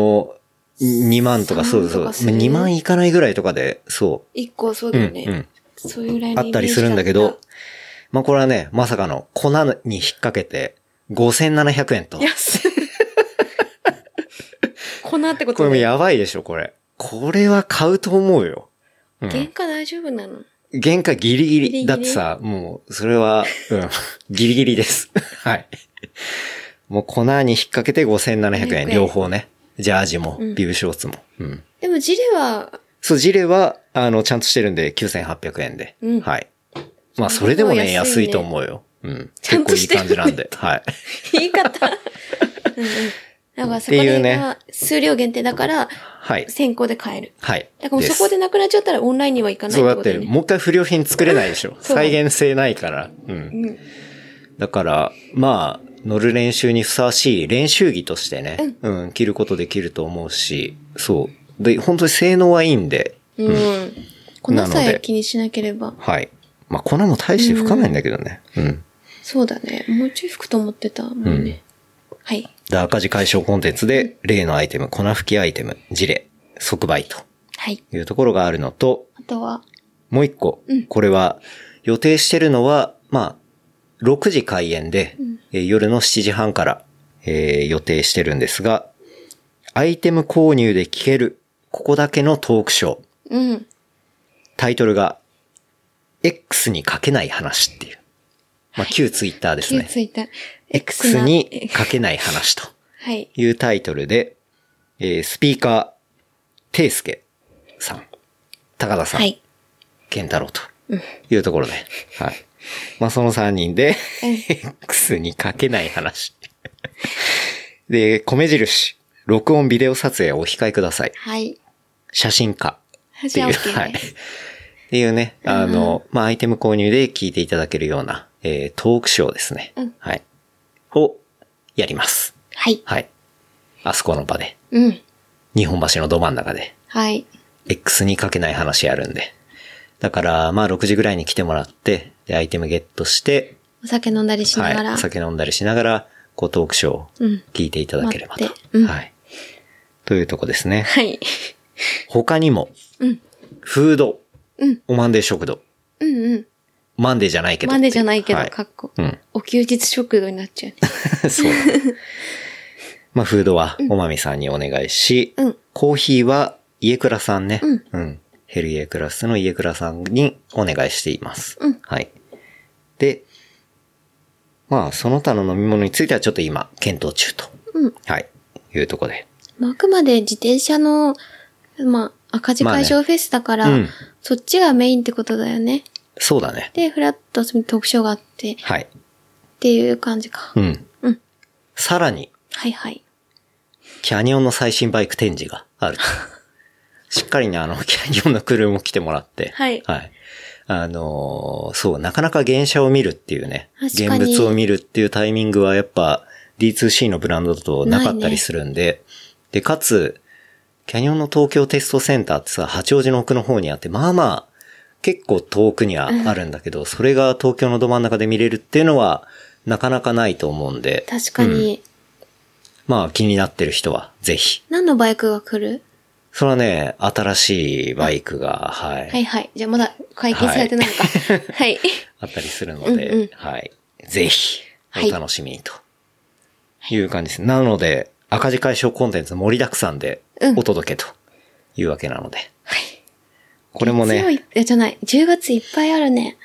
Speaker 2: 、2万とかそうそう。2万いかないぐらいとかで、そう。
Speaker 3: 1個そうだよね。そういうライン
Speaker 2: あったりするんだけど、まあこれはね、まさかの粉に引っ掛けて5700円と。
Speaker 3: 安い。粉ってこと
Speaker 2: これもやばいでしょ、これ。これは買うと思うよ。
Speaker 3: 原価大丈夫なの？
Speaker 2: 原価ギリギリ。だってさ、もう、それは、ギリギリです。はい。もう粉に引っ掛けて5700円。両方ね。ジャージも、ビブショーツも。
Speaker 3: でもジレは、
Speaker 2: そう、ジレは、ちゃんとしてるんで9800円で。はい。まあ、それでもね、安いと思うよ。結構いい感じなんで。はい。
Speaker 3: 言い方。だからそこでは数量限定だから、はい。先行で買える。
Speaker 2: はい。
Speaker 3: だからもうそこでなくなっちゃったらオンラインには行かないってことだよね。
Speaker 2: そうだって、もう一回不良品作れないでしょ。再現性ないから。だから、まあ、乗る練習にふさわしい練習着としてね、着ることできると思うし、そう。で、本当に性能はいいんで。
Speaker 3: 粉さえ気にしなければ。
Speaker 2: はい。まあ、粉も大して吹かないんだけどね。
Speaker 3: そうだね。もうちょい吹くと思ってたもんね。はい。
Speaker 2: 赤字解消コンテンツで、例のアイテム、粉吹きアイテム、ジレ、即売と
Speaker 3: はい。
Speaker 2: いうところがあるのと、
Speaker 3: あとは、
Speaker 2: もう一個、これは予定してるのは、まあ、6時開演で、夜の7時半から、予定してるんですが、アイテム購入で聞ける、ここだけのトークショー。
Speaker 3: うん。
Speaker 2: タイトルが、X に書けない話っていう。まあ、旧ツイッターですね。
Speaker 3: 旧ツイッター。
Speaker 2: X に書けない話というタイトルで、スピーカー、ていすけさん、高田さん、
Speaker 3: はい。
Speaker 2: 健太郎というところで、はい。まあ、その3人で、X に書けない話。で、米印、録音ビデオ撮影をお控えください。
Speaker 3: はい。
Speaker 2: 写真家。っていう、はい。っ
Speaker 3: ね。
Speaker 2: ていうね、まあ、アイテム購入で聞いていただけるような、トークショーですね。はい。を、やります。
Speaker 3: はい。
Speaker 2: はい。あそこの場で。
Speaker 3: うん。
Speaker 2: 日本橋のど真ん中で。
Speaker 3: はい。
Speaker 2: X に書けない話やるんで。だから、まあ、6時ぐらいに来てもらって、で、アイテムゲットして、
Speaker 3: お酒飲んだりしながら。
Speaker 2: はい。お酒飲んだりしながら、こう、トークショーを聞いていただければと。はい。というとこですね。
Speaker 3: はい。
Speaker 2: 他にも、フード、おマンデー食堂。マンデーじゃないけど。
Speaker 3: マンデーじゃないけど、かっこ。お休日食堂になっちゃう。
Speaker 2: そう。まあ、フードはおまみさんにお願いし、コーヒーは家倉さんね。ヘルイエクラスの家倉さんにお願いしています。はい。で、まあ、その他の飲み物についてはちょっと今、検討中と。はい。いうとこで。
Speaker 3: あくまで自転車の、まあ、赤字解消フェスだから、そっちがメインってことだよね。
Speaker 2: そうだね。
Speaker 3: で、フラット特徴があって。
Speaker 2: はい。
Speaker 3: っていう感じか。
Speaker 2: さらに。
Speaker 3: はいはい。
Speaker 2: キャニオンの最新バイク展示がある。しっかりね、キャニオンのクルーも来てもらって。
Speaker 3: はい。
Speaker 2: はい。そう、なかなか現車を見るっていうね。現物を見るっていうタイミングはやっぱ D2C のブランドだとなかったりするんで。で、かつ、キャニオンの東京テストセンターってさ、八王子の奥の方にあって、まあまあ、結構遠くにはあるんだけど、それが東京のど真ん中で見れるっていうのは、なかなかないと思うんで。
Speaker 3: 確かに。
Speaker 2: まあ気になってる人は、ぜひ。
Speaker 3: 何のバイクが来る？
Speaker 2: それはね、新しいバイクが、はい。
Speaker 3: はいはい。じゃあまだ解禁されてないのか。はい。
Speaker 2: あったりするので、はい。ぜひ、お楽しみにと。いう感じです。なので、赤字解消コンテンツ盛りだくさんでお届けというわけなので。
Speaker 3: はい。
Speaker 2: これもね。
Speaker 3: じゃない。10月いっぱいあるね。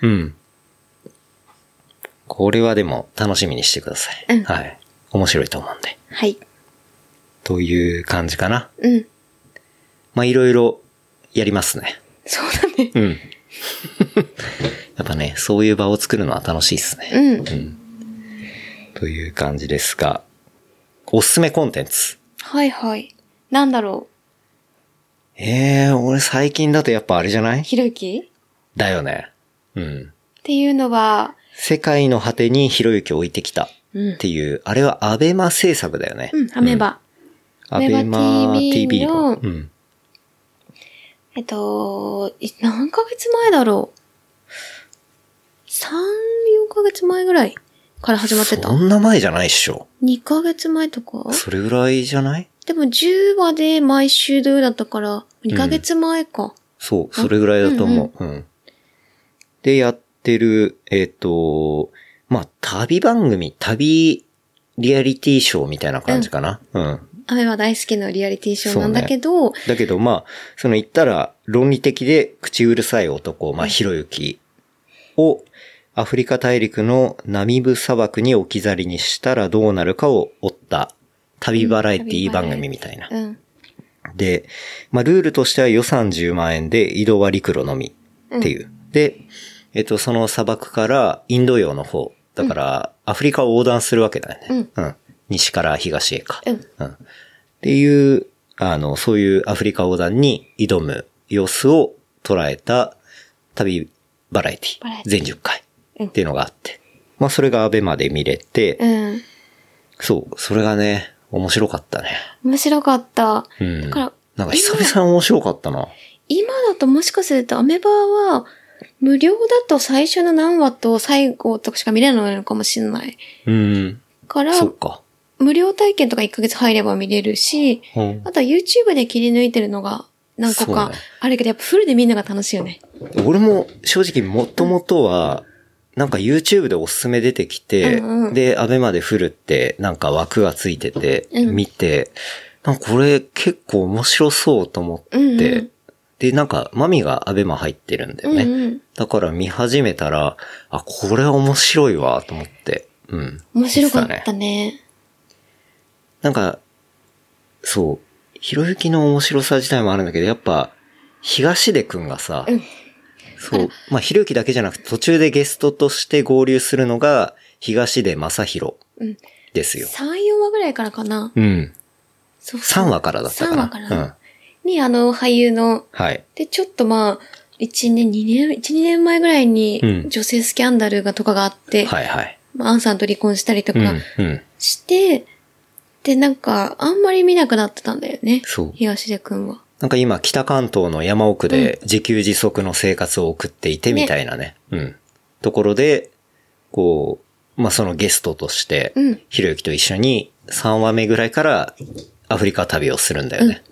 Speaker 2: これはでも楽しみにしてください。はい。面白いと思うんで。
Speaker 3: はい。
Speaker 2: という感じかな。まあいろいろやりますね。
Speaker 3: そうだね。
Speaker 2: やっぱね、そういう場を作るのは楽しいですね。という感じですが、おすすめコンテンツ。
Speaker 3: はいはい。なんだろ
Speaker 2: う。俺最近だとやっぱあれじゃない？
Speaker 3: ひろゆき？
Speaker 2: だよね。
Speaker 3: っていうのは、
Speaker 2: 世界の果てにひろゆきを置いてきたっていう、あれはアベマ制作だよね。
Speaker 3: アメバ。
Speaker 2: アベマ TV の。
Speaker 3: 何ヶ月前だろう。3、4ヶ月前ぐらいから始まってた。
Speaker 2: そんな前じゃないっしょ。
Speaker 3: 2ヶ月前とか？
Speaker 2: それぐらいじゃない？
Speaker 3: でも10話で毎週土曜だったから、2ヶ月前か。
Speaker 2: そう、それぐらいだと思う。で、やってる、まあ、旅番組、旅リアリティショーみたいな感じかな。
Speaker 3: アメは大好きなリアリティショーなんだけど、
Speaker 2: だけどまあ、言ったら論理的で口うるさい男、まあ、ひろゆきをアフリカ大陸のナミブ砂漠に置き去りにしたらどうなるかを追った旅バラエティ番組みたいな。で、まあ、ルールとしては予算10万円で移動は陸路のみっていう。で、その砂漠からインド洋の方、だからアフリカを横断するわけだよね。西から東へか。っていう、そういうアフリカ横断に挑む様子を捉えた旅バラエティ全10回っていうのがあって。まあそれがアベマで見れて、そう、それがね、面白かったね。
Speaker 3: 面白かった。だから、
Speaker 2: なんか久々に面白かったな。
Speaker 3: 今だともしかするとアメバは、無料だと最初の何話と最後とかしか見れないのかもしれない。から、
Speaker 2: そっか。
Speaker 3: 無料体験とか1ヶ月入れば見れるし、あとは YouTube で切り抜いてるのが何個か
Speaker 2: そうね
Speaker 3: あるけど、やっぱフルで見るのが楽しいよね。
Speaker 2: 俺も正直もともとは、なんか YouTube でおすすめ出てきて、
Speaker 3: うんうん
Speaker 2: で、アベマでフルってなんか枠がついてて、
Speaker 3: うん
Speaker 2: 見て、なんかこれ結構面白そうと思って、
Speaker 3: うんうん、
Speaker 2: で、なんかマミがアベマ入ってるんだよね。
Speaker 3: うんうん、
Speaker 2: だから見始めたら、あ、これ面白いわと思って、うん。
Speaker 3: 面白かったね。
Speaker 2: なんか、そう、ひろゆきの面白さ自体もあるんだけど、やっぱ、東出くんがさ、そう、まあ、ひろゆきだけじゃなくて途中でゲストとして合流するのが、東出正宏ですよ。
Speaker 3: 3、4話ぐらいからかな。
Speaker 2: うん。
Speaker 3: そうそう
Speaker 2: 3話からだったかな。
Speaker 3: 3話から、に、俳優の、
Speaker 2: はい。
Speaker 3: で、ちょっとまあ、1、2年前ぐらいに、女性スキャンダルがとかがあって、
Speaker 2: はいはい。
Speaker 3: まあ、アンさんと離婚したりとか
Speaker 2: うん
Speaker 3: して、で、なんか、あんまり見なくなってたんだよね。
Speaker 2: そう。
Speaker 3: 東出くんは。
Speaker 2: なんか今、北関東の山奥で自給自足の生活を送っていてみたいなね。ところで、こう、まあ、そのゲストとして、ひろゆきと一緒に3話目ぐらいからアフリカ旅をするんだよね。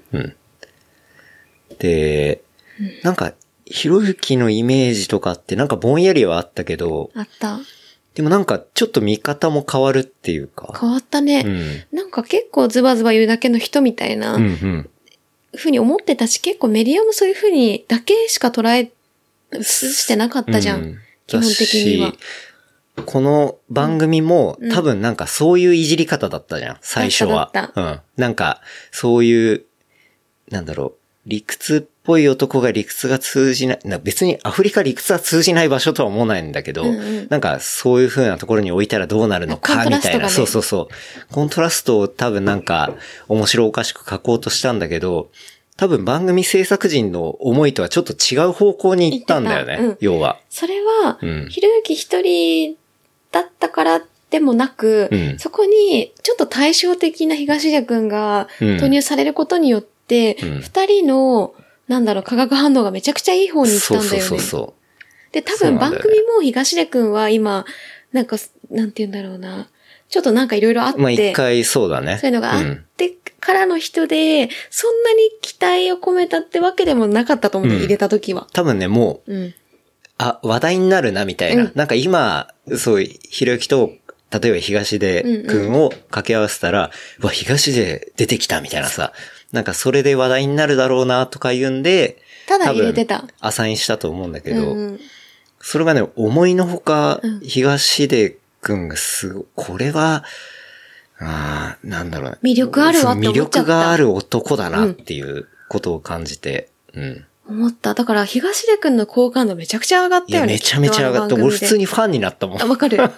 Speaker 2: で、なんか、ひろゆきのイメージとかってなんかぼんやりはあったけど、
Speaker 3: あった。
Speaker 2: でもなんかちょっと見方も変わるっていうか。
Speaker 3: 変わったね。なんか結構ズバズバ言うだけの人みたいな、ふうに思ってたし、結構メディアもそういうふうにだけしか捉え、してなかったじゃん。基本的には。
Speaker 2: この番組も、多分なんかそういういじり方だったじゃん、最初は。なんか、そういう、なんだろう、理屈っぽい男が理屈が通じない、別にアフリカ理屈は通じない場所とは思わないんだけど、なんかそういう風なところに置いたらどうなるのか、みたいな。そうそうそう。コントラストを多分なんか面白おかしく書こうとしたんだけど、多分番組制作陣の思いとはちょっと違う方向に行ったんだよね、要は。
Speaker 3: それは、ひろゆき一人だったからでもなく、そこにちょっと対照的な東出くんが投入されることによって、二人の、なんだろう、化学反応がめちゃくちゃいい方に行ったんだよね。で、多分番組も東出くんは今、なんか、なんて言うんだろうな。ちょっとなんかいろいろあって。
Speaker 2: まあ一回そうだね。
Speaker 3: そういうのがあってからの人で、そんなに期待を込めたってわけでもなかったと思う、入れた時は。
Speaker 2: 多分ね、もう、話題になるなみたいな。なんか今、そう、ひろゆきと、例えば東出くんを掛け合わせたら、わ、東出出てきたみたいなさ。なんかそれで話題になるだろうなとか言うんで、
Speaker 3: ただ入れてた。
Speaker 2: アサインしたと思うんだけど、それがね、思いのほか、東出くんがこれは、なんだろうね。
Speaker 3: 魅力あるわって思っちゃった。
Speaker 2: 魅力がある男だなっていうことを感じて、
Speaker 3: 思った。だから東出くんの好感度めちゃくちゃ上がったよね。
Speaker 2: めちゃめちゃ上がった。俺普通にファンになったもん。
Speaker 3: わかる。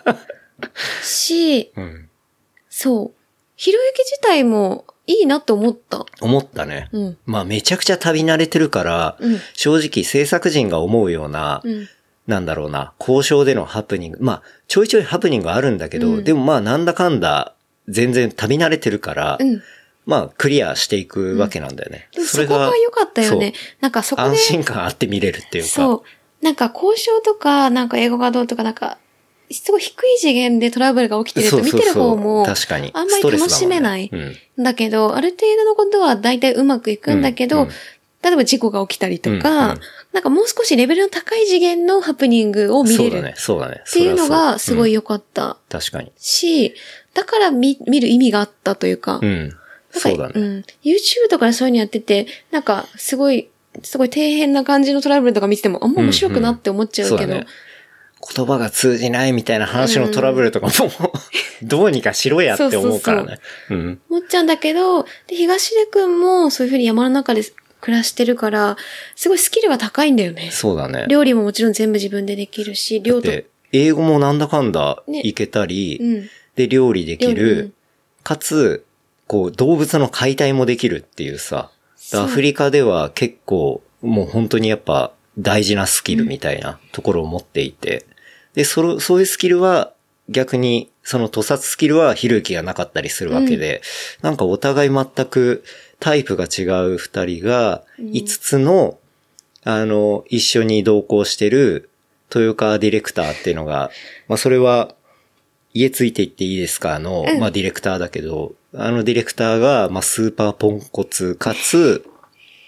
Speaker 3: そう。ひろゆき自体もいいなって思った。
Speaker 2: 思ったね。まあめちゃくちゃ旅慣れてるから、正直制作陣が思うような、なんだろうな、交渉でのハプニング。まあちょいちょいハプニングあるんだけど、でもまあなんだかんだ全然旅慣れてるから、まあクリアしていくわけなんだよね。
Speaker 3: そこが良かったよね。なんかそこで。
Speaker 2: 安心感あって見れるっていうか。
Speaker 3: そう。なんか交渉とか、なんか英語がどうとかなんか、すごい低い次元でトラブルが起きてると見てる方も、
Speaker 2: 確かに
Speaker 3: あんまり楽しめない。だけど、ある程度のことは大体うまくいくんだけど、例えば事故が起きたりとか、なんかもう少しレベルの高い次元のハプニングを見れる。
Speaker 2: そうだね。
Speaker 3: っていうのがすごい良かった。
Speaker 2: 確かに。
Speaker 3: だから見る意味があったというか。
Speaker 2: そうだね。
Speaker 3: YouTube とかでそういうのやってて、なんかすごい底辺な感じのトラブルとか見ててもあんま面白くなって思っちゃうけど。
Speaker 2: 言葉が通じないみたいな話のトラブルとかも、どうにかしろやって思うからね。
Speaker 3: 思っちゃうんだけど、で、東出くんもそういう風に山の中で暮らしてるから、すごいスキルが高いんだよね。
Speaker 2: そうだね。
Speaker 3: 料理ももちろん全部自分でできるし、
Speaker 2: 英語もなんだかんだいけたり、で、料理できる、かつ、こう、動物の解体もできるっていうさ、アフリカでは結構、もう本当にやっぱ大事なスキルみたいなところを持っていて、で、そういうスキルは逆に、その屠殺スキルはひろゆきがなかったりするわけで、なんかお互い全くタイプが違う二人が、5つの、一緒に同行してる豊川ディレクターっていうのが、まあそれは、家ついていっていいですかの、まあディレクターだけど、ディレクターが、まあスーパーポンコツかつ、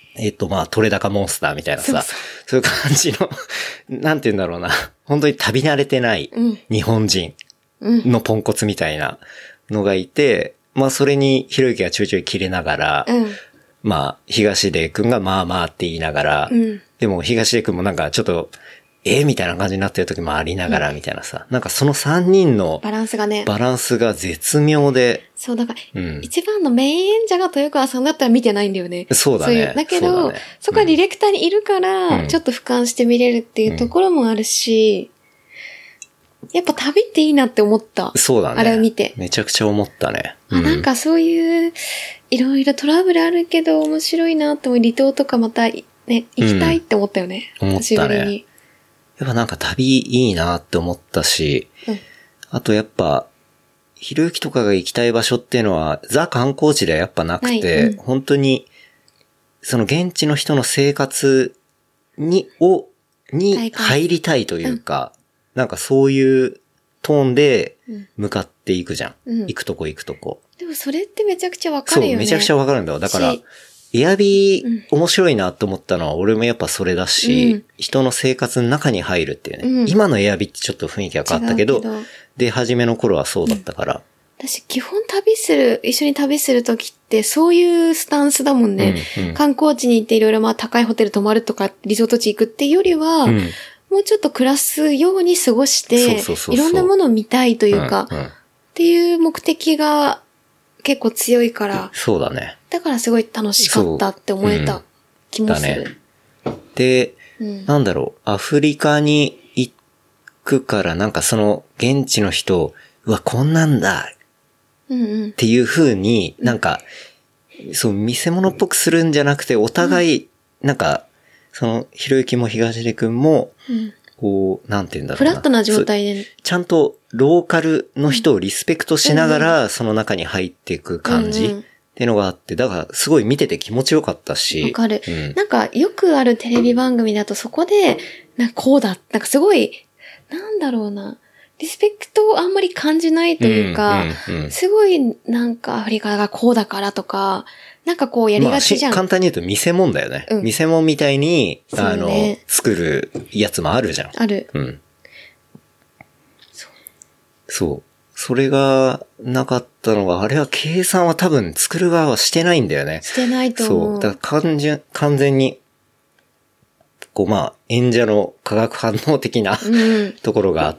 Speaker 2: まあ、取れ高モンスターみたいなさ、そういう感じの、なんて言うんだろうな、本当に旅慣れてない日本人のポンコツみたいなのがいて、まあ、それにひろゆきがちょいちょい切れながら、まあ、東出くんがまあまあって言いながら、でも東出くんもなんかちょっと、みたいな感じになってる時もありながらみたいなさ、なんかその3人の
Speaker 3: バランスがね。
Speaker 2: バランスが絶妙で。
Speaker 3: そう、だから、一番のメイン演者が豊川さんだったら見てないんだよね。
Speaker 2: そうだね。
Speaker 3: だけど、そこはディレクターにいるから、ちょっと俯瞰して見れるっていうところもあるし、やっぱ旅っていいなって思った。
Speaker 2: そうだね。
Speaker 3: あれを見て。
Speaker 2: めちゃくちゃ思ったね。
Speaker 3: なんかそういう、いろいろトラブルあるけど面白いなって思う。離島とかまたね、行きたいって思ったよね。
Speaker 2: 思ったね。
Speaker 3: 久しぶりに。
Speaker 2: やっぱなんか旅いいなって思ったし、あとやっぱ、ひろゆきとかが行きたい場所っていうのは、ザ観光地ではやっぱなくて、本当に、その現地の人の生活に入りたいというか、なんかそういうトーンで向かっていくじゃん。行くとこ行くとこ。
Speaker 3: でもそれってめちゃくちゃわかるよね。
Speaker 2: そう、めちゃくちゃわかるんだよ。だから、エアビー面白いなって思ったのは俺もやっぱそれだし、人の生活の中に入るっていうね。今のエアビーってちょっと雰囲気が変わったけど、で、初めの頃はそうだったから。
Speaker 3: 私、基本一緒に旅するときって、そういうスタンスだもんね。観光地に行っていろいろまあ高いホテル泊まるとか、リゾート地行くっていうよりは、もうちょっと暮らすように過ごして、いろんなものを見たいというか、っていう目的が結構強いから。
Speaker 2: そうだね。
Speaker 3: だからすごい楽しかったって思えた気もする。
Speaker 2: で、なんだろう、アフリカに行くからなんかその現地の人、うわ、こんなんだっていう風になんか、そう、見せ物っぽくするんじゃなくて、お互い、なんか、その、ひろゆきも東出くんも、こう、なんて言うんだろうな。
Speaker 3: フラットな状態で。
Speaker 2: ちゃんとローカルの人をリスペクトしながら、その中に入っていく感じっていうのがあって、だからすごい見てて気持ちよかったし。
Speaker 3: わかる。なんか、よくあるテレビ番組だとそこで、こうだ。なんかすごい、なんだろうな。リスペクトをあんまり感じないというか、すごいなんかアフリカがこうだからとか、なんかこうやりがちじゃん。
Speaker 2: 簡単に言うと見せ物だよね。見せ物みたいに、作るやつもあるじゃん。
Speaker 3: ある。
Speaker 2: そう。それがなかったのが、あれは計算は多分作る側はしてないんだよね。
Speaker 3: してないと思う。
Speaker 2: そう。だから完全に、こうまあ、演者の化学反応的なところがあって。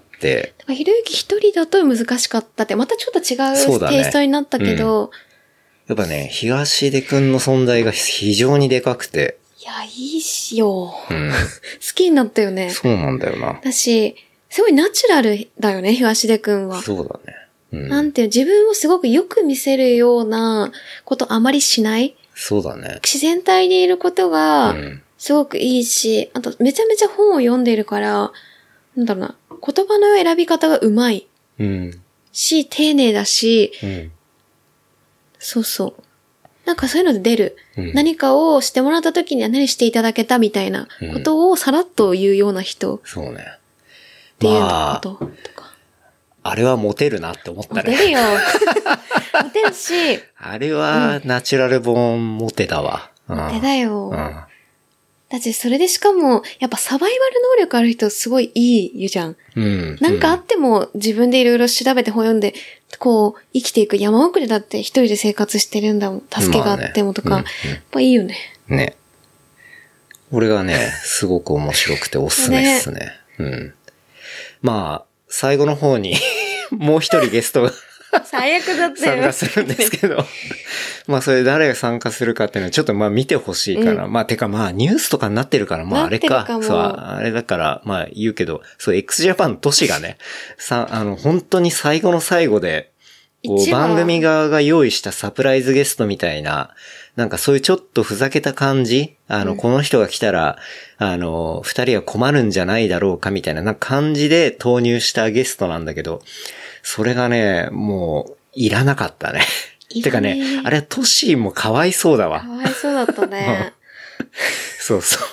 Speaker 3: ひろゆき一人だと難しかったって、またちょっと違うテイストになったけど、
Speaker 2: やっぱね、東出くんの存在が非常にでかくて。
Speaker 3: いや、いいしよ。好きになったよね。
Speaker 2: そうなんだよな。
Speaker 3: だし、すごいナチュラルだよね、東出くんは。
Speaker 2: そうだね。
Speaker 3: なんていう、自分をすごくよく見せるようなことあまりしない。
Speaker 2: そうだね。
Speaker 3: 自然体でいることが、すごくいいし、あとめちゃめちゃ本を読んでいるから、なんだろうな、言葉の選び方がうまい。し、丁寧だし、そうそう。なんかそういうので出る。何かをしてもらった時には何していただけたみたいなことをさらっと言うような人。
Speaker 2: そうね。
Speaker 3: っていうこととか。
Speaker 2: あれはモテるなって思ったね。
Speaker 3: モテるよ。モテるし。
Speaker 2: あれはナチュラルボーンモテだわ。
Speaker 3: モテだよ。だってそれでしかも、やっぱサバイバル能力ある人すごいいいじゃん。なんかあっても自分でいろいろ調べて本読んで、こう、生きていく山奥でだって一人で生活してるんだもん。助けがあってもとか。やっぱいいよね。
Speaker 2: ね。俺がね、すごく面白くておすすめですね。まあ、最後の方に、もう一人ゲストが
Speaker 3: 最悪だったよ。
Speaker 2: 参加するんですけど。まあそれ誰が参加するかっていうのはちょっとまあ見てほしいから。まあてかまあニュースとかになってるからまああれか。そう、あれだからまあ言うけど、そう x ジャパン都市がね、本当に最後の最後で、こう番組側が用意したサプライズゲストみたいな、なんかそういうちょっとふざけた感じ、この人が来たら、二人は困るんじゃないだろうかみたいな、なんか感じで投入したゲストなんだけど、それがね、もう、いらなかったね。てかね、あれはトシーもかわいそうだわ。
Speaker 3: かわいそうだったね。
Speaker 2: そうそう。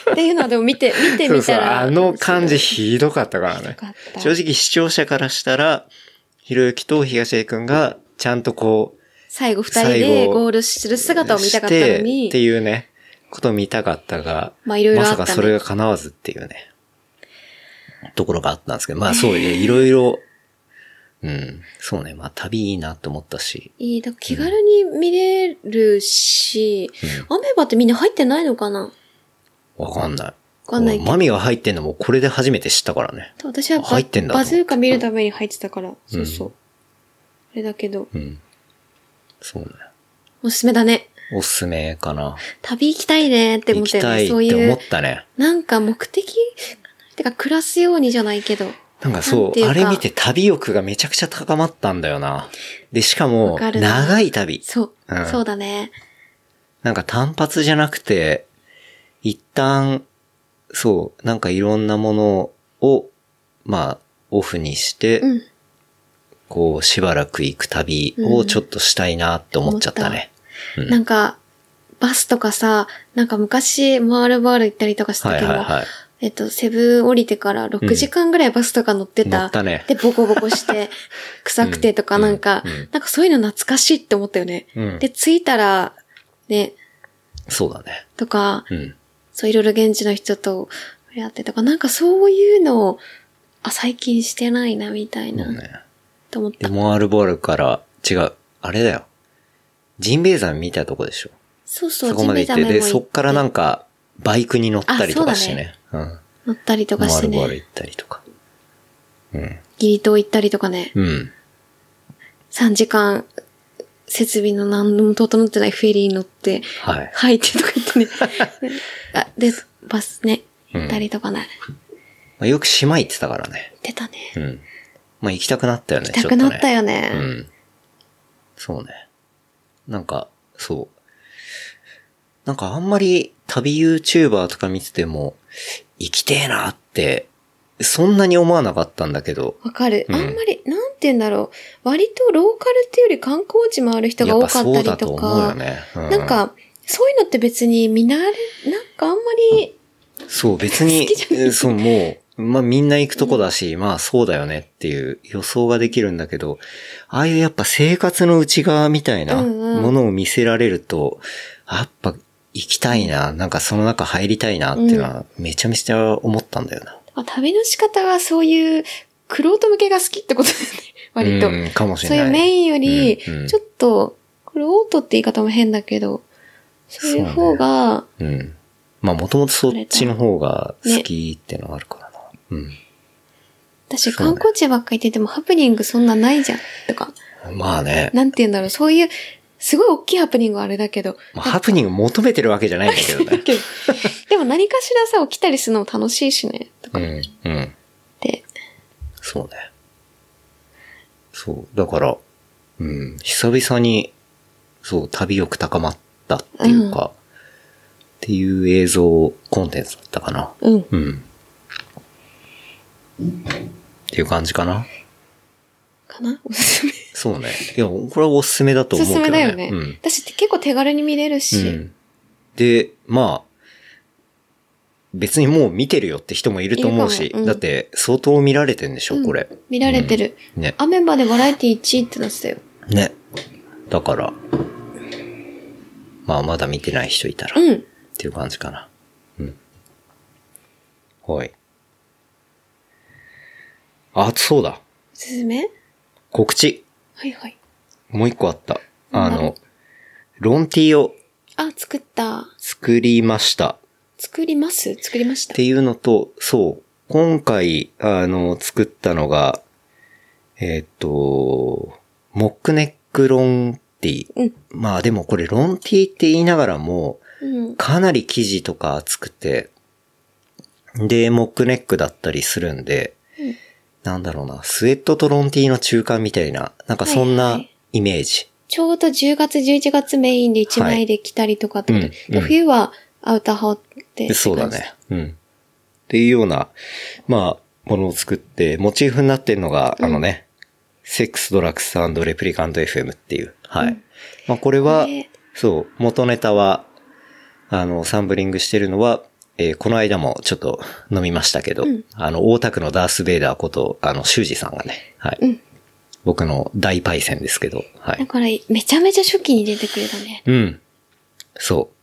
Speaker 3: っていうのはでも見てみたら。
Speaker 2: そうあの感じひどかったからね。正直視聴者からしたら、ひろゆきと東出くんがちゃんとこう、
Speaker 3: 最後二人でゴールする姿を見たかったのに。
Speaker 2: っていうね、 こと見たかったが、
Speaker 3: まあいろいろあったね。
Speaker 2: まさかそれが叶わずっていうね、ところがあったんですけど、まあそう、いろいろ、うん、そうね、まあ旅いいなと思ったし。
Speaker 3: いい、だから気軽に見れるし、アメバってみんな入ってないのかな？
Speaker 2: わかんない。
Speaker 3: わかんないけど。
Speaker 2: マミが入ってんのもこれで初めて知ったからね。
Speaker 3: 私は
Speaker 2: 入ってんだ
Speaker 3: バズーカ見るために入ってたから、そうそう。あれだけど。
Speaker 2: うん。そうね。
Speaker 3: おすすめだね。
Speaker 2: おすすめかな。
Speaker 3: 旅行きたいねって思ってね。
Speaker 2: 行きたいって思ったね。
Speaker 3: なんか目的てか暮らすようにじゃないけど。
Speaker 2: なんかそう、あれ見て旅欲がめちゃくちゃ高まったんだよな。で、しかも、長い旅。
Speaker 3: そう、そうだね。
Speaker 2: なんか単発じゃなくて、一旦、そう、なんかいろんなものを、まあ、オフにして、こう、しばらく行く旅をちょっとしたいなって思っちゃったね。
Speaker 3: なんか、バスとかさ、なんか昔、マールバール行ったりとかしたけど、セブン降りてから6時間ぐらいバスとか乗ってた。
Speaker 2: 乗ったね。
Speaker 3: で、ボコボコして、臭くてとかなんかそういうの懐かしいって思ったよね。で、着いたら、ね。
Speaker 2: そうだね。
Speaker 3: とか、そういろいろ現地の人とやってとか、なんかそういうのを、最近してないな、みたいな。と思った。
Speaker 2: で、モアルボールから違う。あれだよ。ジンベエ山見たとこでしょ。
Speaker 3: そうそう、
Speaker 2: そこまで行って、で、そっからなんか、バイクに乗ったりとかしてね。
Speaker 3: 乗ったりとかしてね。
Speaker 2: モアルボール行ったりとか。
Speaker 3: ギリ島行ったりとかね。3時間、設備の何も整ってないフェリー乗って、入ってとか言ってね。で、バスね、行ったりとかね。
Speaker 2: よく島行ってたからね。
Speaker 3: 行ってたね。
Speaker 2: まあ行きたくなったよね。
Speaker 3: 行きたくなったよね。
Speaker 2: そうね。なんか、そう。なんかあんまり旅 YouTuber とか見てても、行きてえなって、そんなに思わなかったんだけど。
Speaker 3: わかる。あんまり、なんて言うんだろう。割とローカルっていうより観光地回る人が多かったりとか。
Speaker 2: そうだと思うよね。
Speaker 3: なんか、そういうのって別に見慣れ、なんかあんまり。
Speaker 2: そう、別に、そう、もう、まあみんな行くとこだし、まあそうだよねっていう予想ができるんだけど、ああいうやっぱ生活の内側みたいなものを見せられると、やっぱ行きたいな、なんかその中入りたいなっていうのはめちゃめちゃ思ったんだよな。
Speaker 3: 旅の仕方がそういう玄人向けが好きってことだよね。割と。
Speaker 2: かもしれない。
Speaker 3: そういうメインより、ちょっと、玄人って言い方も変だけど、そういう方が、
Speaker 2: まあもともとそっちの方が好きっていうのがあるからな。
Speaker 3: 私観光地ばっかり行っててもハプニングそんなないじゃん、とか。
Speaker 2: まあね。
Speaker 3: なんて言うんだろう、そういう、すごい大きいハプニングはあれだけど。
Speaker 2: まあ、ハプニング求めてるわけじゃないんだけどね。
Speaker 3: でも何かしらさ、起きたりするのも楽しいしね。とかで。
Speaker 2: そうね。そう。だから、久々に、そう、旅欲高まったっていうか、っていう映像コンテンツだったかな。っていう感じかな。
Speaker 3: かなおすすめ。
Speaker 2: そうね。いや、これはおすすめだと思うけどね。
Speaker 3: おすすめだよね。私って結構手軽に見れるし。
Speaker 2: で、まあ、別にもう見てるよって人もいると思うし、だって相当見られてんでしょ、これ。
Speaker 3: 見られてる。ね。アメバでバラエティ1位ってなってたよ。
Speaker 2: ね。だから、まあまだ見てない人いたら、っていう感じかな。はい。あ、そうだ。
Speaker 3: おすすめ？
Speaker 2: 告知。
Speaker 3: はいはい。
Speaker 2: もう一個あった。ロンティーを。
Speaker 3: 作った。
Speaker 2: 作りました。
Speaker 3: 作りました。
Speaker 2: っていうのと、そう。今回、作ったのが、モックネックロンティー。まあでもこれロンティーって言いながらも、かなり生地とか厚くて、で、モックネックだったりするんで、なんだろうな、スウェットとロンティーの中間みたいな、なんかそんなイメージ。
Speaker 3: ちょうど10月、11月メインで1枚で着たりとかってことで、冬はアウター羽織って
Speaker 2: そうだね。っていうような、まあ、ものを作って、モチーフになってるのが、セックスドラッグス&レプリカント FM っていう。はい。まあこれは、そう、元ネタは、サンプリングしてるのは、この間もちょっと飲みましたけど、大田区のダースベイダーこと、修二さんがね、はい。僕の大パイセンですけど、はい。
Speaker 3: だから、めちゃめちゃ初期に出てくれたね。
Speaker 2: そ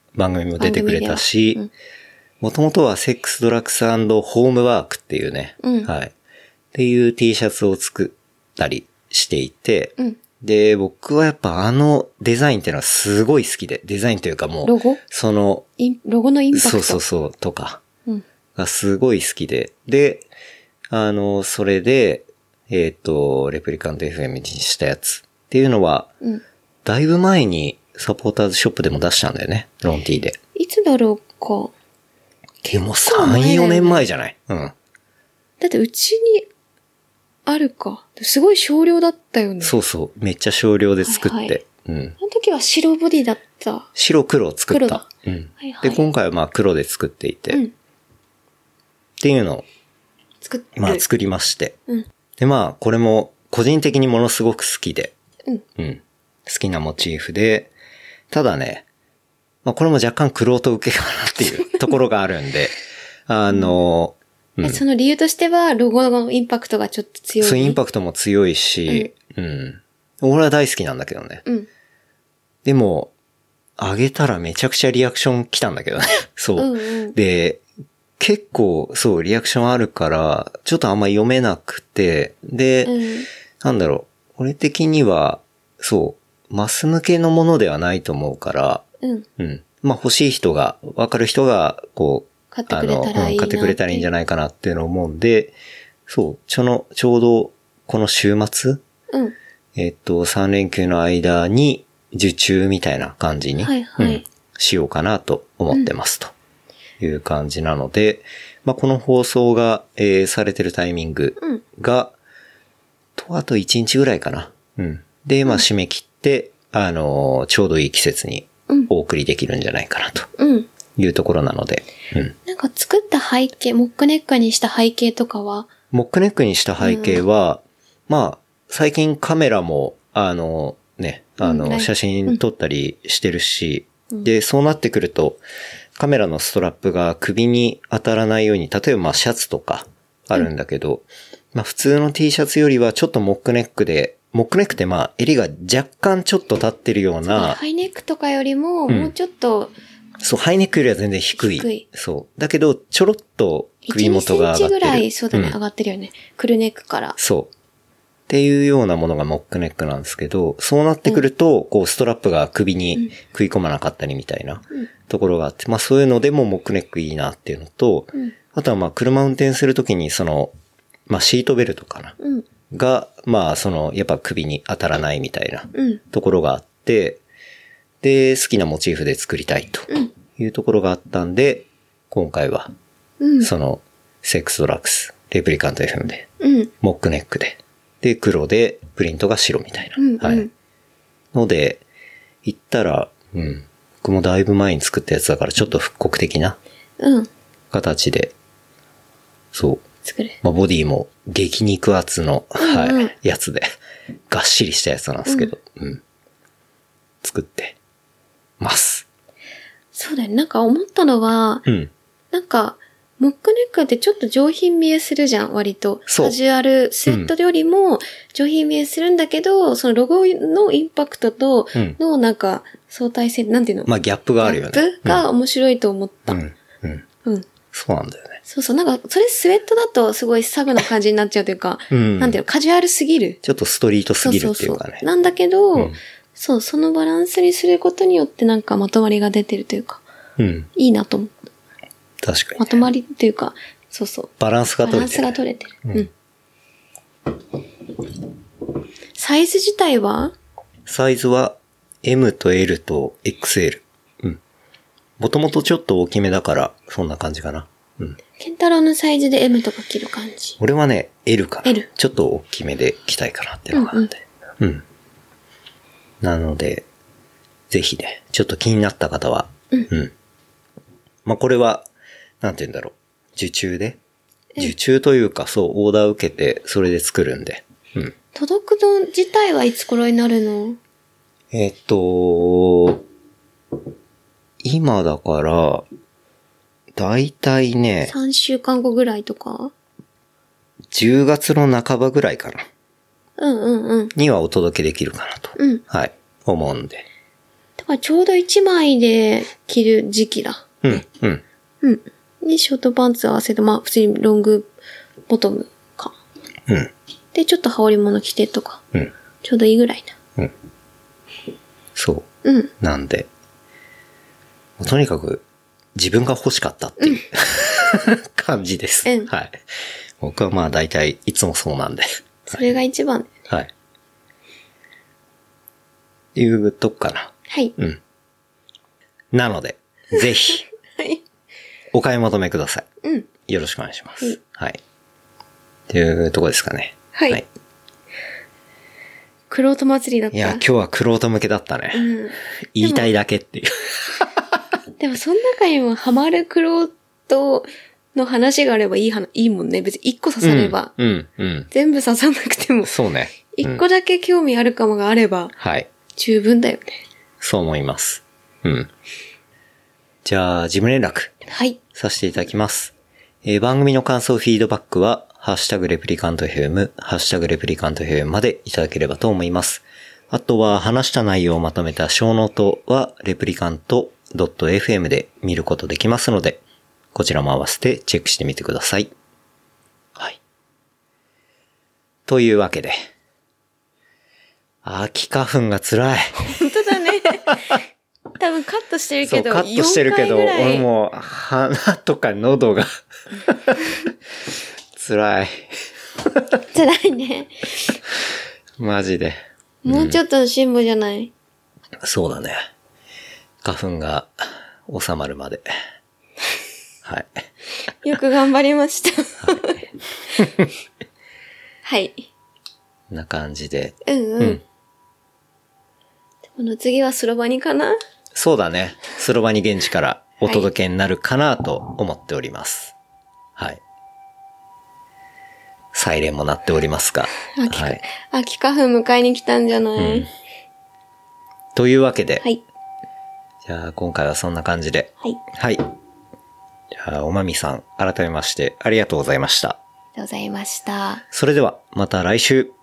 Speaker 2: 番組も出てくれたし、もともとはセックスドラッグス&ホームワークっていうね、はい。っていう T シャツを作ったりしていて、で、僕はやっぱデザインっていうのはすごい好きで、デザインというかもう、
Speaker 3: ロゴロゴのインパクト。
Speaker 2: そう、とか、がすごい好きで、で、それで、レプリカント FM にしたやつっていうのは、だいぶ前にサポーターズショップでも出したんだよね、ロンティーで。
Speaker 3: いつだろうか。
Speaker 2: でも3、4年前じゃない？うん。
Speaker 3: だってうちにあるか。すごい少量だったよね。
Speaker 2: そう。めっちゃ少量で作って。
Speaker 3: はいはい、
Speaker 2: うん。
Speaker 3: あの時は白ボディだった。
Speaker 2: 白黒を作った。
Speaker 3: 黒だ。
Speaker 2: うん。
Speaker 3: はいはい、
Speaker 2: で、今回はまあ黒で作っていて。っていうのを、作りまして。で、まあ、これも個人的にものすごく好きで。好きなモチーフで。ただね、まあ、これも若干玄人受けかなっていうところがあるんで、その
Speaker 3: 理由としては、ロゴのインパクトがちょっと強い。
Speaker 2: そう、インパクトも強いし、俺は大好きなんだけどね。でも、あげたらめちゃくちゃリアクション来たんだけどね。そう。で、結構、そう、リアクションあるから、ちょっとあんま読めなくて、で、なんだろう、俺的には、そう、マス向けのものではないと思うから、まあ欲しい人が、わかる人が、こう、
Speaker 3: 買ってくれたらいいな。
Speaker 2: 買ってくれたらいいんじゃないかなっていうのを思うんで、そう、ちょうど、この週末、3連休の間に、受注みたいな感じに、しようかなと思ってますという感じなので、まあこの放送が、されてるタイミングが、あと1日ぐらいかな。で、まあ締め切って、ちょうどいい季節にお送りできるんじゃないかなというところなので。
Speaker 3: なんか作った背景、モックネックにした背景とかは？
Speaker 2: モックネックにした背景は、まあ、最近カメラも、写真撮ったりしてるし、で、そうなってくると、カメラのストラップが首に当たらないように、例えばまあシャツとかあるんだけど、まあ普通の T シャツよりはちょっとモックネックってまあ襟が若干ちょっと立ってるような。
Speaker 3: ハイネックとかよりも、もうちょっと、
Speaker 2: そう、ハイネックよりは全然低い。そう。だけど、ちょろっと首元が上がってる。
Speaker 3: 1、2センチぐらい、そうだね、上がってるよね。クルネックから。
Speaker 2: そう。っていうようなものがモックネックなんですけど、そうなってくると、こう、ストラップが首に食い込まなかったりみたいなところがあって、まあそういうのでもモックネックいいなっていうのと、あとはまあ車運転するときにまあシートベルトかな。が、まあやっぱ首に当たらないみたいなところがあって、で、好きなモチーフで作りたいというところがあったんで、今回は、セックスドラッグス、レプリカント FM で、モックネックで、黒で、プリントが白みたいな。はい。ので、言ったら、僕もだいぶ前に作ったやつだから、ちょっと復刻的な、形で、そう。
Speaker 3: 作る。
Speaker 2: まあ、ボディも激肉厚の、やつで、がっしりしたやつなんですけど、作ってます。
Speaker 3: そうだよね。なんか思ったのは、なんか、モックネックってちょっと上品見えするじゃん、割と。カジュアルスウェットよりも上品見えするんだけど、そのロゴのインパクトとのなんか相対性、なんていうの？
Speaker 2: まあギャップがあるよね。
Speaker 3: ギャップが面白いと思った。
Speaker 2: そうなんだよね。
Speaker 3: そう、なんか、それスウェットだとすごいサブな感じになっちゃうというか、なんていうの、カジュアルすぎる。
Speaker 2: ちょっとストリートすぎるっていうかね。
Speaker 3: そうなんだけど、そう、そのバランスにすることによってなんかまとまりが出てるというか、いいなと思った。
Speaker 2: 確かに、
Speaker 3: まとまりっていうか、そう。
Speaker 2: バランスが取れてる。
Speaker 3: バランスが取れてる。サイズ自体は？
Speaker 2: サイズは M と L と XL。もともとちょっと大きめだから、そんな感じかな。
Speaker 3: ケンタロウのサイズで M とか着る感じ。
Speaker 2: 俺はね、L かな。
Speaker 3: L。
Speaker 2: ちょっと大きめで着たいかなっていうのがあって。なので、ぜひね、ちょっと気になった方は、まあ、これは、なんて言うんだろう。受注というか、そう、オーダー受けて、それで作るんで。
Speaker 3: 届くの自体はいつ頃になるの？
Speaker 2: 今だから、だいたいね、
Speaker 3: 3週間後ぐらいとか
Speaker 2: 10月の半ばぐらいかな。
Speaker 3: に
Speaker 2: はお届けできるかなと。はい。思うんで。
Speaker 3: ってあ、ちょうど1枚で着る時期だ。
Speaker 2: うん、うん。
Speaker 3: うん。で、ショートパンツ合わせて、まあ、普通にロングボトムか。
Speaker 2: うん。
Speaker 3: で、ちょっと羽織物着てとか。
Speaker 2: うん。
Speaker 3: ちょうどいいぐらいな。
Speaker 2: うん。そう。
Speaker 3: うん。
Speaker 2: なんで、とにかく自分が欲しかったっていう、感じです。
Speaker 3: うん。
Speaker 2: はい。僕はまあ大体いつもそうなんで。
Speaker 3: それが一番。
Speaker 2: はい。いうとこかな。
Speaker 3: はい。
Speaker 2: うん。なので、ぜひ、
Speaker 3: はい。
Speaker 2: お買い求めください。
Speaker 3: うん。
Speaker 2: よろしくお願いします。
Speaker 3: はい。
Speaker 2: はい。っていうとこですかね。
Speaker 3: はい。クロート祭りだった。
Speaker 2: いや、今日はクロート向けだったね。うん。言いたいだけっていう。
Speaker 3: でも、その中にもハマるクロートの話があればいいもんね。別に一個刺されば。
Speaker 2: うん、うん。
Speaker 3: 全部刺さなくても。
Speaker 2: そうね。
Speaker 3: 一個だけ興味あるかもがあれば。
Speaker 2: はい。
Speaker 3: 十分だよね。
Speaker 2: そう思います。うん。じゃあ、事務連絡。
Speaker 3: はい。
Speaker 2: させていただきます。番組の感想、フィードバックは、ハッシュタグレプリカントFM、ハッシュタグレプリカントFMまでいただければと思います。あとは、話した内容をまとめた小ノートは、レプリカント .fm で見ることできますので、こちらも合わせてチェックしてみてください。はい。というわけで、秋花粉が辛い。
Speaker 3: 本当だね。多分カットしてるけど、
Speaker 2: そう、カットしてるけど、俺も鼻とか喉が辛い。
Speaker 3: 辛いね。
Speaker 2: マジで。
Speaker 3: もうちょっとの辛抱じゃない、
Speaker 2: そうだね。花粉が収まるまで。はい。
Speaker 3: よく頑張りました。はい。はい。
Speaker 2: な感じで。
Speaker 3: うんうん。この次はスロバニかな？
Speaker 2: そうだね。スロバニ現地からお届けになるかなと思っております。はい。サイレンも鳴っておりますが。はい。
Speaker 3: 秋花粉迎えに来たんじゃない、
Speaker 2: というわけで。
Speaker 3: はい。
Speaker 2: じゃあ今回はそんな感じで。
Speaker 3: はい。
Speaker 2: はい。じゃあおまみさん、改めましてありがとうございました。
Speaker 3: ありがとうございました。
Speaker 2: それではまた来週。